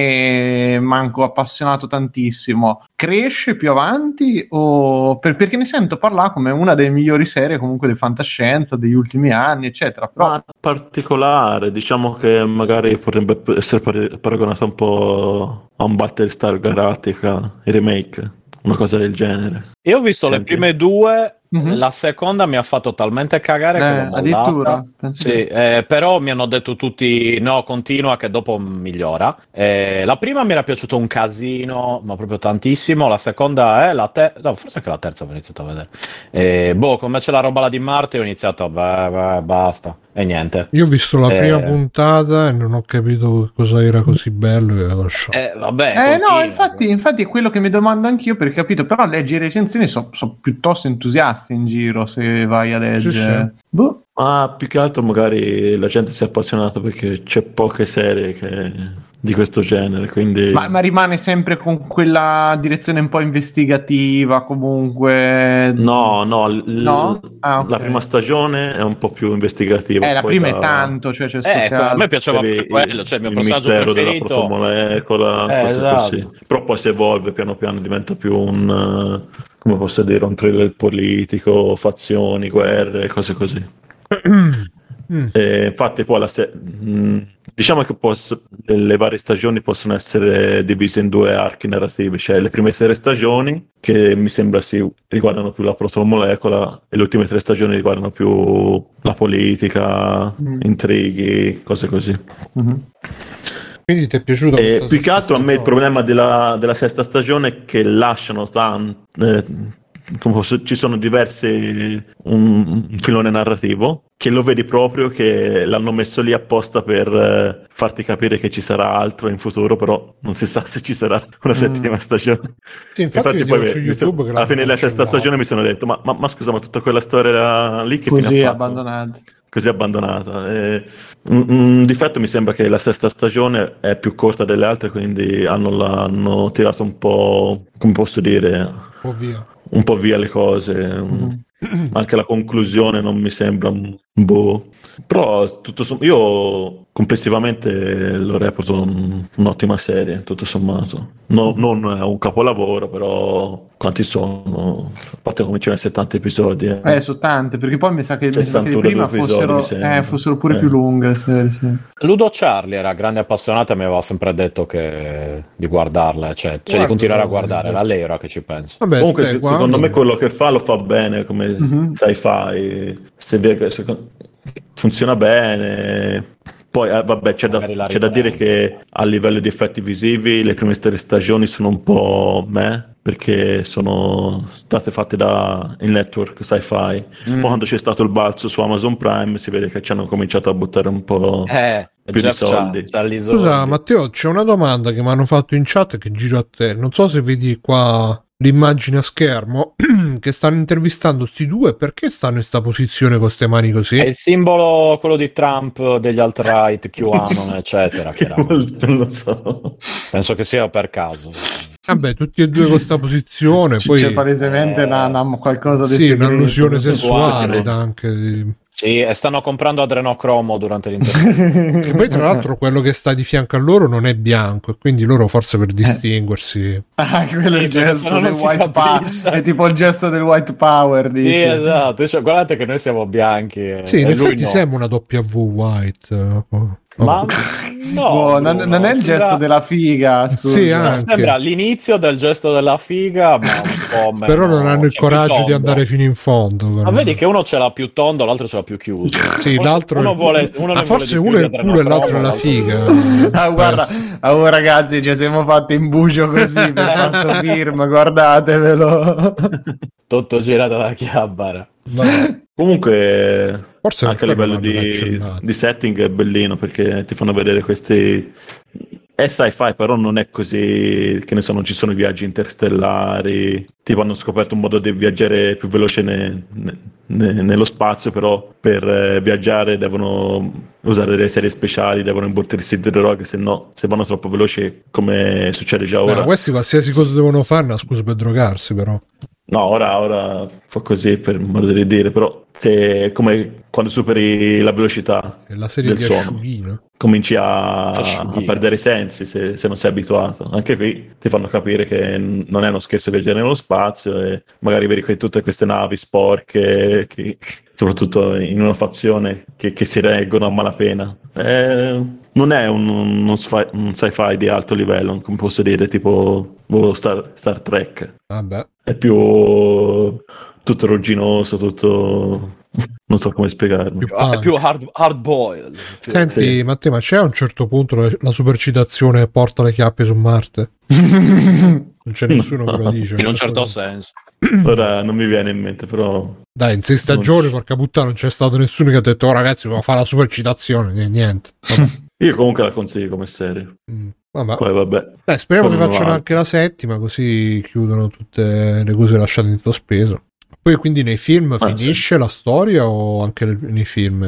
né manco appassionato tantissimo. Cresce più avanti o perché ne sento parlare come una delle migliori serie comunque di fantascienza degli ultimi anni, eccetera. Però... Ma particolare, diciamo che magari potrebbe essere paragonata un po' a un Battlestar Galactica, il remake, una cosa del genere. Io ho visto le prime due. La seconda mi ha fatto talmente cagare che l'ho mollata. Addirittura sì, però mi hanno detto tutti no, continua che dopo migliora. La prima mi era piaciuto un casino, ma proprio tantissimo. La seconda no, forse anche la terza ho iniziato a vedere. Come c'è la roba là di Marte ho iniziato basta e niente. Io ho visto la prima puntata e non ho capito cosa era così bello e ho lasciato. Vabbè, no, infatti è quello che mi domando anch'io, perché capito, però leggi recensioni sono piuttosto entusiasti in giro se vai a leggere. Sì. Boh. Ma più che altro magari la gente si è appassionata perché c'è poche serie di questo genere, quindi... Ma rimane sempre con quella direzione un po' investigativa comunque? No? Okay. La prima stagione è un po' più investigativa. La prima è tanto, cioè a me piaceva proprio quello, cioè il mio personaggio mistero preferito della protomolecola, cose esatto. Così. Però poi si evolve piano piano, diventa più un... come posso dire, un thriller politico, fazioni, guerre, cose così. Infatti poi diciamo che le varie stagioni possono essere divise in due archi narrativi, cioè le prime 6 stagioni che mi sembra riguardano più la protomolecola e le ultime 3 stagioni riguardano più la politica, intrighi, cose così. Quindi ti è piaciuto? Più che altro a me il problema della sesta stagione è che lasciano ci sono diversi un filone narrativo che lo vedi proprio che l'hanno messo lì apposta per farti capire che ci sarà altro in futuro, però non si sa se ci sarà una settima stagione. Sì, infatti poi su YouTube alla fine della sesta stagione mi sono detto ma scusa, ma tutta quella storia lì che così fine ha abbandonata. Così abbandonata. Un difetto mi sembra che la sesta stagione è più corta delle altre, quindi hanno tirato un po', come posso dire, un po' via le cose. Anche la conclusione non mi sembra però io complessivamente lo reputo un'ottima serie, tutto sommato. Non è un capolavoro, però quanti sono? A parte come ce ne 70 episodi. Sono tante, perché poi mi sa che prima fossero pure più lunghe. Sì. Ludo Charlie era grande appassionato e mi aveva sempre detto di guardarla, cioè di continuare a guardare. Era lei ora che ci penso. Vabbè, comunque secondo me quello che fa lo fa bene, come sci-fi, funziona bene. Poi vabbè, c'è da dire che a livello di effetti visivi le prime 3 stagioni sono un po' perché sono state fatte da il network Sci-Fi. Poi quando c'è stato il balzo su Amazon Prime si vede che ci hanno cominciato a buttare un po' più di soldi. Scusa Matteo, c'è una domanda che mi hanno fatto in chat che giro a te, non so se vedi qua l'immagine a schermo che stanno intervistando sti due, perché stanno in sta posizione con ste mani così? È il simbolo quello di Trump, degli alt-right, QAnon eccetera, non lo so, penso che sia per caso. Vabbè, tutti e due questa posizione. Poi c'è palesemente qualcosa di un'allusione sessuale anche. Sì, e stanno comprando adrenocromo durante l'intervento. Che poi, tra l'altro, quello che sta di fianco a loro non è bianco, e quindi loro, forse per distinguersi. Quello è il gesto del white power. È tipo il gesto del white power. Dice. Sì, esatto. Cioè, guardate che noi siamo bianchi. Sì, in effetti sembra una W white. Ma no, non è il gesto della figa, scusa. Sì, anche. Sembra l'inizio del gesto della figa, ma un po' meno. Però non hanno il coraggio di andare fino in fondo. Ma vedi che uno ce l'ha più tondo, l'altro ce l'ha più chiuso. Sì, l'altro forse uno è il culo e l'altro è la figa. Guarda, ragazzi, ci siamo fatti in bucio così per questo film, guardatevelo. Tutto girato da Chiabara. Comunque forse anche a livello di setting è bellino, perché ti fanno vedere questi, è sci-fi però non è così, che ne so, non ci sono viaggi interstellari, tipo hanno scoperto un modo di viaggiare più veloce nello spazio, però per viaggiare devono usare delle serie speciali, devono imbottirsi di droghe, se no se vanno troppo veloci, come succede già ora. Questi qualsiasi cosa devono fare, una scusa per drogarsi, però. No, ora fa così per modo di dire, però se come quando superi la velocità la serie del suono, cominci a perdere i sensi se non sei abituato. Anche qui ti fanno capire che non è uno scherzo viaggiare nello spazio, e magari vedi tutte queste navi sporche, soprattutto in una fazione, che si reggono a malapena. Non è un sci-fi di alto livello, come posso dire, tipo Star Trek. Vabbè. È più tutto rugginoso, tutto... non so come spiegarmi. È più hard boiled. Senti, sì. Matteo, ma c'è a un certo punto la supercitazione porta le chiappe su Marte? Non c'è nessuno che lo dice. In un certo senso. Ora non mi viene in mente, però... Dai, in 6 stagioni, porca puttana, non c'è stato nessuno che ha detto: oh ragazzi, dobbiamo fare la supercitazione. Niente. Io comunque la consiglio come serie. Vabbè. Poi vabbè. Dai, speriamo che facciano anche la settima, così chiudono tutte le cose lasciate in sospeso. Poi quindi nei film finisce la storia, o anche nei film?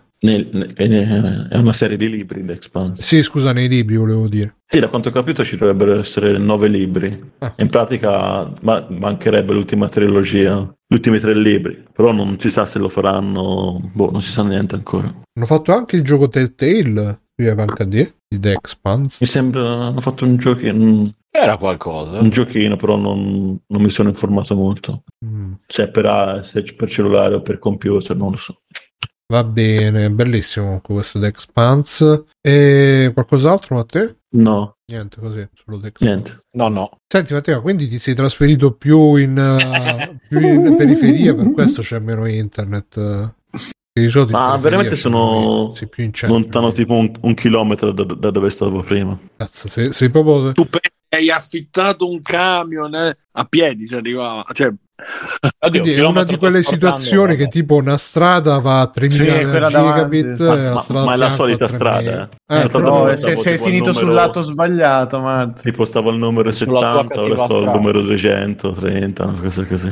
È una serie di libri, The Expanse. Sì, scusa, nei libri volevo dire. Sì, da quanto ho capito ci dovrebbero essere 9 libri. In pratica mancherebbe l'ultima trilogia, gli ultimi 3 libri, però non si sa se lo faranno, non si sa niente ancora. Hanno fatto anche il gioco Telltale qui a HD di The Expanse. Mi sembra hanno fatto un giochino. Era qualcosa. Un giochino, però non mi sono informato molto. Se è per cellulare o per computer, non lo so. Va bene, bellissimo questo The Expanse. E qualcos'altro, Matteo? No. Niente, così, solo The Expanse. Niente. No. Senti Matteo, quindi ti sei trasferito più in periferia, per questo c'è meno internet. Ma veramente sono più in centro, lontano tipo un chilometro da dove stavo prima. Cazzo, sei proprio... Tu hai affittato un camion a piedi, si arrivava, cioè... Quindi è una di quelle situazioni che tipo una strada va a 3000 gigabit, ma è la solita strada. Però sei finito sul lato sbagliato, Matt. Tipo stavo al numero 70, ora sto al numero 230, una cosa così.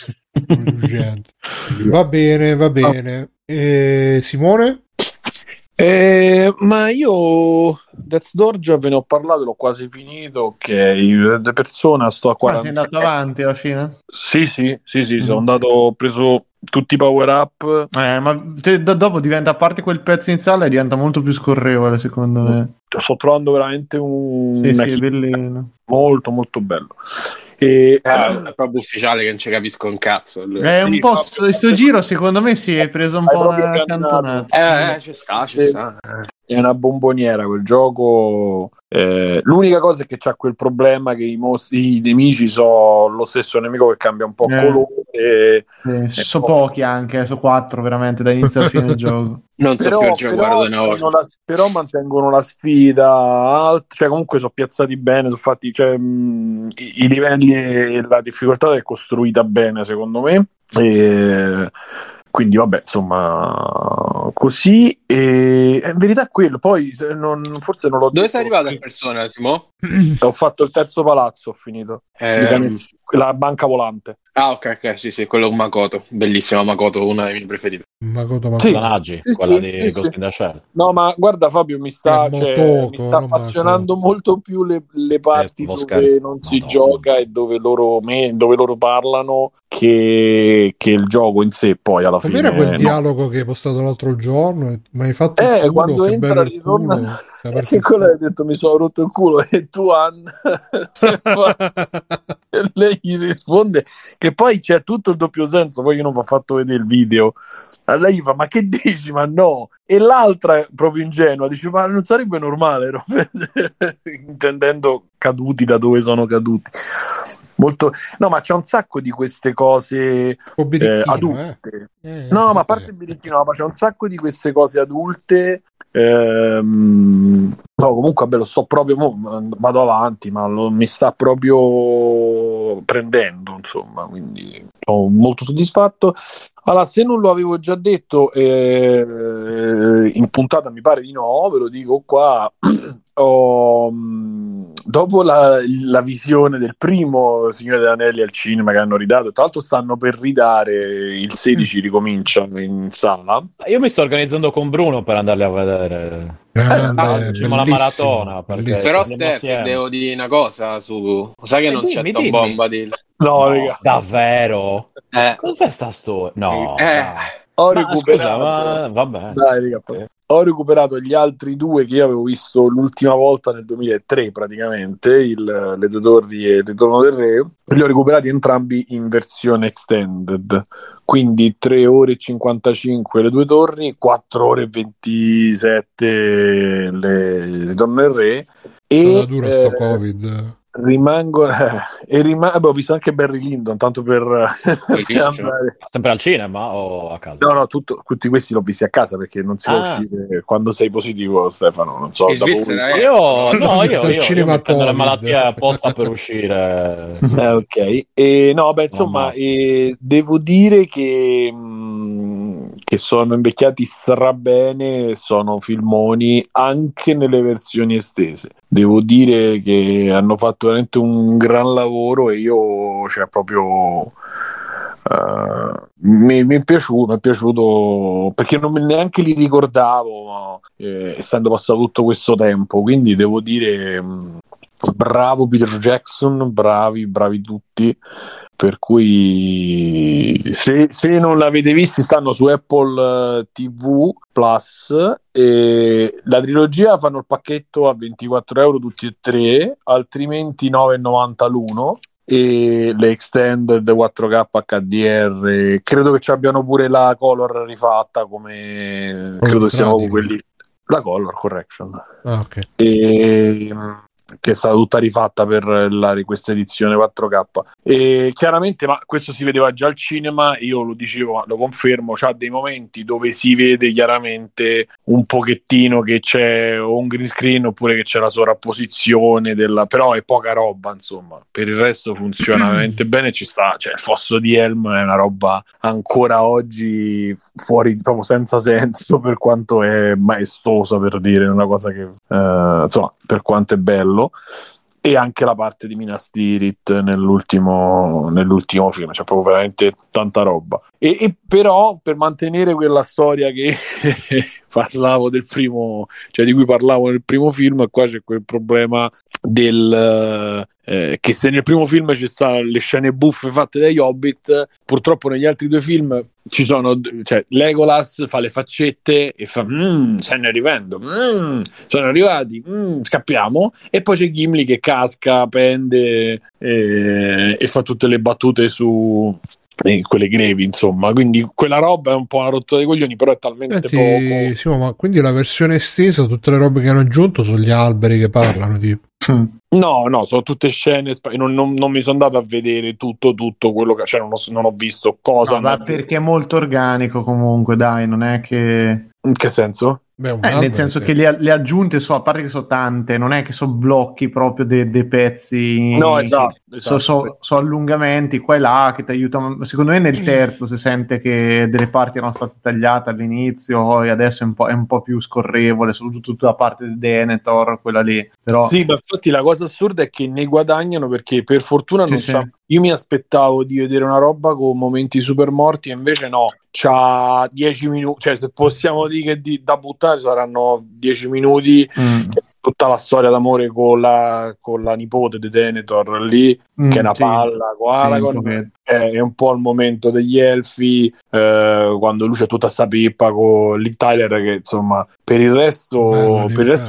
Va bene. Simone? Ma io Death's Door già ve ne ho parlato, l'ho quasi finito, che di persona sto a 40. Sei andato avanti alla fine? Sì, sono andato, ho preso tutti i power up. Ma dopo diventa, a parte quel pezzo iniziale, diventa molto più scorrevole, secondo me. Sto trovando veramente un è bellino, molto molto bello. È proprio ufficiale che non ci capisco un cazzo. È un po' sto giro, secondo me si è preso un po' una cantonata. Ci sta. È una bomboniera quel gioco. L'unica cosa è che c'ha quel problema che i nemici sono lo stesso nemico che cambia un po' colore. Sono pochi anche, sono 4 veramente da inizio alla fine del gioco. Non so più giocare una volta. Però mantengono la sfida alta, cioè comunque sono piazzati bene, sono fatti, cioè, i livelli e la difficoltà è costruita bene secondo me. Quindi vabbè, insomma, così, e in verità quello, poi forse non l'ho Dove sei arrivato in persona, Simo? Ho fatto il terzo palazzo, ho finito. La banca volante. Ah, ok, sì, quello con Makoto, bellissima Makoto, una delle mie preferite. Makoto. Personaggi, quella di Ghost in the Shell. No, ma guarda Fabio, mi sta appassionando molto più le parti dove non si gioca e dove loro parlano che il gioco in sé poi alla fine. Com'era quel dialogo che hai postato l'altro giorno? Mi hai fatto il culo, quando che entra bello il ritorna culo. E quello hai detto mi sono rotto il culo e tu Anna e lei gli risponde che poi c'è tutto il doppio senso, poi io non vi ho fatto vedere il video, a lei gli fa ma che dici, ma no, e l'altra proprio ingenua dice ma non sarebbe normale intendendo caduti da dove sono caduti. Molto... No, ma c'è un sacco di queste cose adulte. No, ma a parte il birichino, ma c'è un sacco di queste cose adulte. No, comunque vabbè, lo sto proprio vado avanti, ma mi sta proprio prendendo, insomma, quindi sono molto soddisfatto. Allora, se non lo avevo già detto in puntata, mi pare di no, ve lo dico qua. Dopo la visione del primo Signore degli Anelli al cinema che hanno ridato, tra l'altro stanno per ridare il 16, ricominciano in sala. Io mi sto organizzando con Bruno per andarli a vedere. Facciamo la maratona, perché però Steph, devo dire una cosa sai che non c'è Tom Bombadil. No, raga. Davvero? Cos'è sta storia? No. Ho recuperato. Scusa, ma vabbè. Dai, raga, ho recuperato gli altri due che io avevo visto l'ultima volta nel 2003 praticamente, Le due torri e Il ritorno del re. Li ho recuperati entrambi in versione extended, quindi 3 ore e 55 Le due torri, 4 ore e 27 Il ritorno del re. E dura sto Covid. Ho visto anche Barry Lyndon, tanto per andare. Sempre al cinema o a casa? No, tutti questi l'ho visti a casa perché non si può uscire quando sei positivo, Stefano. Non so. In Svizzera, io mi prendo le malattie apposta per uscire. Ok. Insomma, devo dire che sono invecchiati strabene, sono filmoni anche nelle versioni estese. Devo dire che hanno fatto veramente un gran lavoro e io, cioè, proprio mi è piaciuto perché neanche li ricordavo, essendo passato tutto questo tempo, quindi devo dire bravo Peter Jackson, bravi tutti, per cui se non l'avete visti stanno su Apple TV Plus, e la trilogia fanno il pacchetto a 24 euro tutti e tre, altrimenti 9,90 l'uno, e le extended 4K HDR credo che ci abbiano pure la color rifatta, come credo siano quelli, la color correction, che è stata tutta rifatta per questa edizione 4K, e chiaramente, ma questo si vedeva già al cinema, io lo dicevo, ma lo confermo, c'ha dei momenti dove si vede chiaramente un pochettino che c'è un green screen oppure che c'è la sovrapposizione però è poca roba, insomma, per il resto funziona veramente bene, ci sta, cioè il fosso di Helm è una roba ancora oggi fuori, proprio senza senso, per quanto è maestosa, per dire una cosa che insomma, per quanto è bello. E anche la parte di Minas Tirith nell'ultimo film, c'è proprio veramente tanta roba, e però per mantenere quella storia che parlavo del primo, cioè di cui parlavo nel primo film, qua c'è quel problema del che se nel primo film ci stanno le scene buffe fatte dagli Hobbit, purtroppo negli altri due film ci sono, cioè Legolas fa le faccette e fa stanno arrivando, sono arrivati, scappiamo, e poi c'è Gimli che casca, pende e fa tutte le battute su quelle grevi, insomma, quindi quella roba è un po' una rottura dei coglioni, però è talmente poco. Sì, ma quindi la versione estesa, tutte le robe che hanno aggiunto sono gli alberi che parlano, tipo. No, sono tutte scene, non mi sono andato a vedere tutto quello che, cioè non ho visto cosa. No, perché è molto organico comunque, dai, non è che... In che senso? Nel senso che le aggiunte a parte che sono tante, non è che sono blocchi proprio dei pezzi. No, esatto. Sono allungamenti qua e là che ti aiutano. Secondo me nel terzo si sente che delle parti erano state tagliate all'inizio e adesso è un po' più scorrevole, soprattutto tutta la parte di Denethor, quella lì. Però... Sì, ma infatti la cosa assurda è che ne guadagnano, perché per fortuna non c'ha io mi aspettavo di vedere una roba con momenti super morti e invece no, c'ha 10 minuti, cioè se possiamo dire che da buttare saranno 10 minuti, tutta la storia d'amore con la nipote di Denethor lì, che è una palla con Aragorn, è un po' il momento degli elfi, quando lui c'è tutta sta pippa con Liv Tyler, che insomma per il resto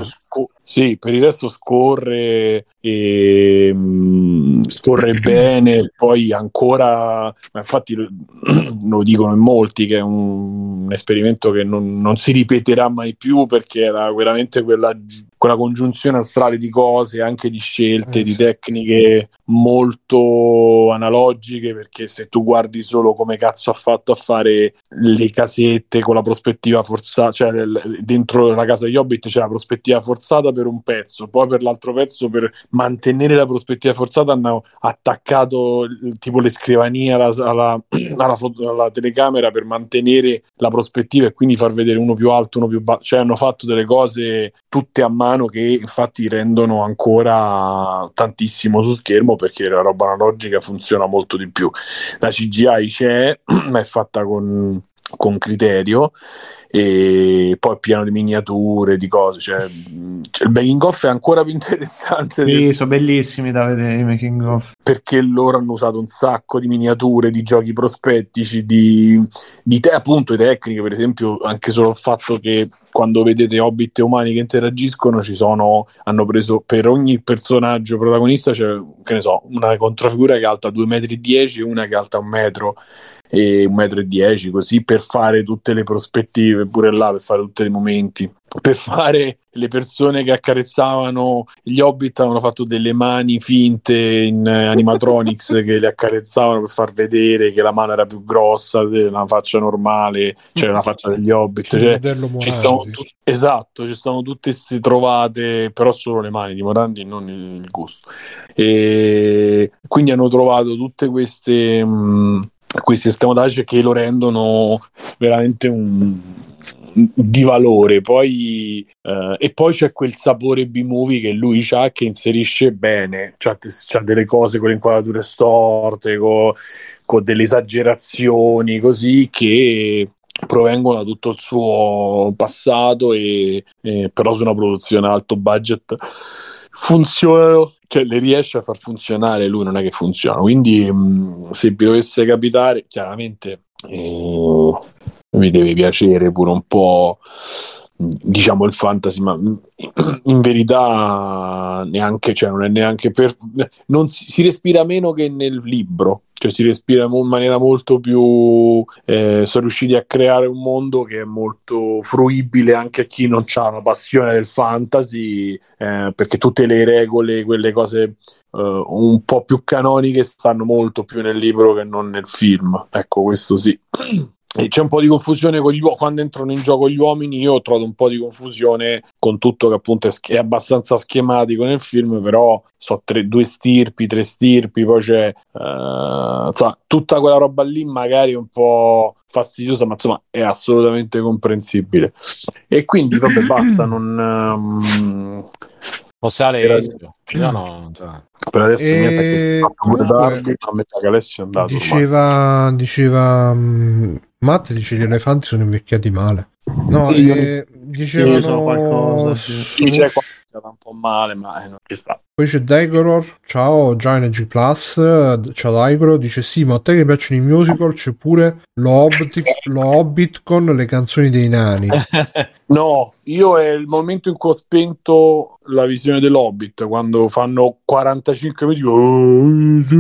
scorre e scorre bene. Poi ancora, infatti lo dicono in molti, che è un esperimento che non si ripeterà mai più, perché era veramente quella congiunzione astrale di cose, anche di scelte, di tecniche molto analogiche, perché se tu guardi solo come cazzo ha fatto a fare le casette con la prospettiva forzata, cioè dentro la casa degli Hobbit c'è la prospettiva forzata per un pezzo, poi per l'altro pezzo, per mantenere la prospettiva forzata, hanno attaccato tipo le scrivanie alla telecamera per mantenere la prospettiva e quindi far vedere uno più alto, uno più basso, cioè hanno fatto delle cose tutte a mano che infatti rendono ancora tantissimo sul schermo, perché la roba analogica funziona molto di più. La CGI c'è, ma è fatta con criterio, e poi è pieno di miniature, di cose, cioè il making of è ancora più interessante. Sì, sono bellissimi da vedere i making of, perché loro hanno usato un sacco di miniature, di giochi prospettici, di appunto di tecniche, per esempio anche solo il fatto che quando vedete hobbit e umani che interagiscono hanno preso per ogni personaggio protagonista, cioè, che ne so, una controfigura che è alta 2,10 m e una che è alta 1 metro e 1,10 m, così, per fare tutte le prospettive, pure là, per fare tutti i momenti, per fare le persone che accarezzavano gli hobbit. Hanno fatto delle mani finte in animatronics che le accarezzavano per far vedere che la mano era più grossa della faccia normale, cioè la faccia degli hobbit, cioè, ci sono tutte queste trovate, però solo le mani di Morandi, non il gusto, e quindi hanno trovato tutte questi escamotage che lo rendono veramente di valore. Poi e poi c'è quel sapore B-movie che lui c'ha, che inserisce bene, c'ha delle cose con le inquadrature storte, con delle esagerazioni così, che provengono da tutto il suo passato, e però su una produzione a alto budget funzionano, cioè le riesce a far funzionare, lui non è che funziona. Quindi se vi dovesse capitare, chiaramente vi deve piacere pure un po', diciamo, il fantasy, ma in verità neanche, cioè non è neanche non si respira meno che nel libro, cioè si respira in maniera molto più sono riusciti a creare un mondo che è molto fruibile anche a chi non ha una passione del fantasy, perché tutte le regole, quelle cose un po' più canoniche, stanno molto più nel libro che non nel film, ecco, questo sì. E c'è un po' di confusione con quando entrano in gioco gli uomini. Io ho trovato un po' di confusione con tutto, che appunto è abbastanza schematico nel film, però so 2 stirpi, 3 stirpi, poi c'è insomma, tutta quella roba lì magari un po' fastidiosa, ma insomma è assolutamente comprensibile. E quindi vabbè, basta, non Posso Alessio? No, cioè. Per adesso niente, che tardi, a metà che Alessio è andato. Diceva Matt, dice che gli elefanti sono invecchiati male. No, sì, dicevano so qualcosa, sì. C'è qualcosa un po' male, ma non ci sta. Poi c'è Daigoror, ciao, già in G Plus, c'è Daigoror, dice sì, ma a te che piacciono i musical, c'è pure lo Hobbit con le canzoni dei nani. No, io è il momento in cui ho spento la visione dell'Hobbit, quando fanno 45 minuti.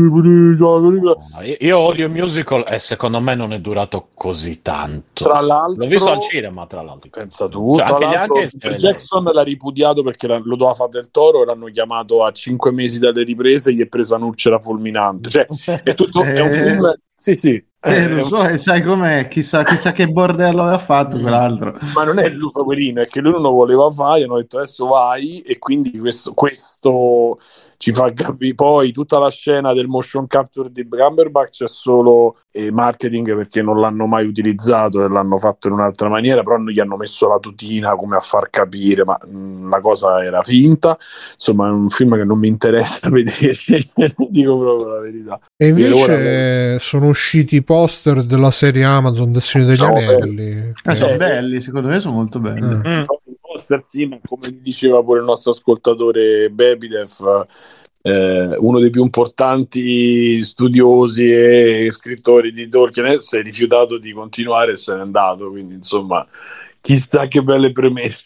Io odio il musical e secondo me non è durato così tanto. Tra l'altro, l'ho visto al cinema, tra l'altro. Pensa tu, cioè, tra l'altro Jackson l'ha ripudiato perché lo doveva fare del Toro, l'hanno chiamato a 5 mesi dalle riprese e gli è presa un'ulcera fulminante. Cioè, è un film. Sì, Lo so, e sai com'è, chissà che bordello aveva fatto quell'altro. Ma non è lui poverino, è che lui non lo voleva fare, hanno detto adesso vai, e quindi questo ci fa capire. Poi tutta la scena del motion capture di Cumberbatch c'è solo marketing, perché non l'hanno mai utilizzato e l'hanno fatto in un'altra maniera, però non gli hanno messo la tutina come a far capire, ma la cosa era finta. Insomma, è un film che non mi interessa vedere, dico proprio la verità. E invece sono usciti i poster della serie Amazon del Signore degli Anelli. Sono belli, secondo me sono molto belli. I poster sì, ma come diceva pure il nostro ascoltatore Babydev, uno dei più importanti studiosi e scrittori di Tolkien si è rifiutato di continuare e se n'è andato, quindi insomma chissà che belle premesse.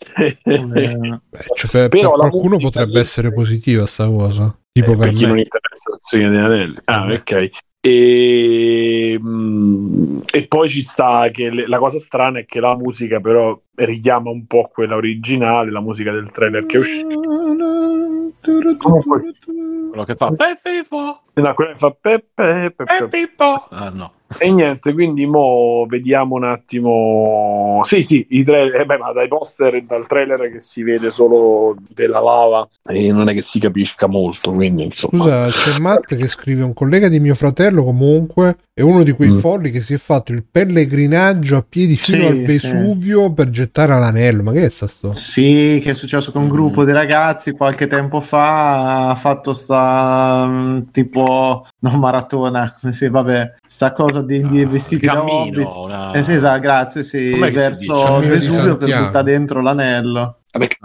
Cioè, per qualcuno potrebbe essere positiva sta cosa, tipo per chi me non interessa il Signore degli Anelli. Ok. E poi ci sta che la cosa strana è che la musica però richiama un po' quella originale, la musica del trailer che è uscito. Comunque, quello che fa Peppo. No, quello che fa Peppo. Ah, no. E niente, quindi mo vediamo un attimo. Sì, i trailer, ma dai poster e dal trailer che si vede solo della lava e non è che si capisca molto, quindi insomma. Scusa, c'è Matt che scrive: un collega di mio fratello comunque è uno di quei folli che si è fatto il pellegrinaggio a piedi fino al Vesuvio per gettare l'anello. Ma che è sto? Sì, che è successo con un gruppo di ragazzi qualche tempo fa, ha fatto sta tipo non maratona, sì, vabbè, sta cosa di vestiti da Hobbit. Sì, esatto, grazie, sì, verso il Vesuvio per buttare dentro l'anello.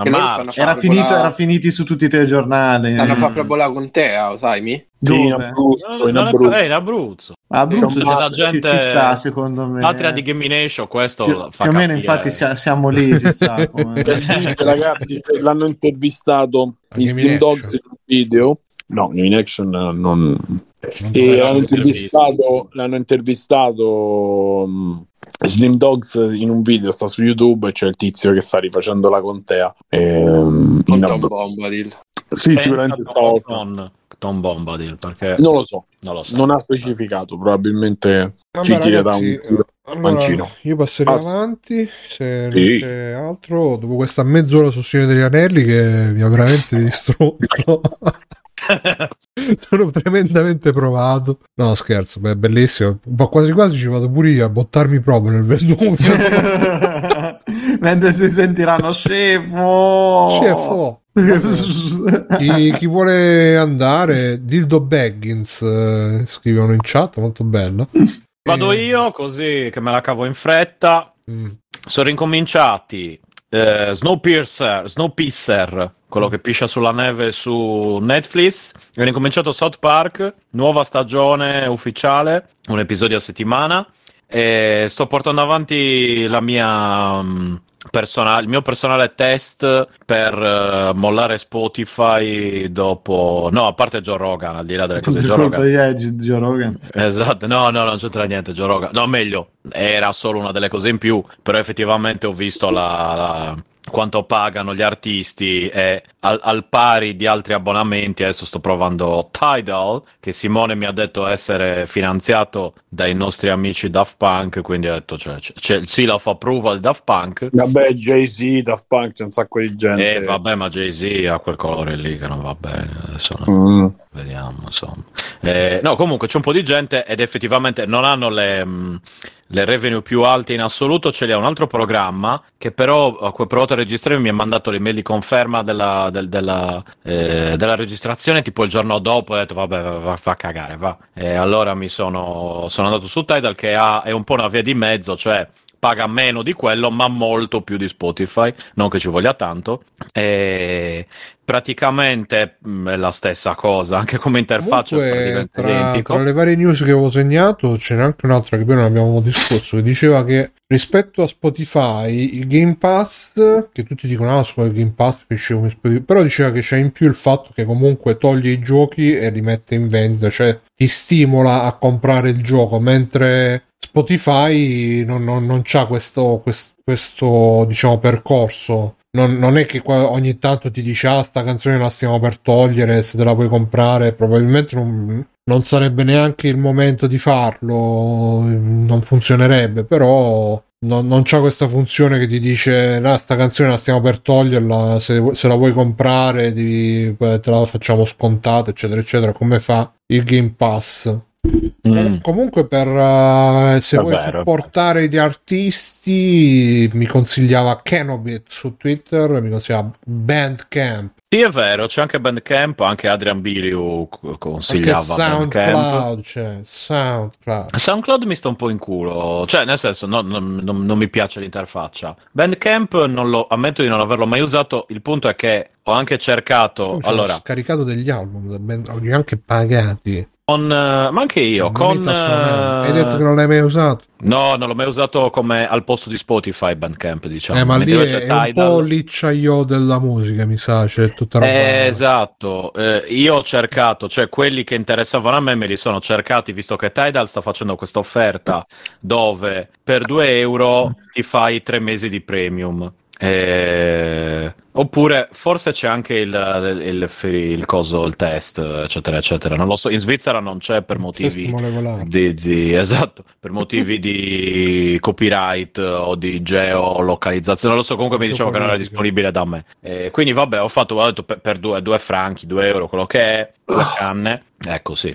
Era finiti su tutti i telegiornali. Hanno fatto proprio la contea, sai mi? Sì, in Abruzzo. In Abruzzo. Abruzzo c'è gente... ci sta, secondo me. L'altra di Gamination, questo fa più o meno, infatti siamo lì, ci sta. Ragazzi, l'hanno intervistato i Steam Dogs in un video. No, in action non e l'hanno intervistato Slim Dogs in un video, sta su YouTube e c'è il tizio che sta rifacendo la contea con Tom Bombadil. Sì, sicuramente Tom Bombadil, perché non lo so, non ha specificato, probabilmente ci tira da un mancino. Io passerei avanti se non c'è altro dopo questa mezz'ora su Signore degli Anelli che mi ha veramente distrutto. Sono tremendamente provato. No, scherzo, è bellissimo. Ma quasi quasi ci vado pure io a bottarmi proprio nel Vesuvio. Mentre si sentiranno scefo. Chi vuole andare? Dildo Baggins, scrivono in chat, molto bella. Vado io così che me la cavo in fretta. Sono ricominciati Snowpiercer, quello che piscia sulla neve su Netflix. Ho ricominciato South Park, nuova stagione ufficiale, un episodio a settimana, e sto portando avanti la mia il mio personale test per mollare Spotify dopo, no, a parte Joe Rogan, al di là delle cose Joe Rogan. Esatto, no, non c'entra niente Joe Rogan, no, meglio, era solo una delle cose in più, però effettivamente ho visto quanto pagano gli artisti e al pari di altri abbonamenti. Adesso sto provando Tidal, che Simone mi ha detto essere finanziato dai nostri amici Daft Punk, quindi ho detto c'è il seal of approval di Daft Punk. Vabbè, Jay-Z, Daft Punk, c'è un sacco di gente. Vabbè, ma Jay-Z ha quel colore lì che non va bene adesso, vediamo, insomma. No, comunque c'è un po' di gente ed effettivamente non hanno le revenue più alte in assoluto. Ce li ha un altro programma che però ho provato a registrare, mi ha mandato l'email di conferma della registrazione tipo il giorno dopo, ho detto vabbè, va a cagare, va. E allora sono andato su Tidal, che è un po' una via di mezzo, cioè paga meno di quello ma molto più di Spotify, non che ci voglia tanto, e praticamente è la stessa cosa anche come interfaccia. Comunque, tra le varie news che avevo segnato ce n'è anche un'altra che poi non abbiamo discusso, che diceva che rispetto a Spotify il Game Pass, che tutti dicono il Game Pass però diceva che c'è in più il fatto che comunque toglie i giochi e li mette in vendita, cioè ti stimola a comprare il gioco, mentre Spotify non c'ha questo diciamo percorso. Non è che ogni tanto ti dice sta canzone la stiamo per togliere, se te la puoi comprare, probabilmente non sarebbe neanche il momento di farlo, non funzionerebbe, però non c'ha questa funzione che ti dice sta canzone la stiamo per toglierla, se la vuoi comprare te la facciamo scontata, eccetera eccetera, come fa il Game Pass. Comunque se vuoi supportare gli artisti mi consigliava Kenobit su Twitter, mi consigliava Bandcamp. Sì, è vero, c'è anche Bandcamp, anche Adrian Biliu consigliava Bandcamp. SoundCloud mi sta un po' in culo, cioè nel senso non mi piace l'interfaccia. Bandcamp ammetto di non averlo mai usato, il punto è che ho anche cercato... Ho scaricato degli album, li ho anche pagati. Ma anche io hai detto che non l'hai mai usato? No, non l'ho mai usato come al posto di Spotify Bandcamp, diciamo. Ma lì è un po' licciaio della musica, mi sa, c'è tutta roba. Esatto, io ho cercato, cioè quelli che interessavano a me li sono cercati, visto che Tidal sta facendo questa offerta dove per 2 euro ti fai 3 mesi di premium. Oppure forse c'è anche il coso, il test, eccetera eccetera, non lo so, in Svizzera non c'è per motivi esatto, per motivi di copyright o di geolocalizzazione, non lo so, comunque mi dicevano che non era disponibile da me, quindi vabbè, ho detto per 2 franchi, 2 euro, quello che è, 2 canne, ecco, sì.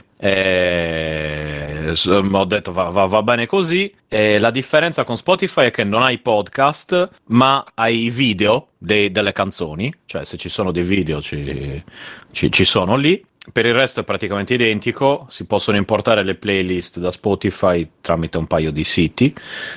Ho detto va bene così. La differenza con Spotify è che non hai podcast, ma hai i video delle canzoni, cioè se ci sono dei video ci sono lì. Per il resto è praticamente identico, si possono importare le playlist da Spotify tramite un paio di siti.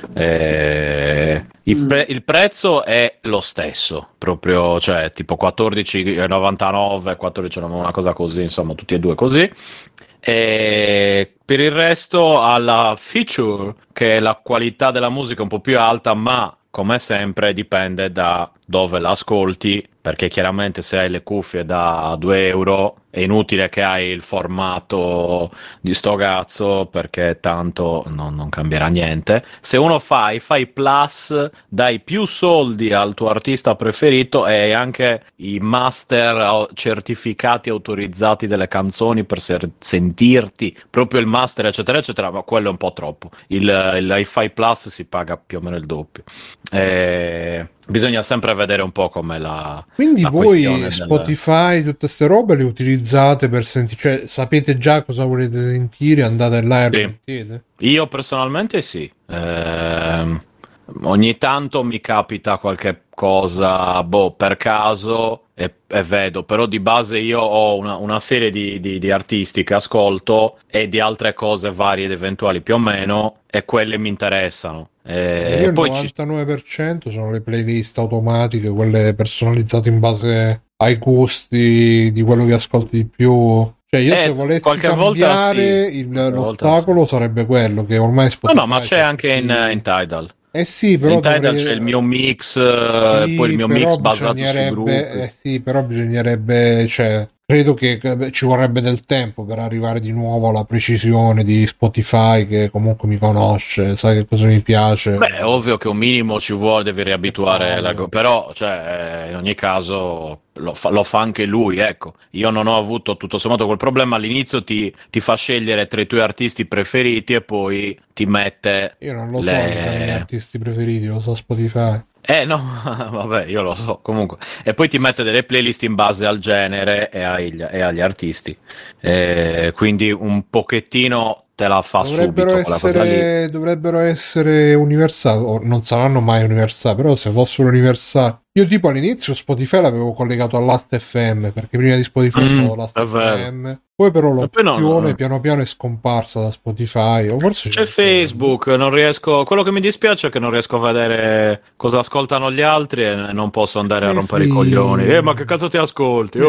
Il prezzo è lo stesso, proprio, cioè tipo 14,99, 14, una cosa così, insomma, tutti e due così. E per il resto ha la feature che è la qualità della musica un po' più alta, ma come sempre dipende da dove la ascolti, perché chiaramente se hai le cuffie da 2 euro è inutile che hai il formato di sto cazzo, perché tanto non cambierà niente. Se uno fai plus, dai più soldi al tuo artista preferito e anche i master certificati autorizzati delle canzoni per sentirti proprio il master, eccetera eccetera, ma quello è un po' troppo. Hi-Fi Plus si paga più o meno il doppio. Bisogna sempre vedere un po' com'è la... Quindi voi Spotify, tutte queste robe le utilizzate per sentire, cioè sapete già cosa volete sentire, andate là e lo mettete? Io personalmente sì. Ogni tanto mi capita qualche cosa, per caso, e vedo, però di base io ho una serie di artisti che ascolto e di altre cose varie ed eventuali più o meno, e quelle mi interessano. Io poi il 99% sono le playlist automatiche, quelle personalizzate in base ai gusti di quello che ascolti di più. Cioè io se volessi cambiare l'ostacolo sarebbe quello che ormai Spotify... No, ma c'è anche in Tidal. Sì, però in Tidal c'è il mio mix, poi il mio mix basato sui gruppi. Sì, però bisognerebbe, cioè, credo che ci vorrebbe del tempo per arrivare di nuovo alla precisione di Spotify, che comunque mi conosce, sai che cosa mi piace. Beh, è ovvio che un minimo ci vuole, devi riabituare, però, cioè, in ogni caso lo fa anche lui, ecco. Io non ho avuto tutto sommato quel problema. All'inizio ti fa scegliere tra i tuoi artisti preferiti e poi ti mette... Io non lo so, i miei artisti preferiti, lo so Spotify. No, vabbè, io lo so, comunque. E poi ti mette delle playlist in base al genere e agli artisti. Quindi un pochettino te la fa subito quella cosa lì. Dovrebbero essere universali, o non saranno mai universali, però se fossero universali. Io tipo all'inizio Spotify l'avevo collegato all'Last.fm, perché prima di Spotify facevo Last.fm. Poi però l'opzione piano piano è scomparsa da Spotify, o forse c'è Facebook, non riesco, quello che mi dispiace è che non riesco a vedere cosa ascoltano gli altri e non posso andare a rompere i coglioni. Ma che cazzo ti ascolti?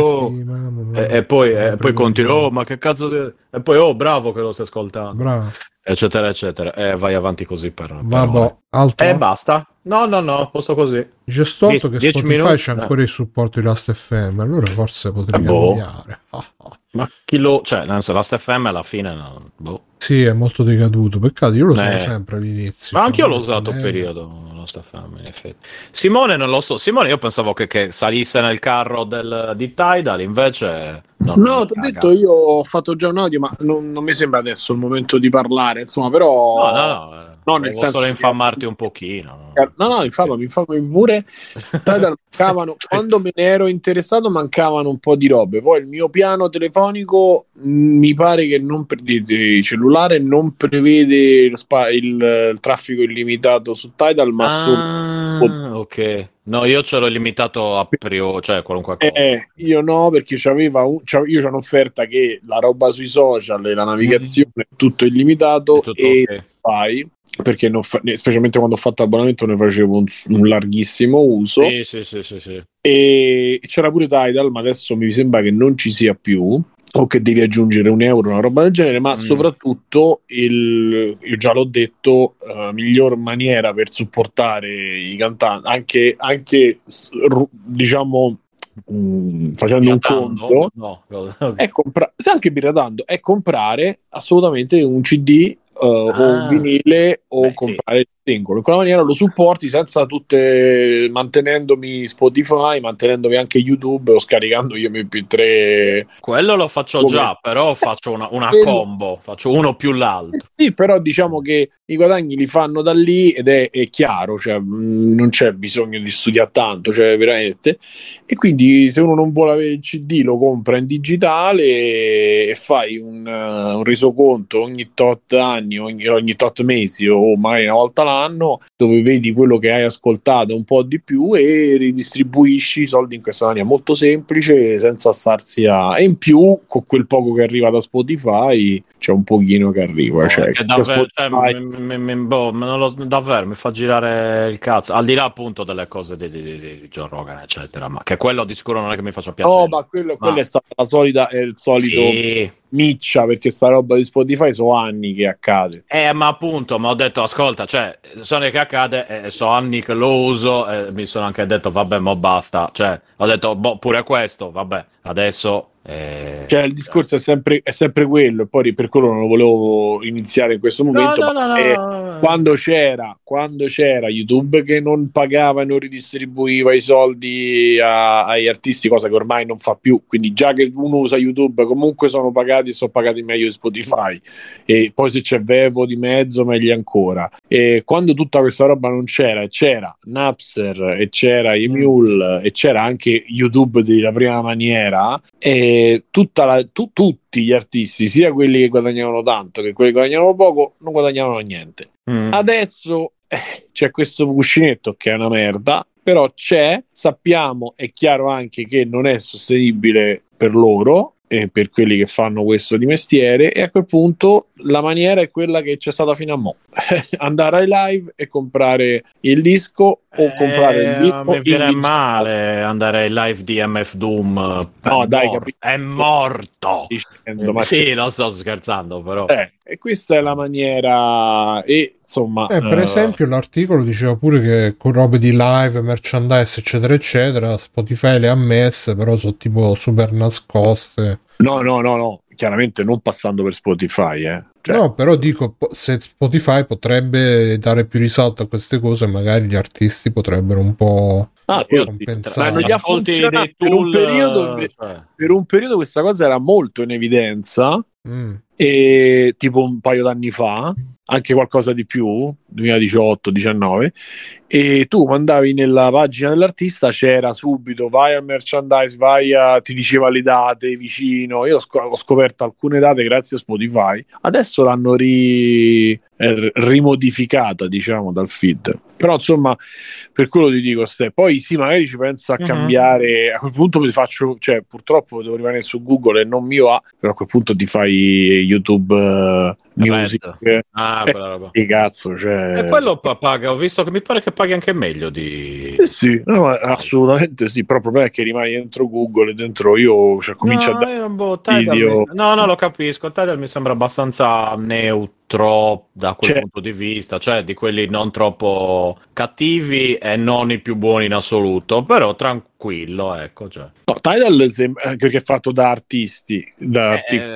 E poi continuo, ma che cazzo e poi bravo che lo stai ascoltando. Bravo. Eccetera eccetera, e vai avanti così per altro. E basta. No, posso così. C'è stolto che Spotify c'è ancora il supporto di Last.fm, allora forse potrei cambiare. Ma chi lo... cioè, nel senso, Last.fm alla fine Sì, è molto decaduto, peccato, io lo uso sempre all'inizio. Ma anche io l'ho usato un periodo. Mustafame, in effetti. Simone non lo so, Simone io pensavo che salisse nel carro di Tidal, invece no, ti ho detto, io ho fatto già un audio, ma non mi sembra adesso il momento di parlare, insomma, però no, nel senso solo infamarti un pochino. No, infamami pure. Tidal mancavano, quando me ne ero interessato mancavano un po' di robe, poi il mio piano telefonico mi pare che non di cellulare non prevede il traffico illimitato su Tidal, ma solo ok. No, io ce l'ho limitato a priori, cioè qualunque cosa. Io no, perché io c'ho un'offerta che la roba sui social e la navigazione è tutto illimitato e okay. fai perché specialmente quando ho fatto l'abbonamento ne facevo un larghissimo uso. Sì. E c'era pure Tidal, ma adesso mi sembra che non ci sia più, o che devi aggiungere €1, una roba del genere, ma soprattutto io già l'ho detto, miglior maniera per supportare i cantanti, anche diciamo facendo piratando? un conto, è anche piratando, è comprare assolutamente un CD o un vinile o comprare il singolo. In quella maniera lo supporti senza mantenendomi Spotify, mantenendomi anche YouTube o scaricando io MP3. Quello lo faccio già, però faccio una combo, faccio uno più l'altro. Sì, però diciamo che i guadagni li fanno da lì ed è chiaro, cioè non c'è bisogno di studiare tanto, cioè veramente. E quindi se uno non vuole avere il CD lo compra in digitale e fai un resoconto ogni tot anni, ogni tot mesi o magari una volta l'anno, dove vedi quello che hai ascoltato un po' di più e ridistribuisci i soldi in questa maniera molto semplice, senza starsi e in più con quel poco che arriva da Spotify c'è un pochino che arriva, davvero mi fa girare il cazzo, al di là appunto delle cose di Joe Rogan eccetera, ma che quello di sicuro non è che mi faccia piacere. Ma quello è stata il solito miccia, perché sta roba di Spotify sono anni che accade. Ma appunto, ho detto ascolta, cioè sono che accade, so anni che lo uso, mi sono anche detto vabbè, mo basta, cioè ho detto pure questo, vabbè, adesso cioè il discorso è sempre quello, e poi per quello non lo volevo iniziare in questo momento. Quando c'era YouTube che non pagava e non ridistribuiva i soldi agli artisti, cosa che ormai non fa più, quindi già che uno usa YouTube comunque sono pagati meglio di Spotify, e poi se c'è Vevo di mezzo meglio ancora. E quando tutta questa roba non c'era Napster e c'era Emule e c'era anche YouTube della prima maniera, e tutti gli artisti, sia quelli che guadagnavano tanto che quelli che guadagnavano poco, non guadagnavano niente. Adesso c'è questo cuscinetto che è una merda, però sappiamo, è chiaro anche che non è sostenibile per loro e per quelli che fanno questo di mestiere, e a quel punto la maniera è quella che c'è stata fino a mo': andare ai live e comprare il disco, o comprare il disco. Mi viene male andare ai live di MF Doom. È morto. Non sto scherzando, però. E questa è la maniera, e insomma. Per esempio, l'articolo diceva pure che con robe di live, merchandise, eccetera, eccetera, Spotify le ha messe, però sono tipo super nascoste. No, chiaramente non passando per Spotify, No, però dico, se Spotify potrebbe dare più risalto a queste cose, magari gli artisti potrebbero un po' compensare. Ma non gli ha funzionato per un periodo questa cosa era molto in evidenza, e tipo un paio d'anni fa, anche qualcosa di più, 2018-19, e tu mandavi nella pagina dell'artista, c'era subito vai al merchandise, ti diceva le date vicino. Io ho scoperto alcune date grazie a Spotify, adesso l'hanno rimodificata, diciamo, dal feed. Però insomma, per quello ti dico, poi sì, magari ci penso a cambiare. A quel punto mi faccio, cioè purtroppo devo rimanere su Google e non mi va, però a quel punto ti fai YouTube Music. Quella roba. Che cazzo, cioè. E quello paga, ho visto che mi pare che paghi anche meglio di. Sì, no, assolutamente sì. Però il problema è che rimani dentro Google e dentro io, cioè, comincio a dare video. No, lo capisco. Tidal mi sembra abbastanza neutro da quel punto di vista, cioè di quelli non troppo cattivi e non i più buoni in assoluto, però tranquillo, ecco. Cioè. No, Tidal anche che è fatto da artisti,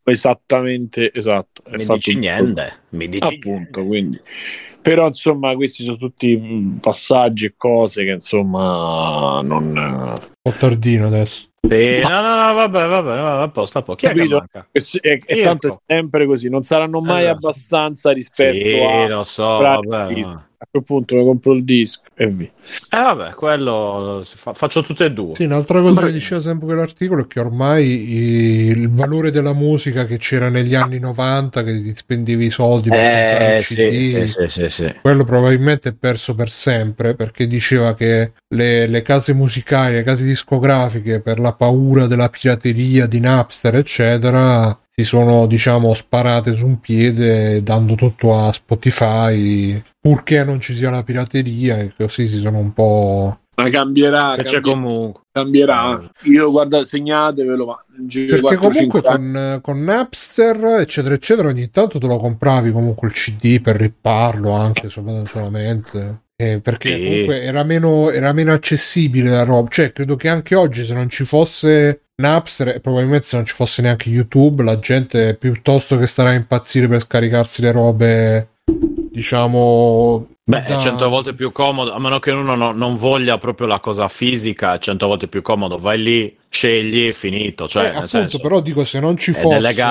esattamente, esatto. Mi dici niente, mi dici appunto, quindi. Però insomma questi sono tutti passaggi e cose che insomma non... Un po' tardino adesso. Sì, no, vabbè, a posto. Chi è che manca? E tanto è sempre così, non saranno mai abbastanza rispetto a... Sì, lo so, vabbè. A quel punto mi compro il disco e via. Vabbè, quello faccio tutte e due. Sì, un'altra cosa che diceva sempre quell'articolo è che ormai il valore della musica che c'era negli anni 90, che ti spendevi i soldi per comprare il CD, sì. Quello probabilmente è perso per sempre, perché diceva che le case musicali, le case discografiche, per la paura della pirateria di Napster eccetera, si sono, diciamo, sparate su un piede dando tutto a Spotify, purché non ci sia la pirateria, e così si sono un po'... Ma cambierà, comunque. Cambierà. Io guarda, segnatevelo, ma perché 4, comunque con Napster eccetera eccetera ogni tanto te lo compravi comunque il CD per ripparlo anche solamente. Perché sì, comunque era meno accessibile la roba, cioè credo che anche oggi se non ci fosse Napster e probabilmente se non ci fosse neanche YouTube, la gente piuttosto che starà a impazzire per scaricarsi le robe, diciamo... Beh, è 100 volte più comodo, a meno che uno non voglia proprio la cosa fisica, è 100 volte più comodo, vai lì, scegli, finito, cioè nel appunto, senso, però dico, se non ci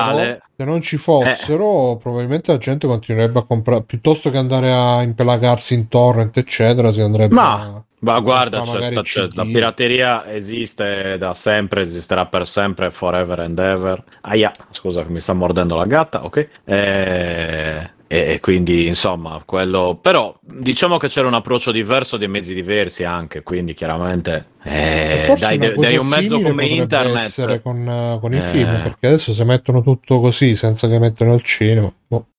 fossero, probabilmente la gente continuerebbe a comprare, piuttosto che andare a impelagarsi in torrent eccetera, si andrebbe ma guarda, la pirateria esiste da sempre, esisterà per sempre, forever and ever. Scusa che mi sta mordendo la gatta, ok? E quindi insomma quello, però diciamo che c'era un approccio diverso, dei mezzi diversi anche, quindi chiaramente dai un mezzo come internet essere con i film, perché adesso se mettono tutto così senza che mettano il cinema.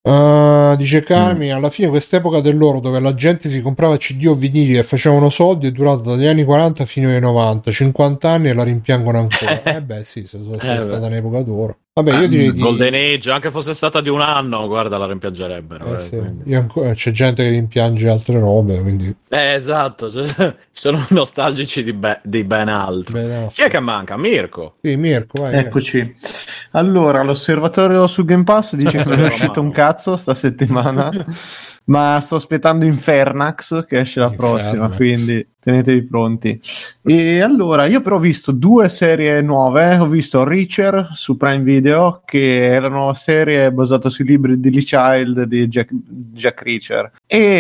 Dice Carmi, alla fine quest'epoca dell'oro dove la gente si comprava CD o vinili e facevano soldi è durata dagli anni 40 fino ai 90, 50 anni e la rimpiangono ancora. Beh sì, se è stata un'epoca d'oro. Vabbè, io direi Golden Age, anche fosse stata di un anno, guarda, la rimpiangerebbero. Sì. C'è gente che rimpiange altre robe, quindi... esatto, sono nostalgici di ben altro. Chi è che manca? Mirko? Sì, Mirko, vai. Eccoci. Allora, l'osservatorio su Game Pass dice che non è uscito un cazzo sta settimana, ma sto aspettando Infernax che esce la prossima, quindi tenetevi pronti. E allora, io però ho visto 2 serie nuove. Ho visto Reacher su Prime Video, che è la nuova serie basata sui libri di Lee Child di Jack Reacher,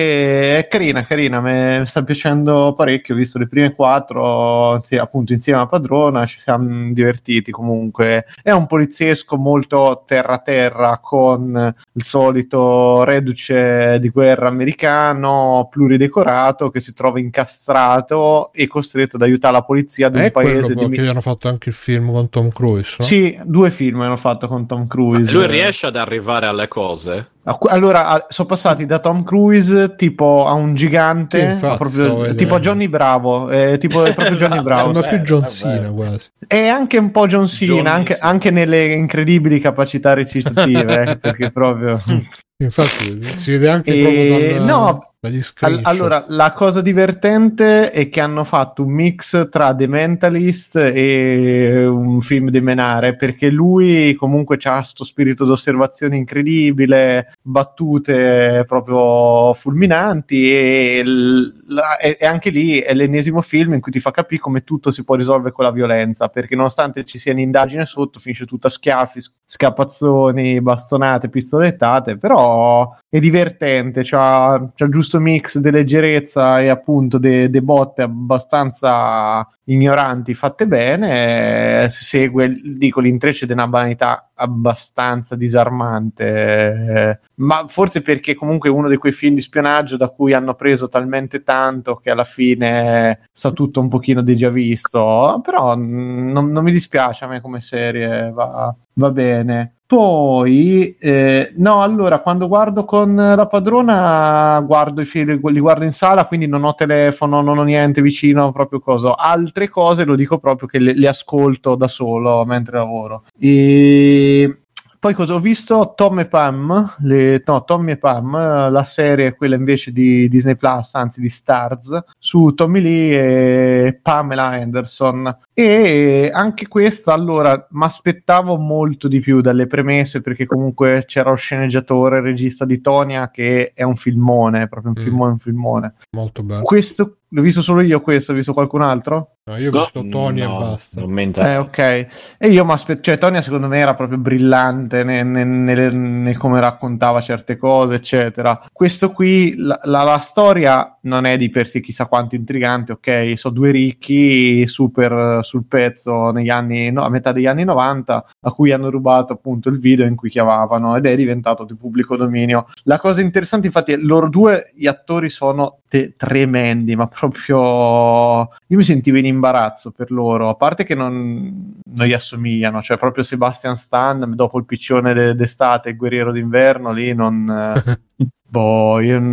e è carina, mi sta piacendo parecchio. Ho visto le prime 4, appunto insieme a Padrona, ci siamo divertiti. Comunque è un poliziesco molto terra con il solito reduce di guerra americano pluridecorato che si trova incastrato e costretto ad aiutare la polizia di un paese che hanno fatto anche il film con Tom Cruise, no? Sì, 2 film hanno fatto con Tom Cruise. Lui riesce ad arrivare alle cose? Allora, sono passati da Tom Cruise tipo a un gigante, proprio, tipo a Johnny Bravo, tipo proprio Johnny Bravo. Sembra più John Cena quasi. È anche un po' John Cena, anche nelle incredibili capacità recitative, perché proprio... Infatti si vede anche proprio dagli screenshot. Allora, la cosa divertente è che hanno fatto un mix tra The Mentalist e un film di Menare, perché lui comunque c'ha sto spirito d'osservazione incredibile, battute proprio fulminanti, e anche lì è l'ennesimo film in cui ti fa capire come tutto si può risolvere con la violenza, perché nonostante ci sia un'indagine sotto, finisce tutto a schiaffi, scappazzoni, bastonate, pistolettate, però è divertente, c'ha il giusto mix di leggerezza e appunto de botte abbastanza ignoranti fatte bene. Si segue, dico, l'intreccio di una banalità abbastanza disarmante, ma forse perché comunque è uno di quei film di spionaggio da cui hanno preso talmente tanto che alla fine sa tutto un pochino di già visto, però non mi dispiace, a me come serie va bene. Poi allora quando guardo con la padrona guardo i film, li guardo in sala, quindi non ho telefono, non ho niente vicino, proprio cosa. Altre cose lo dico proprio che le ascolto da solo mentre lavoro. E Poi cosa ho visto? Tom e Pam, Tommy e Pam, la serie quella invece di Disney Plus, anzi di Starz, su Tommy Lee e Pamela Anderson. E anche questa, allora, mi aspettavo molto di più dalle premesse, perché comunque c'era lo sceneggiatore, il regista di Tonya, che è un filmone, proprio un filmone. Molto bello. Questo l'ho visto solo io, questo, ho visto qualcun altro? No, io ho visto Tony e basta. Non mi interessa. Ok. E io mi aspetto, cioè Tonya secondo me era proprio brillante nel come raccontava certe cose, eccetera. Questo qui, la storia non è di per sé chissà quanto intrigante, ok? Sono due ricchi super sul pezzo a metà degli anni 90, a cui hanno rubato appunto il video in cui chiamavano, ed è diventato di pubblico dominio. La cosa interessante infatti è loro due, gli attori sono tremendi, ma proprio io mi sentivo in imbarazzo per loro, a parte che non gli assomigliano, cioè proprio Sebastian Stan dopo il piccione d'estate, il guerriero d'inverno lì io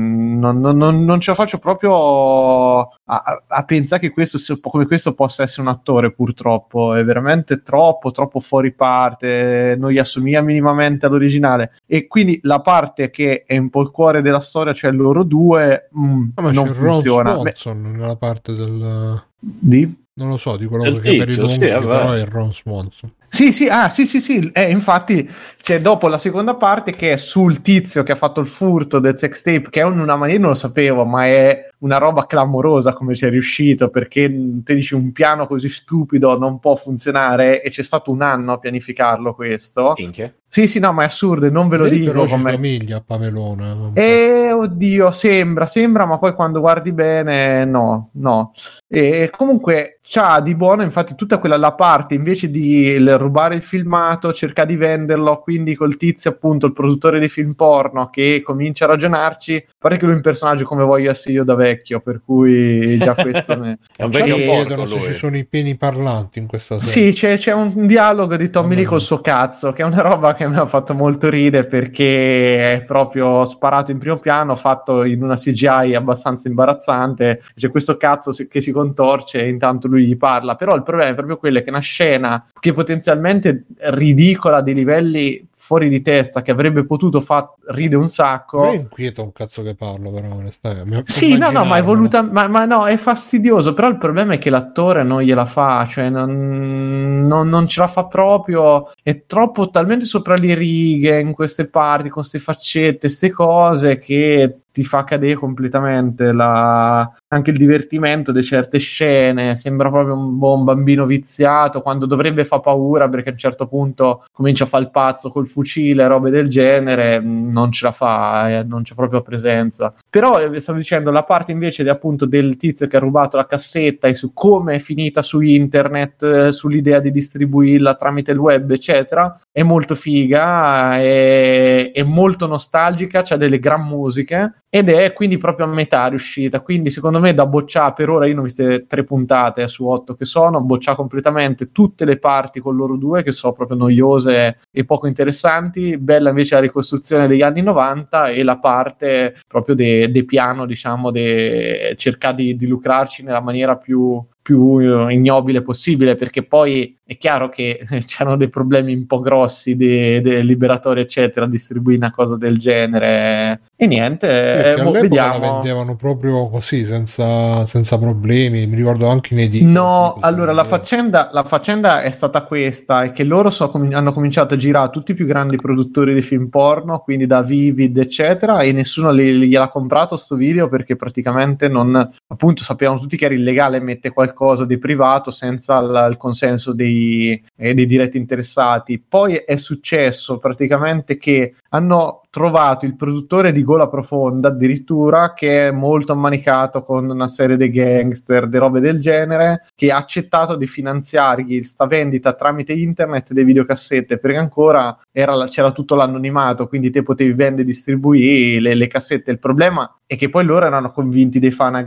non ce la faccio proprio a pensare che questo, come questo possa essere un attore, purtroppo è veramente troppo fuori parte, non gli assomiglia minimamente all'originale, e quindi la parte che è un po' il cuore della storia, cioè loro due, non funziona. Ron Swanson nella parte del... Di? Non lo so, di quello che per i lunghi, però è Ron Swanson. Sì, infatti c'è dopo la seconda parte che è sul tizio che ha fatto il furto del sex tape, che è una maniera, non lo sapevo, ma è una roba clamorosa come ci è riuscito, perché te dici un piano così stupido non può funzionare, e c'è stato un anno a pianificarlo questo. Sì, no, ma è assurdo, non ve lo dico. Però ci somiglia a Pamelona. Oddio, sembra, ma poi quando guardi bene, no. E comunque c'ha di buono, infatti, tutta la parte, invece di rubare il filmato, cerca di venderlo, quindi col tizio, appunto, il produttore di film porno, che comincia a ragionarci, pare che lui è un personaggio come voglio essere io da vecchio, per cui già questo è un vecchio porco, chiedono se ci sono i peni parlanti in questa serie. Sì, c'è un dialogo di Tommy Lee col suo cazzo, che è una roba che mi ha fatto molto ridere, perché è proprio sparato in primo piano, fatto in una CGI abbastanza imbarazzante. C'è questo cazzo che si contorce e intanto lui gli parla, però il problema è proprio quello che è una scena che potenzialmente ridicola, dei livelli fuori di testa, che avrebbe potuto ride un sacco. Mi inquieta un cazzo che parlo, però onestamente. Sì, no, ma è voluta, ma no, è fastidioso, però il problema è che l'attore non gliela fa, cioè non ce la fa proprio, è troppo, talmente sopra le righe in queste parti, con queste faccette, queste cose, che ti fa cadere completamente anche il divertimento di certe scene. Sembra proprio un bambino viziato, quando dovrebbe fa paura, perché a un certo punto comincia a fare il pazzo col fucile, robe del genere. Non ce la fa, non c'è proprio presenza. Però stavo dicendo, la parte invece appunto del tizio che ha rubato la cassetta, e su come è finita su internet, sull'idea di distribuirla tramite il web, eccetera, è molto figa, è molto nostalgica, c'ha delle gran musiche, ed è quindi proprio a metà riuscita, quindi secondo me da bocciare. Per ora io ne ho viste 3 puntate su 8 che sono, bocciare completamente tutte le parti con loro due, che sono proprio noiose e poco interessanti. Bella invece la ricostruzione degli anni 90, e la parte proprio de piano, diciamo, cercare di lucrarci nella maniera più ignobile possibile, perché poi è chiaro che c'erano dei problemi un po' grossi del liberatore, eccetera, a distribuire una cosa del genere. E niente, all'epoca vediamo. la vendevano proprio così, senza problemi. Mi ricordo anche nei DVD. No, allora la faccenda è stata questa: è che loro hanno cominciato a girare tutti i più grandi produttori di film porno, quindi da Vivid, eccetera, e nessuno gliel'ha comprato sto video, perché praticamente appunto sapevano tutti che era illegale mettere qualcosa di privato senza il consenso dei diretti interessati. Poi è successo praticamente che hanno trovato il produttore di Gola Profonda, addirittura, che è molto ammanicato con una serie di gangster, di robe del genere, che ha accettato di finanziargli sta vendita tramite internet dei videocassette, perché ancora c'era tutto l'anonimato, quindi te potevi vendere e distribuire le cassette. Il problema è che poi loro erano convinti di fare una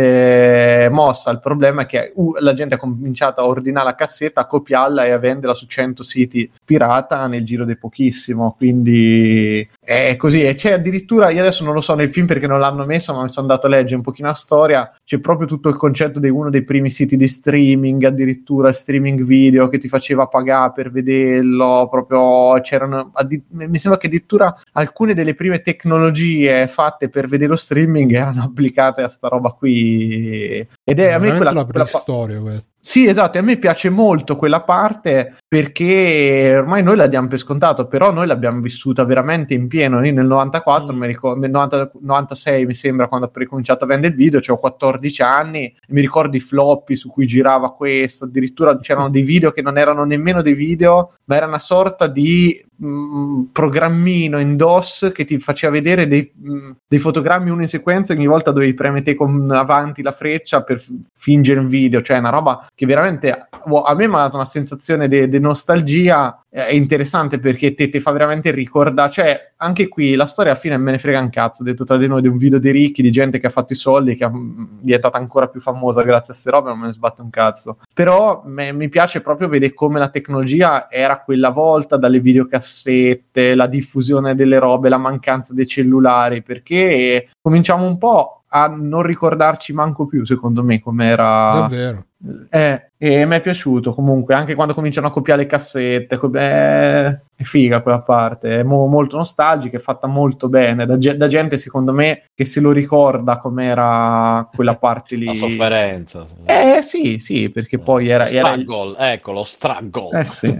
grande mossa. Il problema è che la gente ha cominciato a ordinare la cassetta, a copiarla e a venderla su 100 siti pirata nel giro di pochissimo, quindi è così. E c'è addirittura, io adesso non lo so nel film perché non l'hanno messo, ma mi sono andato a leggere un pochino la storia, c'è proprio tutto il concetto di uno dei primi siti di streaming, addirittura streaming video, che ti faceva pagare per vederlo, proprio c'era c'erano mi sembra che addirittura alcune delle prime tecnologie fatte per vedere lo streaming erano applicate a sta roba qui, ed è a me la preistoria questa. Sì, esatto, e a me piace molto quella parte perché ormai noi la diamo per scontato, però noi l'abbiamo vissuta veramente in pieno. Io nel 94, mi ricordo, nel 96 mi sembra, quando ho ricominciato a vendere il video, c'ho 14 anni, e mi ricordo i floppy su cui girava questo, addirittura c'erano dei video che non erano nemmeno dei video, ma era una sorta di programmino in DOS che ti faceva vedere dei fotogrammi uno in sequenza, e ogni volta dovevi premere con avanti la freccia per fingere un video, cioè una roba che veramente a me mi ha dato una sensazione di nostalgia interessante, perché ti fa veramente ricordare, cioè anche qui la storia alla fine me ne frega un cazzo, detto tra di noi, di un video dei ricchi, di gente che ha fatto i soldi, che è diventata ancora più famosa grazie a ste robe, non me ne sbatte un cazzo, però mi piace proprio vedere come la tecnologia era quella volta, dalle videocassette, la diffusione delle robe, la mancanza dei cellulari, perché cominciamo un po' a non ricordarci manco più, secondo me, com'era. Davvero. E mi è piaciuto comunque, anche quando cominciano a copiare le cassette, è figa quella parte, è molto nostalgica, è fatta molto bene, da gente secondo me che se lo ricorda com'era quella parte lì. La sofferenza. Sì, perché poi era ecco lo struggle. Sì.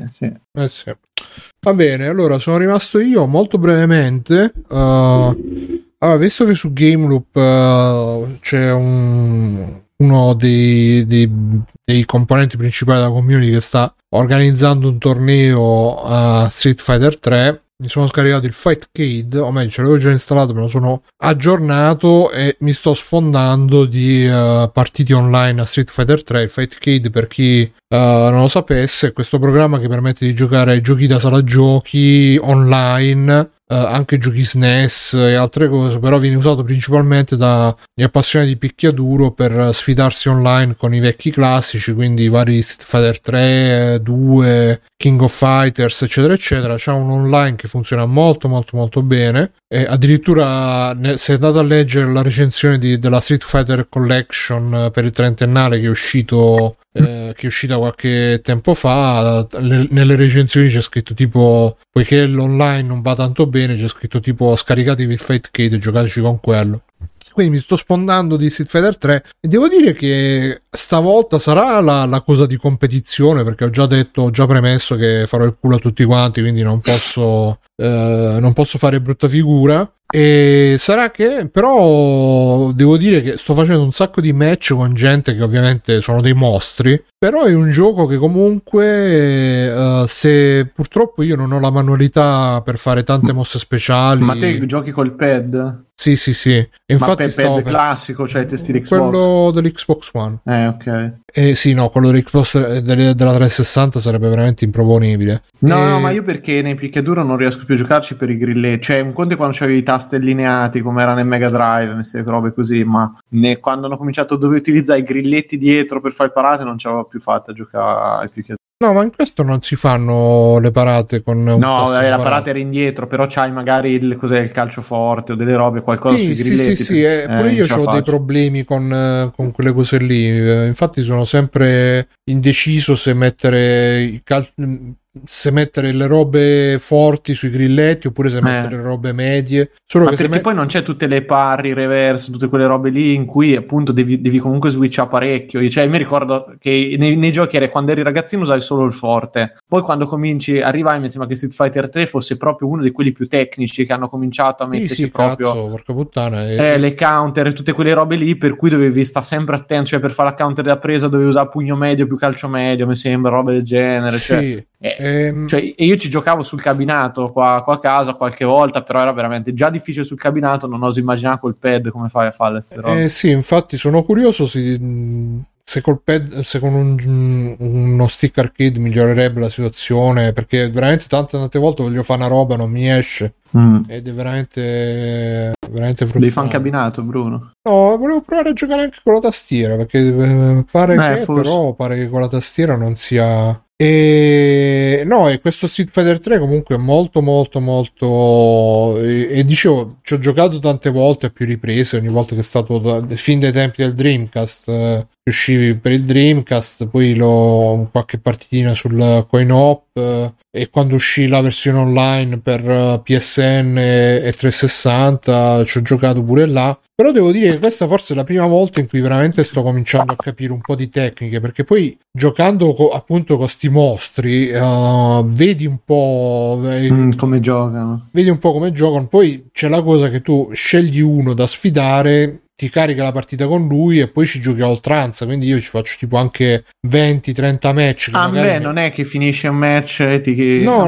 Va bene, allora sono rimasto io molto brevemente. Visto che su Gameloop c'è uno dei componenti principali della community che sta organizzando un torneo a Street Fighter 3, mi sono scaricato il Fightcade, o meglio ce l'avevo già installato, me lo sono aggiornato e mi sto sfondando di partite online a Street Fighter 3. Il Fightcade, per chi non lo sapesse, è questo programma che permette di giocare ai giochi da sala giochi online, anche giochi SNES e altre cose, però viene usato principalmente dagli appassionati di picchiaduro per sfidarsi online con i vecchi classici, quindi i vari Street Fighter 3, 2, King of Fighters, eccetera eccetera. C'è un online che funziona molto molto molto bene, e addirittura se andate a leggere la recensione della Street Fighter Collection per il trentennale che è uscita qualche tempo fa, nelle recensioni c'è scritto tipo, poiché l'online non va tanto bene, c'è scritto tipo scaricatevi il Fightcade e giocateci con quello. Quindi mi sto sfondando di Street Fighter 3 e devo dire che stavolta sarà la cosa di competizione, perché ho già premesso che farò il culo a tutti quanti, quindi non posso fare brutta figura. E sarà che però devo dire che sto facendo un sacco di match con gente che ovviamente sono dei mostri, però è un gioco che comunque se purtroppo io non ho la manualità per fare tante mosse speciali. Ma te giochi col pad? Sì. E infatti pad classico, cioè testi di Xbox? Quello dell'Xbox One. Ok. Sì, no, quello dell'Xbox della 360 sarebbe veramente improponibile. No, ma io perché nei picchiaduro non riesco più a giocarci per i grilletti. Cioè, un conto è quando c'avevi i tasti allineati, come era nel Mega Drive, queste robe così, ma quando hanno cominciato dove utilizzare i grilletti dietro per fare parate, non ce l'avevo più fatta a giocare ai picchiaduro. No, ma in questo non si fanno le parate con un no, la parata era indietro, però c'hai magari il calcio forte o delle robe, qualcosa sui grilletti. Sì, pure io ho dei problemi con quelle cose lì. Infatti sono sempre indeciso se mettere se mettere le robe forti sui grilletti oppure se mettere le robe medie. Solo ma che perché poi non c'è tutte le parry, reverse, tutte quelle robe lì in cui appunto devi comunque switchare parecchio. Cioè mi ricordo che nei giochi era quando eri ragazzino usavi solo il forte, poi quando arrivai, mi sembra che Street Fighter 3 fosse proprio uno di quelli più tecnici che hanno cominciato a metterci proprio cazzo, porca puttana, le counter e tutte quelle robe lì, per cui dovevi stare sempre attento, cioè per fare la counter della presa dovevi usare pugno medio più calcio medio, mi sembra, robe del genere. Sì. Cioè, e io ci giocavo sul cabinato qua a casa qualche volta, però era veramente già difficile sul cabinato, non oso immaginare col pad come fai a fare queste robe. Sì, infatti sono curioso se col pad, se con uno stick arcade migliorerebbe la situazione, perché veramente tante volte voglio fare una roba, non mi esce ed è veramente frustrante. Devi fare un cabinato, Bruno? No, volevo provare a giocare anche con la tastiera, perché pare che con la tastiera non sia. E questo Street Fighter 3 comunque è molto e dicevo, ci ho giocato tante volte a più riprese, ogni volta che è stato fin dai tempi del Dreamcast, uscì per il Dreamcast, poi qualche partitina sul Coin-Op, e quando uscì la versione online per PSN e 360 ci ho giocato pure là. Però devo dire che questa forse è la prima volta in cui veramente sto cominciando a capire un po' di tecniche, perché poi giocando appunto con sti mostri vedi un po' come giocano. Vedi un po' come giocano. Poi c'è la cosa che tu scegli uno da sfidare, ti carica la partita con lui e poi ci giochi a oltranza, quindi io ci faccio tipo anche 20-30 match. Non è che finisce un match e ti... No.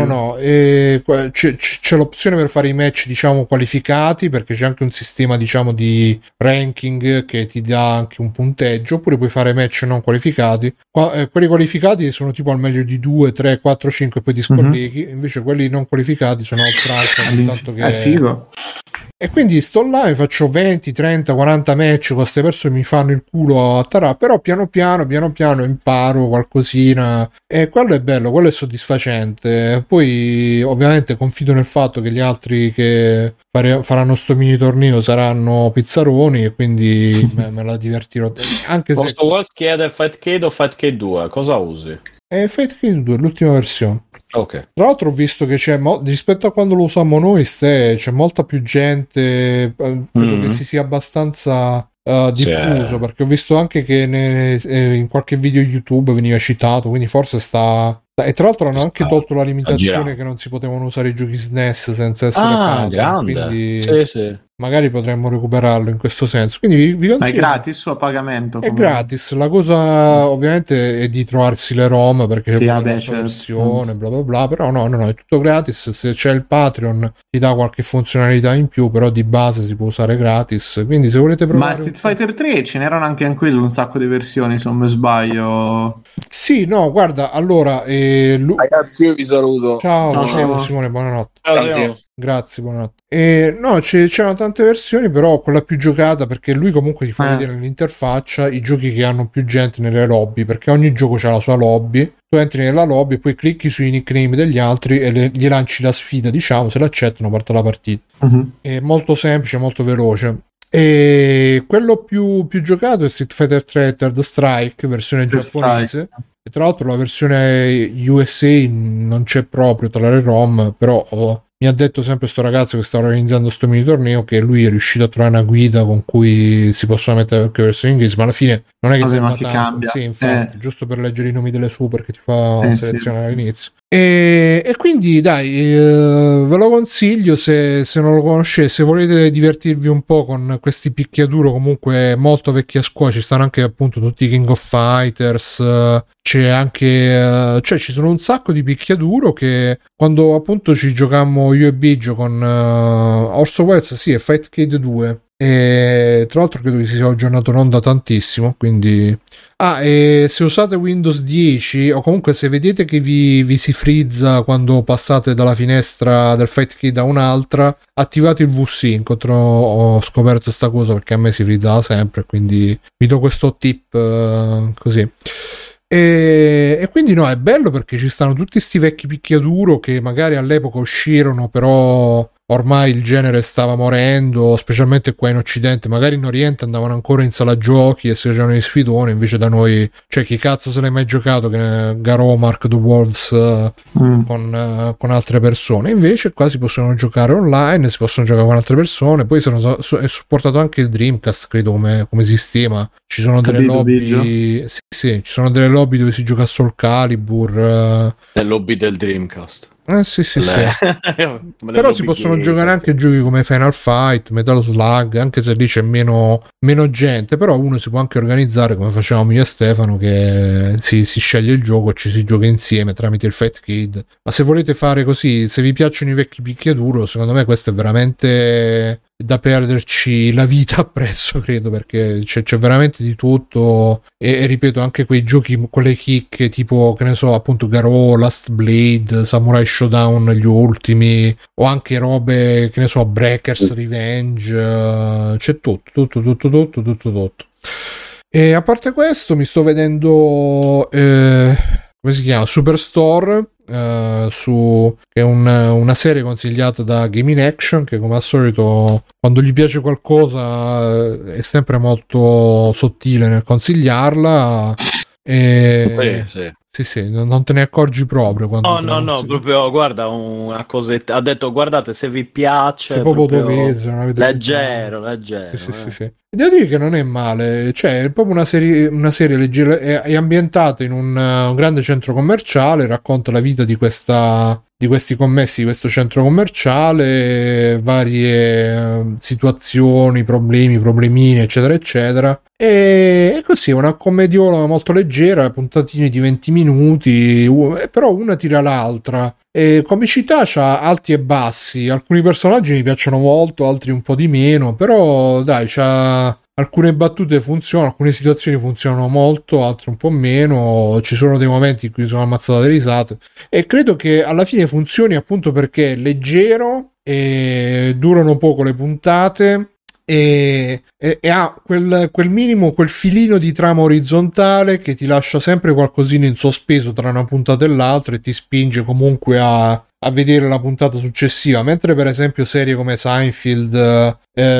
C'è l'opzione per fare i match, diciamo, qualificati, perché c'è anche un sistema, diciamo, di ranking che ti dà anche un punteggio, oppure puoi fare match non qualificati. Quelli qualificati sono tipo al meglio di 2, 3, 4, 5 e poi ti scolleghi, invece quelli non qualificati sono a oltranza, tanto che... È figo. E quindi sto là e faccio 20, 30, 40 match con queste persone, mi fanno il culo a tarà, però piano piano imparo qualcosina e quello è bello, quello è soddisfacente. Poi ovviamente confido nel fatto che gli altri che faranno sto mini torneo saranno pizzaroni e quindi me la divertirò. Anche se Wars chiede Fightcade o Fightcade 2, cosa usi? Fightcade 2, l'ultima versione. Ok. Tra l'altro ho visto che c'è rispetto a quando lo usammo noi, c'è molta più gente, credo che si sia abbastanza diffuso, perché ho visto anche che in qualche video YouTube veniva citato, quindi forse sta... E tra l'altro hanno anche tolto la limitazione che non si potevano usare i giochi SNES senza essere patron, quindi sì. magari potremmo recuperarlo in questo senso. Quindi vi consiglio. Ma è gratis o a pagamento? È gratis. La cosa ovviamente è di trovarsi le ROM, perché c'è una versione, bla bla bla. Però no, è tutto gratis. Se c'è il Patreon ti dà qualche funzionalità in più, però di base si può usare gratis. Quindi se volete provare... Ma Street Fighter 3 ce n'erano anche in quello un sacco di versioni, se non mi sbaglio. Sì, no, guarda, allora ragazzi, io vi saluto. Ciao Simone, buonanotte. Ciao. Grazie, buonanotte. No, c'erano tante versioni, però quella più giocata, perché lui comunque ti fa vedere nell'interfaccia i giochi che hanno più gente nelle lobby, perché ogni gioco ha la sua lobby. Tu entri nella lobby, poi clicchi sui nickname degli altri e gli lanci la sfida, diciamo, se l'accettano parte la partita. È molto semplice, molto veloce. E quello più giocato è Street Fighter 3 Third Strike, versione giapponese. E tra l'altro la versione USA non c'è proprio tra le ROM, però mi ha detto sempre sto ragazzo che sta organizzando sto mini torneo che lui è riuscito a trovare una guida con cui si possono mettere qualche versione inglese, ma alla fine non è che sembra tanto. Cambia. Sì, infatti, giusto per leggere i nomi delle super che ti fa selezionare all'inizio. E quindi dai, ve lo consiglio se non lo conoscete, se volete divertirvi un po' con questi picchiaduro comunque molto vecchia scuola. Ci stanno anche appunto tutti i King of Fighters, c'è anche ci sono un sacco di picchiaduro che quando appunto ci giocammo io e Biggio con Orso Welles, sì, è Fightcade 2, e tra l'altro credo che si sia aggiornato non da tantissimo, quindi e se usate Windows 10 o comunque se vedete che vi si frizza quando passate dalla finestra del Fightcade a un'altra, attivate il VSync. Ho scoperto sta cosa perché a me si frizzava sempre, quindi vi do questo tip così. E quindi no, è bello perché ci stanno tutti sti vecchi picchiaduro che magari all'epoca uscirono, però ormai il genere stava morendo, specialmente qua in Occidente. Magari in Oriente andavano ancora in sala giochi e si facevano gli sfidoni, invece da noi, cioè, chi cazzo se l'hai mai giocato che Garou Mark the Wolves con altre persone? Invece qua si possono giocare online, si possono giocare con altre persone. Poi è supportato anche il Dreamcast, credo, come sistema. Ci sono delle lobby, sì, ci sono delle lobby dove si gioca a Soul Calibur, le lobby del Dreamcast. Sì. Però si possono giocare anche giochi come Final Fight, Metal Slug, anche se lì c'è meno gente, però uno si può anche organizzare come facevamo io e Stefano, che si sceglie il gioco e ci si gioca insieme tramite il Fightcade. Ma se volete fare così, se vi piacciono i vecchi picchiaduro, secondo me questo è veramente da perderci la vita appresso, credo, perché c'è veramente di tutto e ripeto, anche quei giochi, quelle chicche tipo, che ne so, appunto Garou, Last Blade, Samurai Showdown gli ultimi, o anche robe, che ne so, Breakers Revenge, c'è tutto. E a parte questo mi sto vedendo come si chiama? Superstore, che è una serie consigliata da Game in Action, che come al solito quando gli piace qualcosa è sempre molto sottile nel consigliarla. Sì, non te ne accorgi proprio quando no, proprio guarda una cosetta, ha detto guardate se vi piace, se proprio dovete, non avete leggero. Sì. Devo dire che non è male, cioè è proprio una serie leggera, è ambientata in un grande centro commerciale, racconta la vita di questi commessi di questo centro commerciale, varie situazioni, problemini, eccetera eccetera, e così è una commediola molto leggera, puntatine di 20 minuti, però una tira l'altra. Comicità c'ha alti e bassi, alcuni personaggi mi piacciono molto, altri un po' di meno, però dai, c'ha alcune battute funzionano, alcune situazioni funzionano molto, altre un po' meno, ci sono dei momenti in cui sono ammazzato le risate e credo che alla fine funzioni appunto perché è leggero e durano poco le puntate e ha quel minimo, quel filino di trama orizzontale che ti lascia sempre qualcosina in sospeso tra una puntata e l'altra e ti spinge comunque a vedere la puntata successiva, mentre per esempio serie come Seinfeld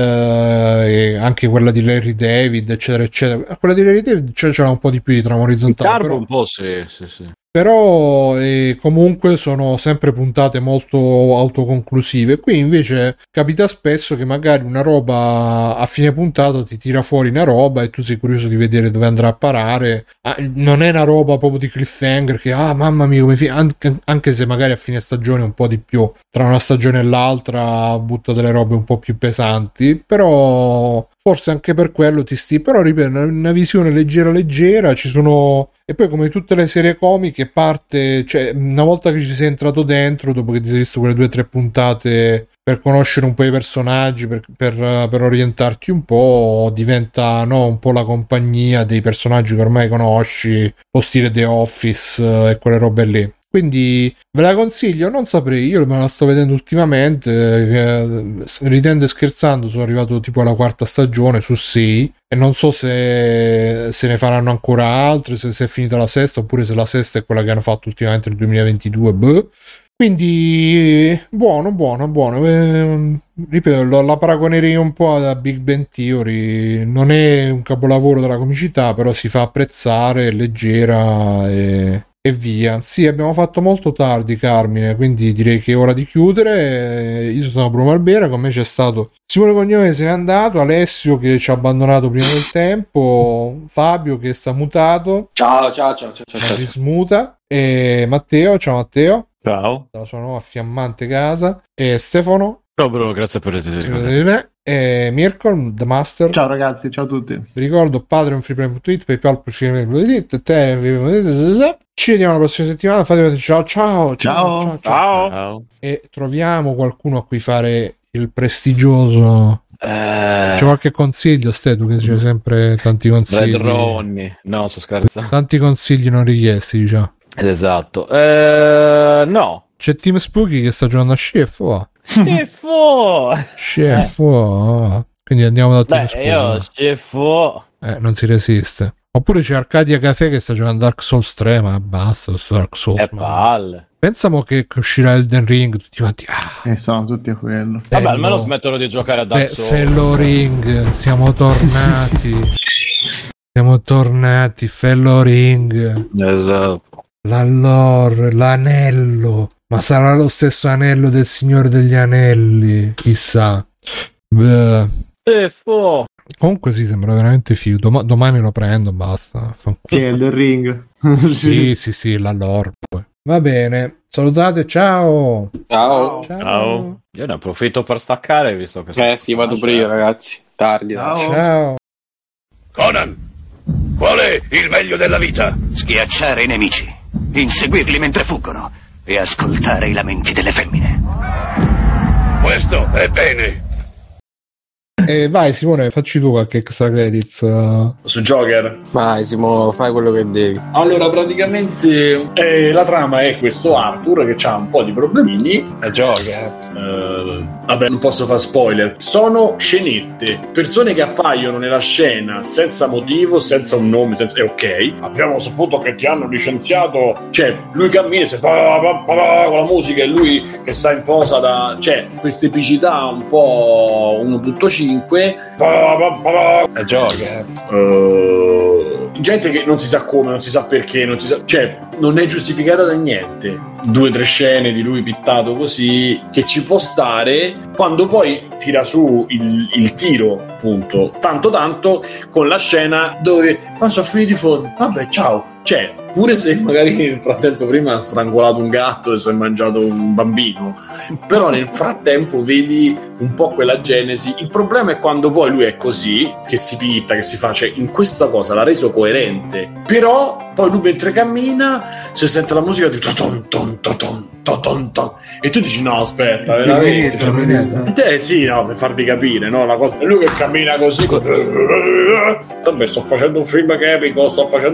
e anche quella di Larry David eccetera, quella di Larry David c'era un po' di più di trama orizzontale, però, un po' sì. Però comunque sono sempre puntate molto autoconclusive. Qui invece capita spesso che magari una roba a fine puntata ti tira fuori una roba e tu sei curioso di vedere dove andrà a parare. Non è una roba proprio di cliffhanger che mamma mia come anche se magari a fine stagione un po' di più, tra una stagione e l'altra butta delle robe un po' più pesanti, però forse anche per quello però ripeto, una visione leggera, ci sono. E poi come tutte le serie comiche parte, cioè una volta che ci sei entrato dentro, dopo che ti sei visto quelle 2 o 3 puntate per conoscere un po' i personaggi, per orientarti un po', diventa un po' la compagnia dei personaggi che ormai conosci, o stile The Office e quelle robe lì. Quindi ve la consiglio, non saprei, io me la sto vedendo ultimamente, ridendo e scherzando sono arrivato tipo alla 4ª stagione su 6 e non so se ne faranno ancora altre, se è finita la 6ª oppure se la 6ª è quella che hanno fatto ultimamente nel 2022. Quindi buono. Ripeto, la paragonerei un po' a Big Bang Theory, non è un capolavoro della comicità, però si fa apprezzare, è leggera e via. Sì, abbiamo fatto molto tardi, Carmine, quindi direi che è ora di chiudere. Io sono Bruno Barbera, con me c'è stato Simone Cognome, se n'è andato, Alessio che ci ha abbandonato prima del tempo, Fabio che sta mutato, ciao. Si smuta, e Matteo, ciao Matteo, ciao, dalla sua nuova fiammante casa, e Stefano. Ciao Bruno, grazie per essere me. E Mirko, The Master. Ciao ragazzi, ciao a tutti. Vi ricordo Patreon, freeplay.it, PayPal, ci vediamo la prossima settimana. Fatevi ciao. E troviamo qualcuno a cui fare il prestigioso. C'è qualche consiglio, tu che c'è sempre tanti consigli. Red Ronnie. No, sto scherzando. Tanti consigli non richiesti, diciamo. Esatto. No. C'è Team Spooky che sta giocando a Chef. Chef. Quindi andiamo da Team Spooky. Non si resiste. Oppure c'è Arcadia Café che sta giocando Dark Souls 3, ma basta questo Dark Souls. Palle. Pensiamo che uscirà Elden Ring, tutti quanti. Sono tutti a quello. Vabbè, almeno smettono di giocare a Dark Souls. Fellow Ring, siamo tornati. Fellow Ring. Esatto. L'allore, l'anello. Ma sarà lo stesso anello del Signore degli Anelli, chissà. Comunque sì, sembra veramente figo. Domani lo prendo, basta. Che è del ring. Sì, la lore. Va bene, salutate, ciao. Io ne approfitto per staccare, visto che sì, vado pure io, ragazzi. Tardi. Ciao. Conan, qual è il meglio della vita? Schiacciare i nemici, inseguirli mentre fuggono e ascoltare i lamenti delle femmine. Questo è bene. Vai Simone, facci tu qualche extra credits su Joker. Vai Simo, fai quello che devi. Allora, praticamente la trama è questo Arthur che ha un po' di problemini. È Joker. Vabbè, non posso fare spoiler. Sono scenette, persone che appaiono nella scena senza motivo, senza un nome, senza... ok, abbiamo saputo che ti hanno licenziato. Cioè, lui cammina con la musica e lui che sta in posa da... Cioè, questa epicità un po' 1.5. È Joker. Gente che non si sa come, non si sa perché, non si sa... Cioè, non è giustificata da niente. 2 o 3 scene di lui pittato così che ci può stare, quando poi tira su il tiro, appunto, tanto con la scena dove sono finiti i fondi, vabbè ciao, cioè pure se magari nel frattempo prima ha strangolato un gatto e si è mangiato un bambino, però nel frattempo vedi un po' quella genesi. Il problema è quando poi lui è così, che si pitta, che si fa, cioè in questa cosa l'ha reso coerente, però poi lui mentre cammina si sente la musica di ton ton ton ton ton ton e tu dici no aspetta veramente sì, no, per farvi capire, no, la cosa è lui che cammina così vabbè, sto facendo un film che è epico,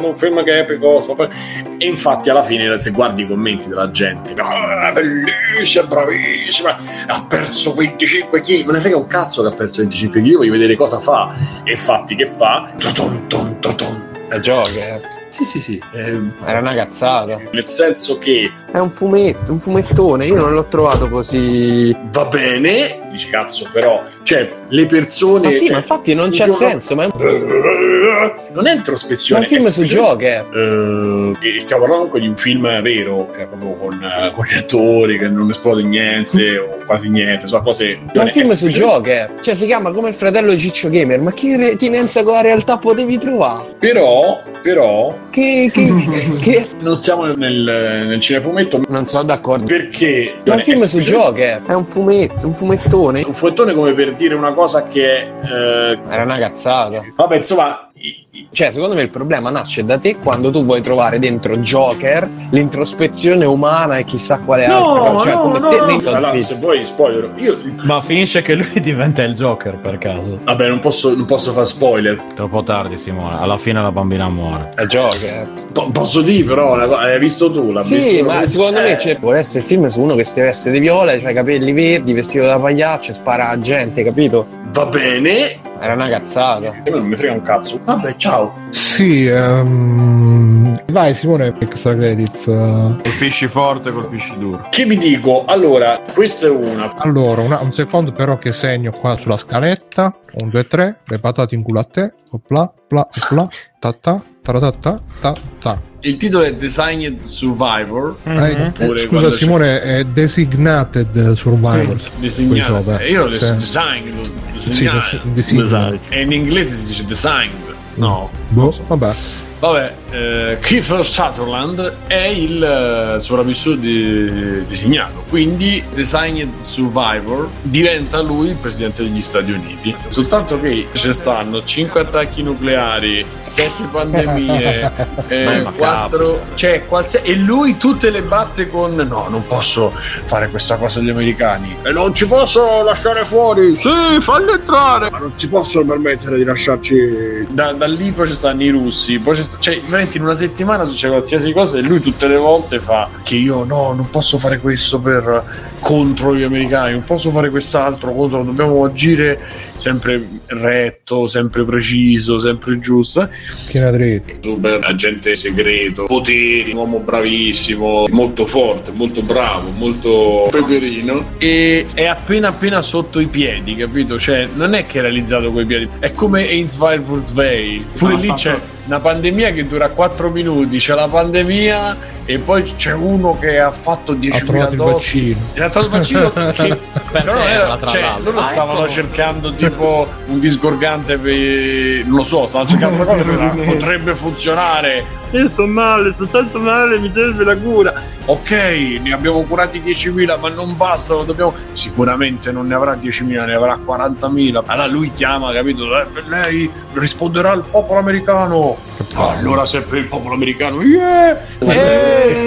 e infatti alla fine se guardi i commenti della gente, bellissima, bravissima, ha perso 25 kg, me ne frega un cazzo che ha perso 25 kg, io voglio vedere cosa fa, e infatti che fa è Joker. Sì. Era una cazzata. Nel senso che è un fumetto, un fumettone. Io non l'ho trovato così. Va bene, dici cazzo, però, cioè, le persone. Ma sì, cioè, ma infatti non c'è senso. Ma non è introspezione. È un film su Joker. E stiamo parlando comunque di un film vero, cioè proprio con gli attori che non esplode niente o quasi niente, sono cose. È un film su Joker. Cioè, si chiama come il fratello di Ciccio Gamer. Ma che retinenza con la realtà potevi trovare? Però che non siamo nel cinefumetto. Non sono d'accordo. Perché è un film su Joker. È un fumetto, un fumettone. Un fumettone come per dire una cosa che era una cazzata. Vabbè, insomma, cioè secondo me il problema nasce da te quando tu vuoi trovare dentro Joker l'introspezione umana e chissà quale altra cosa. Cioè, allora, se vuoi spoiler ma finisce che lui diventa il Joker per caso. Vabbè, non posso fare spoiler. Troppo tardi, Simone, alla fine la bambina muore. È Joker. Posso dire però, hai visto tu? L'ha visto? Sì, ma secondo me vuole essere il film su uno che si veste di viola, c'ha i capelli verdi, vestito da pagliaccio e spara a gente, capito? Va bene. Era una cazzata. Non mi frega un cazzo. Vabbè, ciao. Sì, vai Simone, extra credits. Colpisci forte, colpisci duro. Che vi dico? Allora, questa è una. Allora, un secondo però che segno qua sulla scaletta. 1, 2, 3, le patate in culo a te. Opla, pla, ta ta, ta. Il titolo è Designed Survivor. Scusa Simone, è Designated Survivor. Sì, designato. Io ho detto Designed. E in inglese si dice Designed. No. Vabbè. Kiefer Sutherland è il sopravvissuto designato, quindi Designed Survivor diventa lui il presidente degli Stati Uniti. Soltanto che ci stanno 5 attacchi nucleari, 7 pandemie, 4, cioè e lui tutte le batte con no, non posso fare questa cosa agli americani e non ci posso lasciare fuori, sì, falli entrare, ma non ci possono permettere di lasciarci. Da lì poi ci stanno i russi, poi cioè veramente in una settimana succede qualsiasi cosa e lui tutte le volte fa che io no, non posso fare questo contro gli americani, non posso fare quest'altro contro, dobbiamo agire sempre retto, sempre preciso, sempre giusto. Piena dritta. Super agente segreto, poteri, un uomo bravissimo, molto forte, molto bravo, molto peperino, e è appena sotto i piedi, capito? Cioè non è che è realizzato coi piedi, è come Ainsville Wurzweil, pure lì c'è una pandemia che dura 4 minuti, c'è la pandemia e poi c'è uno che ha fatto 10.000 dosi, ha trovato il vaccino che però non era, cioè, loro stavano cercando tipo un disgorgante per, non lo so, stavano cercando una cosa che potrebbe funzionare. Io sto male, sto tanto male, mi serve la cura. Ok, ne abbiamo curati 10.000, ma non basta, lo dobbiamo. Sicuramente non ne avrà 10.000, ne avrà 40.000. Allora lui chiama, capito? Per lei risponderà il popolo americano. Allora se per il popolo americano,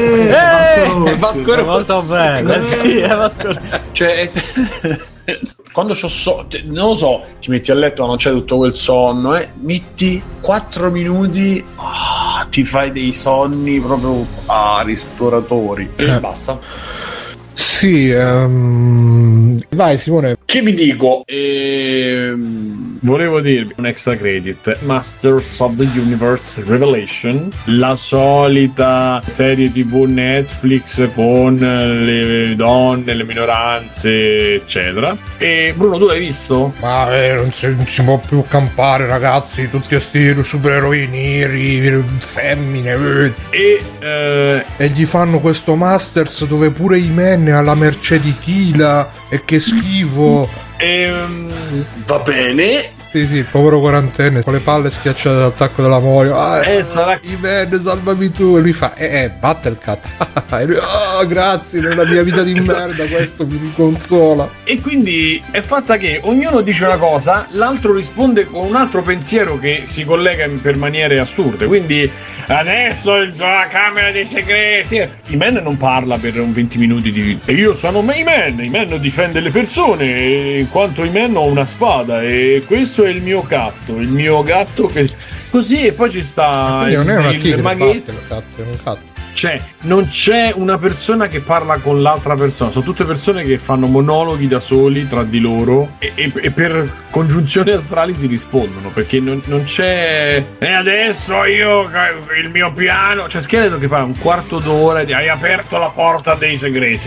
Vasco molto bene, sì, è Vasco. Cioè quando non lo so, ti metti a letto, non c'è tutto quel sonno, metti 4 minuti, ti fai dei sonni proprio ristoratori e basta. Sì, vai Simone. Che vi dico? Volevo dirvi un extra credit: Masters of the Universe Revelation, la solita serie TV Netflix con le donne, le minoranze, eccetera. E Bruno, tu l'hai visto? Ma non si può più campare, ragazzi, tutti questi supereroi neri, femmine, e gli fanno questo Masters dove pure i men alla mercé di Tila, e che schifo. Va bene. Sì, povero quarantenne con le palle schiacciate dall'attacco della moglie. Sarà i men, salvami tu. E lui fa Battlecat. E lui, grazie, nella mia vita di merda questo mi riconsola. E quindi è fatta che ognuno dice una cosa, l'altro risponde con un altro pensiero che si collega per maniere assurde. Quindi adesso la camera dei segreti, i men non parla per un 20 minuti e io sono i men difende le persone, in quanto i men ho una spada e questo è il mio gatto che così. E poi ci sta il maghetto, è un gatto. Cioè non c'è una persona che parla con l'altra persona, sono tutte persone che fanno monologhi da soli tra di loro e per congiunzioni astrali si rispondono, perché non c'è adesso io il mio piano, cioè Skeleton che parla un quarto d'ora e hai aperto la porta dei segreti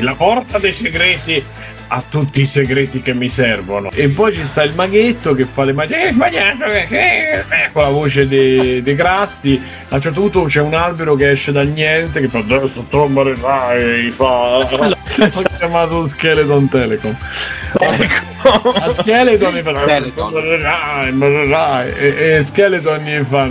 a tutti i segreti che mi servono. E poi ci sta il maghetto che fa le magie, sbagliato, con la voce dei Crasti. A un certo punto c'è un albero che esce da niente che fa adesso tromberai, ho chiamato Skeleton Telecom. A Skeleton mi fa e Skeleton gli fa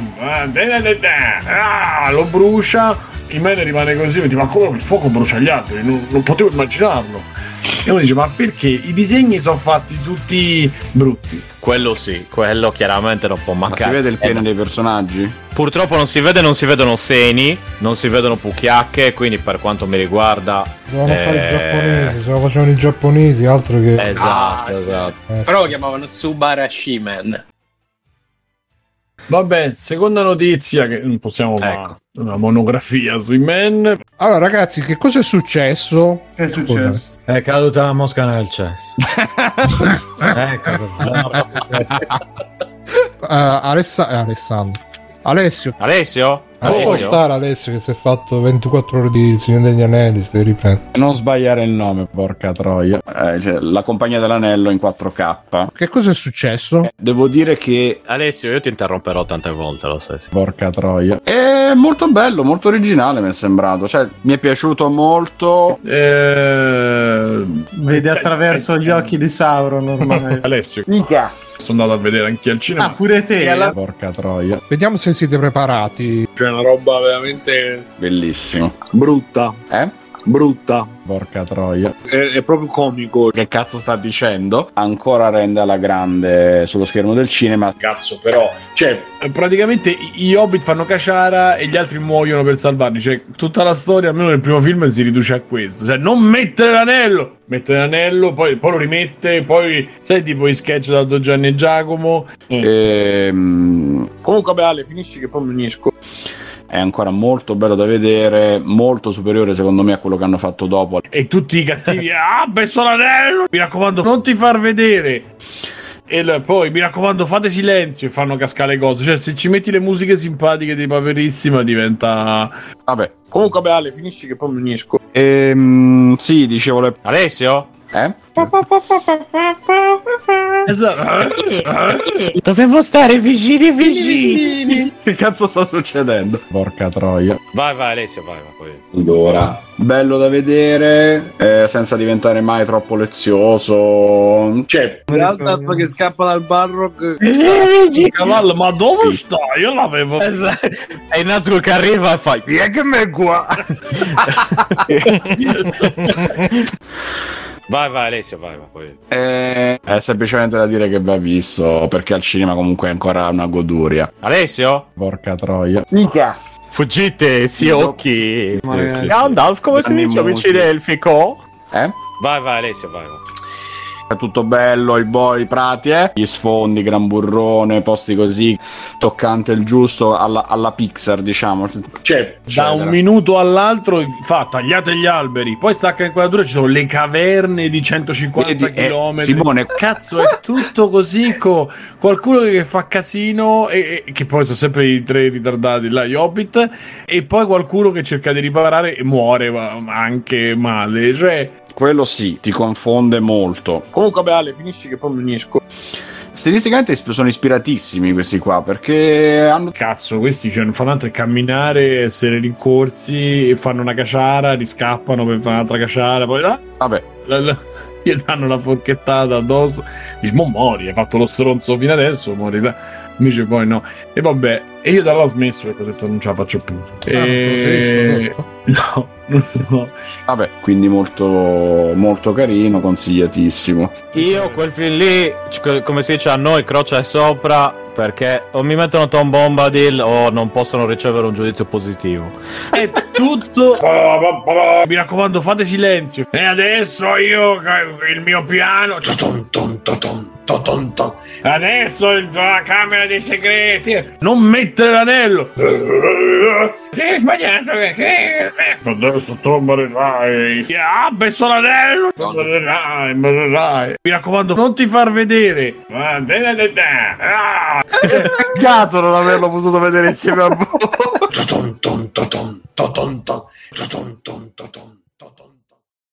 lo brucia. Il men rimane così, mi dice, ma come il fuoco brucia gli altri? Non potevo immaginarlo. E uno dice, ma perché? I disegni sono fatti tutti brutti. Quello sì, quello chiaramente non può mancare. Ma si vede il pene dei personaggi? Purtroppo non si vedono seni, non si vedono pucchiacche, quindi per quanto mi riguarda dovevano fare i giapponesi, se lo facevano i giapponesi, altro che esatto. Però lo chiamavano Subarashi-man. Vabbè, seconda notizia che non possiamo fare una monografia sui men. Allora ragazzi, che cosa è successo? È successo? È caduta la mosca nel cesso. Ecco. Alessio? Può stare Alessio che si è fatto 24 ore di Signore degli Anelli, si deve riprendere. Non sbagliare il nome, porca troia. Cioè, la Compagnia dell'Anello in 4K. Che cosa è successo? Devo dire che Alessio, io ti interromperò tante volte, lo sai. Porca troia. È molto bello, molto originale mi è sembrato. Cioè, mi è piaciuto molto. Vede attraverso gli occhi di Sauron ormai. Alessio. Mica. Sono andato a vedere anche al cinema. Pure te. Porca troia. Vediamo se siete preparati. C'è una roba veramente bellissimo. Brutta. Brutta. Porca troia. È proprio comico. Che cazzo sta dicendo? Ancora rende alla grande sullo schermo del cinema. Cazzo, però. Cioè, praticamente i Hobbit fanno caciara e gli altri muoiono per salvarli. Cioè, tutta la storia, almeno nel primo film, si riduce a questo. Cioè, non mettere l'anello. Mette l'anello, poi lo rimette, poi sai tipo i sketch da Don Gianni e Giacomo. Comunque, vabbè, Ale, finisci che poi mi unisco. È ancora molto bello da vedere, molto superiore secondo me a quello che hanno fatto dopo. E tutti i cattivi, messo l'anello, mi raccomando, non ti far vedere. E poi mi raccomando, fate silenzio e fanno cascare le cose. Cioè, se ci metti le musiche simpatiche di Paperissima diventa. Vabbè. Comunque, vabbè, Ale, finisci che poi mi unisco. Sì, dicevo Alessio? Esatto. Dobbiamo stare vicini. Che cazzo sta succedendo? Porca troia. Vai Alessio, vai. Allora, bello da vedere, senza diventare mai troppo lezioso. Cioè, l'altro che scappa dal Balrog. Cavallo, ma dove sta? Io l'avevo. Esatto. E Nazgûl che arriva e fa che me qua. Vai Alessio, vai. È semplicemente da dire che va visto, perché al cinema comunque è ancora una goduria. Alessio? Porca troia. Mica. Fuggite, sì, occhi. Sì. Gandalf, come si dice amici delfico? Vai Alessio, vai. è tutto bello, i prati, gli sfondi, gran burrone, posti così, toccante il giusto alla Pixar, diciamo. Cioè, da un minuto all'altro tagliate gli alberi, poi stacca inquadratura, ci sono le caverne di 150 km. Simone, cazzo, è tutto così, qualcuno che fa casino e che poi sono sempre i 3 ritardati là, gli Hobbit, e poi qualcuno che cerca di riparare e muore, ma anche male, cioè quello sì, ti confonde molto. Comunque vabbè, Ale, finisci che poi mi unisco. Stilisticamente sono ispiratissimi questi qua, perché hanno... Cazzo, questi fanno altro che camminare, essere rincorsi, fanno una caciara, riscappano per fare un'altra caciara, poi vabbè, gli danno una forchettata addosso, dici, mo mori, hai fatto lo stronzo fino adesso, mori là. Invece poi no. E vabbè, e io da là ho smesso perché ho detto non ce la faccio più. No. Vabbè, quindi molto molto carino, consigliatissimo. Io quel film lì, come si dice a noi, croce sopra, perché o mi mettono Tom Bombadil o non possono ricevere un giudizio positivo. È tutto. Mi raccomando, fate silenzio. E adesso io il mio piano. Adesso la camera dei segreti. Non mettere l'anello. Hai sbagliato. Adesso tu morirai. Abbesso l'anello. Morirai. Mi raccomando, non ti far vedere. Peccato non averlo potuto vedere insieme a voi.